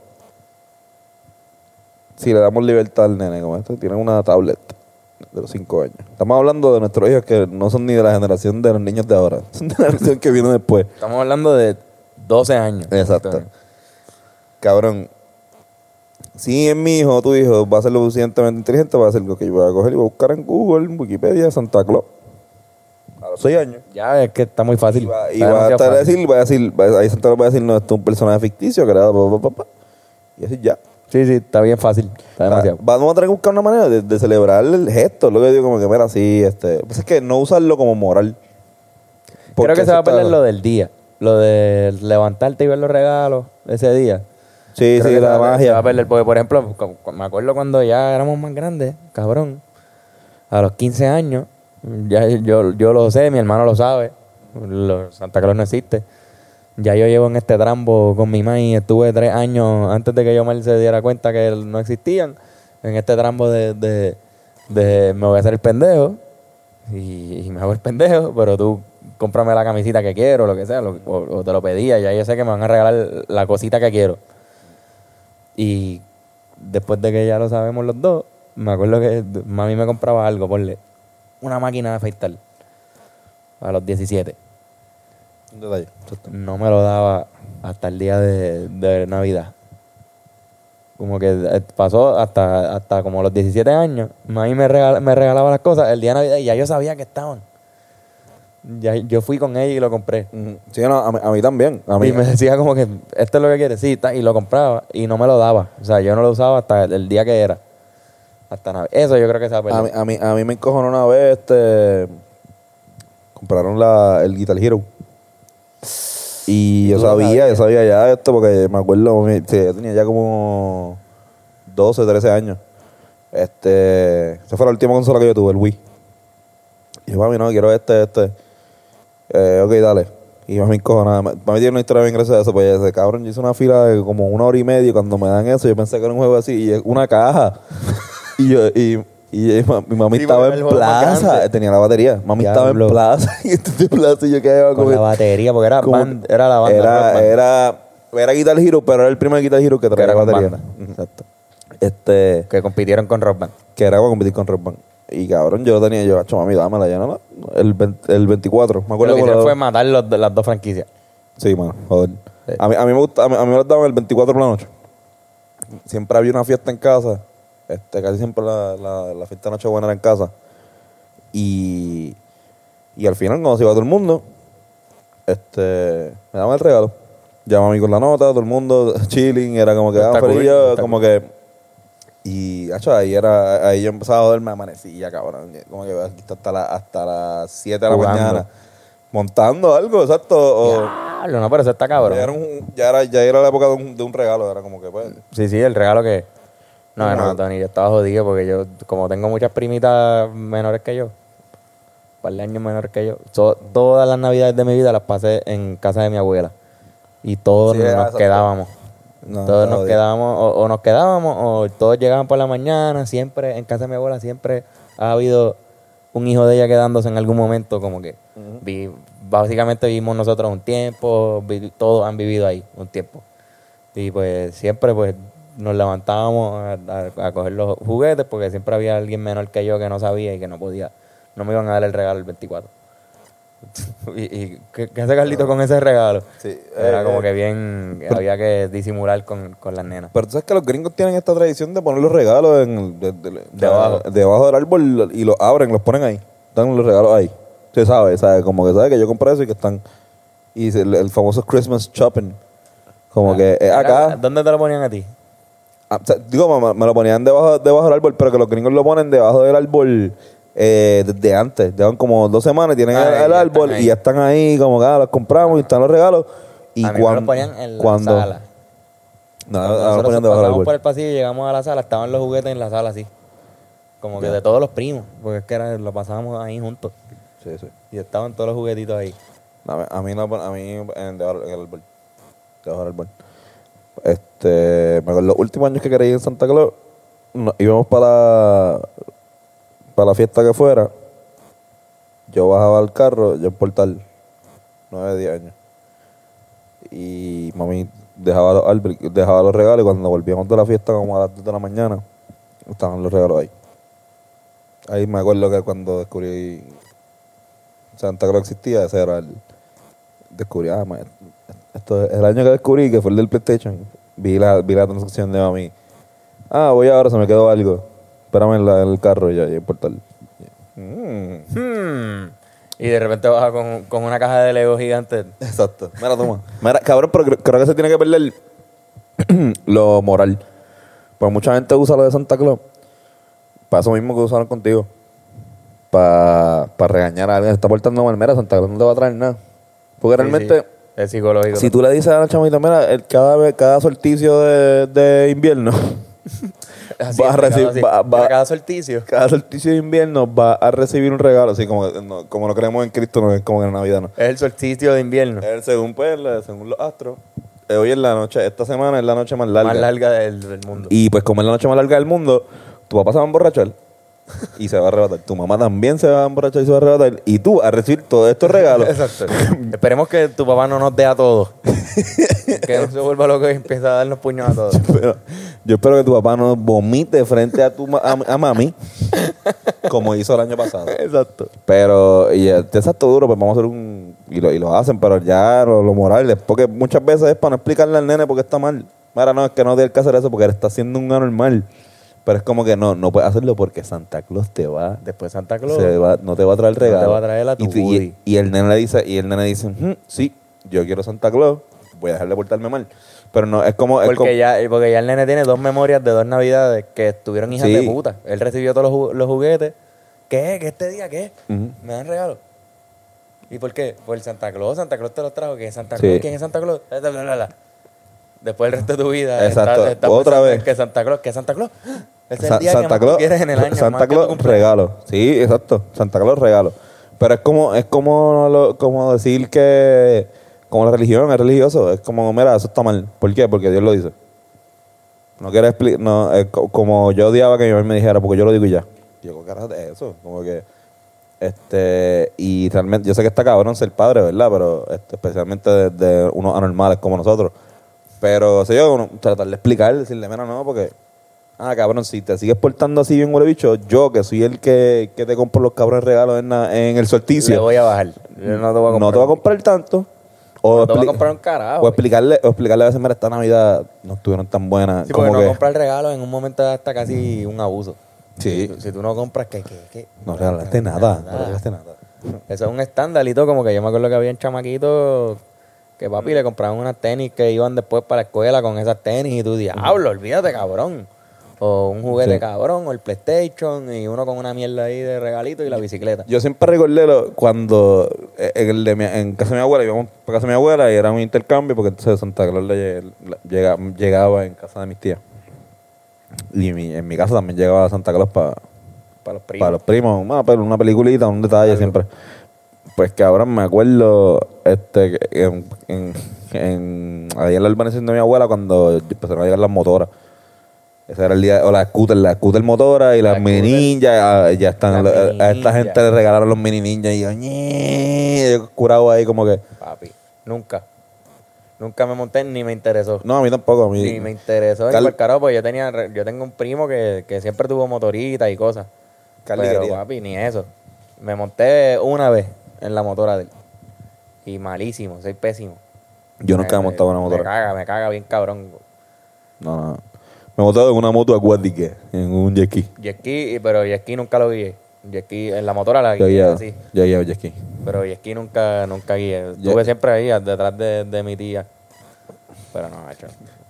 [SPEAKER 1] Si le damos libertad al nene como esto, tiene una tablet de los cinco años. Estamos hablando de nuestros hijos que no son ni de la generación de los niños de ahora, son de la generación que viene después.
[SPEAKER 2] Estamos hablando de doce años.
[SPEAKER 1] Exacto. Cabrón, si es mi hijo o tu hijo va a ser lo suficientemente inteligente, va a hacer lo que yo voy a coger y voy a buscar en Google, en Wikipedia, Santa Claus. A los seis años.
[SPEAKER 2] Ya es que está muy fácil.
[SPEAKER 1] Y va, y
[SPEAKER 2] Está
[SPEAKER 1] va a
[SPEAKER 2] demasiado
[SPEAKER 1] estar a
[SPEAKER 2] fácil.
[SPEAKER 1] decir, va a decir, va- ahí Santa Claus va a decir, no, esto es un personaje ficticio creado, pa, pa, pa, pa. Y así ya.
[SPEAKER 2] Sí, sí, está bien fácil. Está
[SPEAKER 1] Ah,
[SPEAKER 2] demasiado.
[SPEAKER 1] vamos a tener que buscar una manera de, de celebrar el gesto. Lo que digo, como que, mira, sí, este. Pues es que no usarlo como moral. Porque
[SPEAKER 2] Creo que se
[SPEAKER 1] eso
[SPEAKER 2] va a
[SPEAKER 1] está-
[SPEAKER 2] perder lo del día. Lo de levantarte y ver los regalos ese día.
[SPEAKER 1] Sí,
[SPEAKER 2] Creo
[SPEAKER 1] sí,
[SPEAKER 2] que se
[SPEAKER 1] la
[SPEAKER 2] va- Se
[SPEAKER 1] magia.
[SPEAKER 2] va a perder. Porque, por ejemplo, cu- cu- me acuerdo cuando ya éramos más grandes, cabrón. A los quince años, ya yo, yo lo sé, mi hermano lo sabe. Lo- Santa Claus no existe. Ya yo llevo en este trambo con mi mamá y estuve tres años antes de que yo me se diera cuenta que no existían. En este trambo de, de, de me voy a hacer el pendejo y, y me hago el pendejo, pero tú cómprame la camisita que quiero, lo que sea, lo- o, o te lo pedía. Ya yo sé que me van a regalar la cosita que quiero. Y después de que ya lo sabemos los dos, me acuerdo que mami me compraba algo, ponle una máquina de afeitar a los diecisiete.
[SPEAKER 1] Un detalle. Exacto.
[SPEAKER 2] No me lo daba hasta el día de, de Navidad. Como que eh, pasó hasta, hasta como los diecisiete años. Mami me, regal- me regalaba las cosas el día de Navidad y ya yo sabía que estaban. Ya, yo fui con ella y lo compré.
[SPEAKER 1] Ujú. Sí, no, a, mí, a mí también. A mí,
[SPEAKER 2] Y me decía como que esto es lo que quieres, sí, ta, y lo compraba y no me lo daba. O sea, yo no lo usaba hasta el, el día que era. Hasta Navidad. Eso yo creo que se va a perder.
[SPEAKER 1] a, mí, a, mí, a mí me encojonó una vez, este. Compraron la, el Guitar Hero. Y yo
[SPEAKER 2] Tú lo
[SPEAKER 1] sabía,
[SPEAKER 2] sabías.
[SPEAKER 1] yo sabía ya esto porque me acuerdo, mi- sí, yo tenía ya como doce, trece años. Este, esa fue la última consola que yo tuve, el Wii. Y yo, mami, no, quiero este, este. Eh, ok, dale. Y mami encojonada. Mami tiene una historia bien graciosa de eso, pues ese cabrón, yo hice una fila de como una hora y media y cuando me dan eso, yo pensé que era un juego así y es una caja. y yo, y, y, y ma- mi mami
[SPEAKER 2] Sí,
[SPEAKER 1] estaba
[SPEAKER 2] porque era el
[SPEAKER 1] en
[SPEAKER 2] juego más
[SPEAKER 1] plaza,
[SPEAKER 2] grande.
[SPEAKER 1] tenía la batería. Mami estaba en
[SPEAKER 2] Diablo.
[SPEAKER 1] plaza y estoy en plaza y yo quedaba
[SPEAKER 2] Con
[SPEAKER 1] como.
[SPEAKER 2] la batería, porque era,
[SPEAKER 1] como-
[SPEAKER 2] band- era la banda.
[SPEAKER 1] Era,
[SPEAKER 2] rock band.
[SPEAKER 1] era, era Guitar Hero, pero era el primer Guitar Hero que traía
[SPEAKER 2] era con
[SPEAKER 1] batería.
[SPEAKER 2] banda.
[SPEAKER 1] Ujú. Exacto. Este,
[SPEAKER 2] Que compitieron con Rock Band.
[SPEAKER 1] que era para competir con Rock Band. Y cabrón, yo lo tenía, yo, macho, mami, dámela, ya no, no. El, veinte el veinticuatro, me
[SPEAKER 2] Lo
[SPEAKER 1] acuerdo
[SPEAKER 2] que
[SPEAKER 1] con
[SPEAKER 2] hicieron
[SPEAKER 1] la-
[SPEAKER 2] fue matar los- las dos franquicias.
[SPEAKER 1] Sí, mano, joder.
[SPEAKER 2] Sí.
[SPEAKER 1] A, mí, a mí me gusta, a mí, a mí me las daban el veinticuatro por la noche. Siempre había una fiesta en casa. Este, casi siempre la, la, la fiesta de Nochebuena era en casa. Y, y al final, cuando se iba todo el mundo, este, me daban el regalo. Ya mami con la nota, todo el mundo chilling, era como que
[SPEAKER 2] Está
[SPEAKER 1] ah, feliz,
[SPEAKER 2] cool,
[SPEAKER 1] yo,
[SPEAKER 2] está
[SPEAKER 1] como que. Y, hacho, ahí era, ahí yo empezaba a joderme, amanecía, cabrón. Como que aquí está hasta, la, hasta las siete de la
[SPEAKER 2] Jugando.
[SPEAKER 1] mañana. Montando algo, exacto. O,
[SPEAKER 2] Diablo, no, pero eso está cabrón.
[SPEAKER 1] Ya era, un- ya era, ya era la época de un, de un regalo, era como que pues...
[SPEAKER 2] Sí, sí, el regalo que... No,
[SPEAKER 1] No.
[SPEAKER 2] no, Tony, yo estaba jodido porque yo, como tengo muchas primitas menores que yo, un par de años menores que yo, so- todas las navidades de mi vida las pasé en casa de mi abuela. Y todos
[SPEAKER 1] Sí,
[SPEAKER 2] nos
[SPEAKER 1] exacto.
[SPEAKER 2] quedábamos.
[SPEAKER 1] No,
[SPEAKER 2] todos
[SPEAKER 1] está
[SPEAKER 2] nos
[SPEAKER 1] jodido.
[SPEAKER 2] quedábamos, o, o nos quedábamos, o todos llegaban por la mañana, siempre, en casa de mi abuela, siempre ha habido un hijo de ella quedándose en algún momento, como que vi- básicamente vivimos nosotros un tiempo, vi- todos han vivido ahí un tiempo. Y pues siempre pues nos levantábamos a, a- a coger los juguetes porque siempre había alguien menor que yo que no sabía y que no podía, no me iban a dar el regalo el veinticuatro. y, y ¿qué, qué hace Carlito con ese regalo?
[SPEAKER 1] Sí,
[SPEAKER 2] Era
[SPEAKER 1] eh,
[SPEAKER 2] como
[SPEAKER 1] eh,
[SPEAKER 2] que bien,
[SPEAKER 1] pero-
[SPEAKER 2] había que disimular con, con las nenas.
[SPEAKER 1] Pero tú sabes que los gringos tienen esta tradición de poner los regalos en el- de- de- de-
[SPEAKER 2] Debajo.
[SPEAKER 1] debajo del árbol y los abren, los ponen ahí. Están los regalos ahí. Usted sabe, sabe, como que sabe que yo compré eso y que están... Y el, el famoso Christmas shopping. Como que es
[SPEAKER 2] Era-
[SPEAKER 1] acá...
[SPEAKER 2] ¿Dónde te lo ponían a ti?
[SPEAKER 1] Ah, o sea, digo, me, me lo ponían debajo, debajo del árbol, pero que los gringos lo ponen debajo del árbol eh, desde antes. Llevan como dos semanas y tienen
[SPEAKER 2] Ah,
[SPEAKER 1] el,
[SPEAKER 2] y
[SPEAKER 1] el
[SPEAKER 2] ya
[SPEAKER 1] árbol
[SPEAKER 2] están ahí.
[SPEAKER 1] y ya están ahí, como que ah, los compramos y están los regalos. Y
[SPEAKER 2] a mí me
[SPEAKER 1] cuando,
[SPEAKER 2] lo ponían en la
[SPEAKER 1] cuando,
[SPEAKER 2] sala.
[SPEAKER 1] No,
[SPEAKER 2] Cuando
[SPEAKER 1] ah, lo
[SPEAKER 2] nosotros
[SPEAKER 1] ponían debajo del
[SPEAKER 2] pasamos por
[SPEAKER 1] árbol.
[SPEAKER 2] el pasillo y llegamos a la sala, estaban los juguetes en la sala así. Como que
[SPEAKER 1] Ya.
[SPEAKER 2] de todos los primos, porque es que era- lo pasábamos ahí juntos.
[SPEAKER 1] Sí, sí.
[SPEAKER 2] Y estaban todos los juguetitos ahí.
[SPEAKER 1] A mí, a mí, no, a mí en, debajo, en el árbol. Debajo del árbol. Este, me acuerdo, los últimos años que creí en Santa Claus, no- íbamos para, para la fiesta que fuera. Yo bajaba al carro, yo en Portal, nueve, diez años. Y mami dejaba los, árboles- dejaba los regalos y cuando volvíamos de la fiesta como a las dos de la mañana, estaban los regalos ahí. Ahí me acuerdo que cuando descubrí Santa Claus existía, ese era el... Descubrí, ah, ma- esto es el año que descubrí, que fue el del PlayStation. Vi la, vi la transacción de mami. Ah, voy ahora, se me quedó algo. Espérame en, la- en el carro ya, ya en Portal. Mm.
[SPEAKER 2] Hmm. Y de repente baja con, con una caja de Lego gigante.
[SPEAKER 1] Exacto. Mira, toma. Mira, cabrón, pero creo, creo que se tiene que perder lo moral. Pues mucha gente usa lo de Santa Claus para eso mismo que usaron contigo. Para regañar a alguien que se está portando mal. Mira, Santa Claus no te va a traer nada. Porque
[SPEAKER 2] Sí,
[SPEAKER 1] realmente,
[SPEAKER 2] sí. Es psicológico.
[SPEAKER 1] si tú le dices a la chamita, mira, el, cada, vez- cada solsticio de, de invierno,
[SPEAKER 2] Así,
[SPEAKER 1] va a recibir-
[SPEAKER 2] así.
[SPEAKER 1] va- va-
[SPEAKER 2] Para cada solsticio.
[SPEAKER 1] cada solsticio de invierno va a recibir un regalo. Así como, no, como lo creemos en Cristo, no es como en Navidad, ¿no?
[SPEAKER 2] Es el solsticio de invierno.
[SPEAKER 1] Eh, según, pues, la- según los astros, eh, hoy es la noche, esta semana es la noche más larga.
[SPEAKER 2] Más larga del, del mundo.
[SPEAKER 1] Y pues como es la noche más larga del mundo, tu papá se va a emborrachar y se va a arrebatar. Tu mamá también se va a emborrachar y se va a arrebatar. Y tú a recibir todos estos regalos.
[SPEAKER 2] Exacto. Esperemos que tu papá no nos dé a todos. Que no se vuelva loco y empiece a darnos puños a todos.
[SPEAKER 1] Pero yo espero que tu papá no vomite frente a tu ma- a, a mami como hizo el año pasado.
[SPEAKER 2] Exacto.
[SPEAKER 1] Pero, y eh, de exacto duro, pues vamos a hacer un... Y lo, y lo hacen, pero ya lo, lo moral es porque muchas veces es para no explicarle al nene porque está mal. Mira, no, es que no tiene que hacer eso porque él está haciendo un anormal. Pero es como que no, no puedes hacerlo porque Santa Claus te va...
[SPEAKER 2] Después Santa Claus.
[SPEAKER 1] Se va- no te va a traer
[SPEAKER 2] No
[SPEAKER 1] regalo.
[SPEAKER 2] te va a traer a tu
[SPEAKER 1] y, tú- y-
[SPEAKER 2] Woody.
[SPEAKER 1] y el nene le dice, y el nene dice, "Ujú, sí, yo quiero Santa Claus, voy a dejar de portarme mal. Pero no, es como... es como-
[SPEAKER 2] Porque ya, porque ya el nene tiene dos memorias de dos navidades que estuvieron hijas
[SPEAKER 1] Sí.
[SPEAKER 2] de puta. Él recibió todos los, ju- los juguetes. ¿Qué? ¿Qué este día? ¿Qué?
[SPEAKER 1] Ujú.
[SPEAKER 2] ¿Me dan regalo? ¿Y por qué? Por el Santa Claus. Santa Claus te los trajo. ¿Qué es Santa
[SPEAKER 1] Sí.
[SPEAKER 2] Claus? ¿Quién es Santa Claus? Bla, bla, bla, bla. Después el resto de tu vida.
[SPEAKER 1] Exacto.
[SPEAKER 2] estás- estás
[SPEAKER 1] Otra
[SPEAKER 2] pensando
[SPEAKER 1] vez.
[SPEAKER 2] en que Santa Claus. ¿Qué es Santa Claus? Es el
[SPEAKER 1] Sa-
[SPEAKER 2] día que más tú quieres en el año. más
[SPEAKER 1] Santa
[SPEAKER 2] que tu
[SPEAKER 1] Claus,
[SPEAKER 2] cumpleaños.
[SPEAKER 1] regalo. Sí, exacto. Santa Claus, regalo. Pero es como, es como, lo- como decir que, como la religión es religioso. Es como, mira, eso está mal. ¿Por qué? Porque Dios lo dice. No quiero explicar, no, es co- como yo odiaba que mi mamá me dijera, porque yo lo digo y ya. Y yo, ¿qué carajo es eso? Como que, este, y realmente, yo sé que está cabrón ser padre, ¿verdad? Pero, este, especialmente de, de unos anormales como nosotros. Pero, sé yo, uno, tratar de explicar, decirle, mira, no, porque, ah, cabrón, si te sigues portando así bien huele bicho, yo que soy el que, que te compro los cabrones regalos en, la- en el
[SPEAKER 2] Le
[SPEAKER 1] solsticio,
[SPEAKER 2] voy a bajar. Yo no te voy a comprar.
[SPEAKER 1] no te voy a comprar tanto. O,
[SPEAKER 2] No te voy a
[SPEAKER 1] expli-
[SPEAKER 2] comprar un carajo.
[SPEAKER 1] o explicarle, o explicarle a veces, mira, esta Navidad no estuvieron tan buenas.
[SPEAKER 2] Sí, porque
[SPEAKER 1] como
[SPEAKER 2] no
[SPEAKER 1] que,
[SPEAKER 2] comprar regalo en un momento hasta casi un abuso.
[SPEAKER 1] Sí.
[SPEAKER 2] Si, tú- si tú no compras, ¿qué? qué, qué?
[SPEAKER 1] no regalaste nada, no regalaste nada.
[SPEAKER 2] Eso es un estándar y todo, como que yo me acuerdo que había un chamaquito que papi le compraban unas tenis que iban después para la escuela con esas tenis y tú diablo, olvídate cabrón. O un juguete
[SPEAKER 1] Sí.
[SPEAKER 2] cabrón, o el PlayStation y uno con una mierda ahí de regalito y la bicicleta.
[SPEAKER 1] Yo siempre recordé lo- cuando eh, en, el de mi- en casa de mi abuela, íbamos para casa de mi abuela y era un intercambio porque entonces Santa Claus le, le- llega- llegaba en casa de mis tías. Y mi- en mi casa también llegaba Santa Claus para
[SPEAKER 2] Para los primos.
[SPEAKER 1] para los primos, una, pel- una peliculita, un detalle siempre. Pues que ahora me acuerdo, este, que en, en, en, ahí en la urbanización de mi abuela cuando empezaron a llegar las motoras. Ese era el día, o las scooter, las scooter motoras y las
[SPEAKER 2] Las
[SPEAKER 1] mini
[SPEAKER 2] scooter.
[SPEAKER 1] ninjas, ah, ya están,
[SPEAKER 2] Las
[SPEAKER 1] a,
[SPEAKER 2] mini
[SPEAKER 1] a esta
[SPEAKER 2] ninja.
[SPEAKER 1] gente le regalaron los mini ninjas y yo, ñe, yo curado ahí como que,
[SPEAKER 2] Papi, nunca. Nunca me monté ni me interesó.
[SPEAKER 1] no, a mí tampoco, a mí.
[SPEAKER 2] Ni me interesó
[SPEAKER 1] Cal-
[SPEAKER 2] ni por carajo, porque yo tenía, yo tengo un primo que, que siempre tuvo motoritas y cosas.
[SPEAKER 1] Carly
[SPEAKER 2] Pero
[SPEAKER 1] quería.
[SPEAKER 2] papi, ni eso. Me monté una vez en la motora de él. Y malísimo, soy pésimo.
[SPEAKER 1] Yo nunca he montado una
[SPEAKER 2] Me
[SPEAKER 1] motora.
[SPEAKER 2] caga, me caga bien cabrón.
[SPEAKER 1] No, no. Me he montado en una moto acuática, en un jet ski.
[SPEAKER 2] Jet ski, pero jet ski nunca lo guié. Jet ski, en la motora la
[SPEAKER 1] Yo
[SPEAKER 2] guié
[SPEAKER 1] guiaba,
[SPEAKER 2] así.
[SPEAKER 1] yo guiaba jet ski.
[SPEAKER 2] Pero jet ski nunca, nunca guié.
[SPEAKER 1] Yo-
[SPEAKER 2] Estuve siempre ahí, detrás de, de mi tía. Pero no, macho.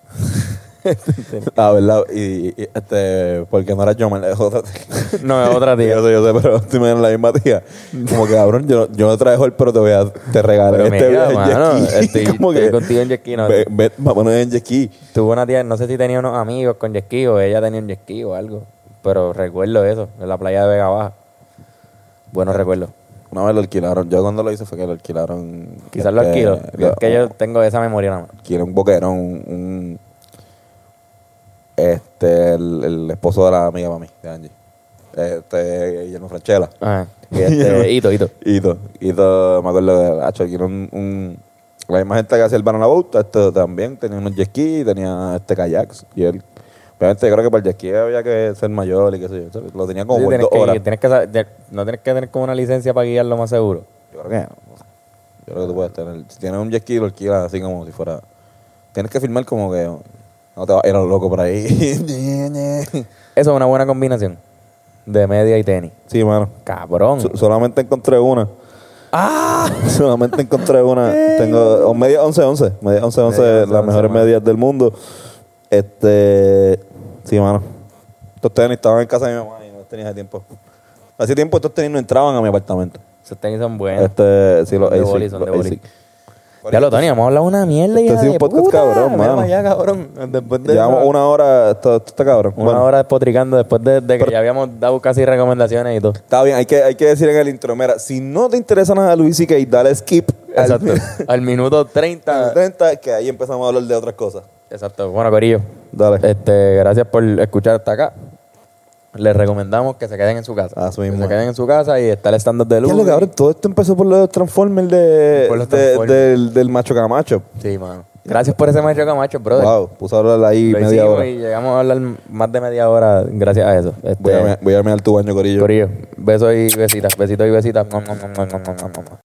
[SPEAKER 1] Ah, ¿verdad? Y, y, este, porque no era yo, me es otra.
[SPEAKER 2] No, es otra tía.
[SPEAKER 1] Yo sé, yo sé, pero tú me la misma tía. Como que, cabrón, yo, yo no traje el pero te voy a, te regalé
[SPEAKER 2] Pero
[SPEAKER 1] este
[SPEAKER 2] mira,
[SPEAKER 1] viaje en jet
[SPEAKER 2] mano,
[SPEAKER 1] ski.
[SPEAKER 2] estoy,
[SPEAKER 1] Como
[SPEAKER 2] estoy
[SPEAKER 1] que,
[SPEAKER 2] contigo en jet ski. No,
[SPEAKER 1] ve, ve, vámonos en jet ski.
[SPEAKER 2] Tuve una tía, no sé si tenía unos amigos con jet ski o ella tenía un jet ski o algo. Pero recuerdo eso, en la playa de Vega Baja. Buenos recuerdos.
[SPEAKER 1] Una vez lo alquilaron. Yo cuando lo hice fue que lo alquilaron.
[SPEAKER 2] Quizás lo
[SPEAKER 1] este,
[SPEAKER 2] alquilo.
[SPEAKER 1] lo-
[SPEAKER 2] Es que yo tengo esa memoria nada más.
[SPEAKER 1] Alquilé un boquerón, un, un- este, el, el esposo de la amiga para mí, de Angie. Este, Guillermo Franchella.
[SPEAKER 2] Ajá. Y este, hito, hito.
[SPEAKER 1] Hito, Hito, me acuerdo de Hacho, alquiló un, un, la misma gente que hacía el Banana Boat, este también tenía unos jet ski, tenía este kayaks, y él, obviamente yo creo que para el jet ski había que ser mayor y qué sé yo, ¿sabes? Lo tenía como
[SPEAKER 2] Sí,
[SPEAKER 1] por
[SPEAKER 2] tienes
[SPEAKER 1] dos
[SPEAKER 2] que,
[SPEAKER 1] horas.
[SPEAKER 2] tienes que saber- de- no tienes que tener como una licencia para guiarlo más seguro.
[SPEAKER 1] Yo creo que no. Yo creo que tú puedes tener, si tienes un jet ski lo alquilas así como si fuera, tienes que filmar como que no te vas a ir a lo loco por ahí.
[SPEAKER 2] Eso es una buena combinación de media y tenis.
[SPEAKER 1] Sí, mano.
[SPEAKER 2] Cabrón.
[SPEAKER 1] So- solamente encontré una. ¡Ah! Solamente encontré una. Tengo o media once once. Media once once,
[SPEAKER 2] Media once,
[SPEAKER 1] las
[SPEAKER 2] once,
[SPEAKER 1] mejores
[SPEAKER 2] mano.
[SPEAKER 1] medias del mundo. Este. Sí, mano. Estos tenis estaban en casa de mi mamá y no los tenía hace tiempo. Hace tiempo estos tenis no entraban a mi apartamento.
[SPEAKER 2] Esos tenis son buenos.
[SPEAKER 1] Este, sí, los
[SPEAKER 2] De
[SPEAKER 1] A S I C,
[SPEAKER 2] boli, son de
[SPEAKER 1] los
[SPEAKER 2] boli.
[SPEAKER 1] A S I C.
[SPEAKER 2] Ya lo, Tony, hemos hablado una mierda y
[SPEAKER 1] Este sí es un podcast cabrón, mano.
[SPEAKER 2] Ya, cabrón. Después de
[SPEAKER 1] Llevamos
[SPEAKER 2] una,
[SPEAKER 1] una hora, esto, esto está cabrón.
[SPEAKER 2] una
[SPEAKER 1] Bueno,
[SPEAKER 2] hora despotricando después de, de que ya habíamos dado casi recomendaciones y todo.
[SPEAKER 1] está bien, hay que, hay que decir en el intro, mira, si no te interesa nada de Luis C K, dale skip al
[SPEAKER 2] Exacto. Al minuto treinta.
[SPEAKER 1] treinta, que ahí empezamos a hablar de otras cosas.
[SPEAKER 2] Exacto. Bueno, Corillo.
[SPEAKER 1] Dale.
[SPEAKER 2] Este, gracias por escuchar hasta acá. Les recomendamos que se queden en su casa.
[SPEAKER 1] Así
[SPEAKER 2] que
[SPEAKER 1] mismo
[SPEAKER 2] se
[SPEAKER 1] es.
[SPEAKER 2] queden en su casa y está el stand-up de
[SPEAKER 1] ¿Qué
[SPEAKER 2] luz.
[SPEAKER 1] es lo que cabrón? Todo esto empezó por los Transformers de,
[SPEAKER 2] Por los
[SPEAKER 1] de-
[SPEAKER 2] Transformers.
[SPEAKER 1] del, del macho Camacho.
[SPEAKER 2] Sí, mano. Gracias por ese macho Camacho, brother.
[SPEAKER 1] Wow, puse a hablar ahí
[SPEAKER 2] Lo
[SPEAKER 1] media
[SPEAKER 2] hicimos
[SPEAKER 1] hora.
[SPEAKER 2] y llegamos a hablar más de media hora gracias a eso. Este,
[SPEAKER 1] Voy a, me- voy a mirar tu baño, Corillo.
[SPEAKER 2] Corillo, besos y besitas, besitos y besitas. Mua, mua, mua, mua, mua, mua, mua.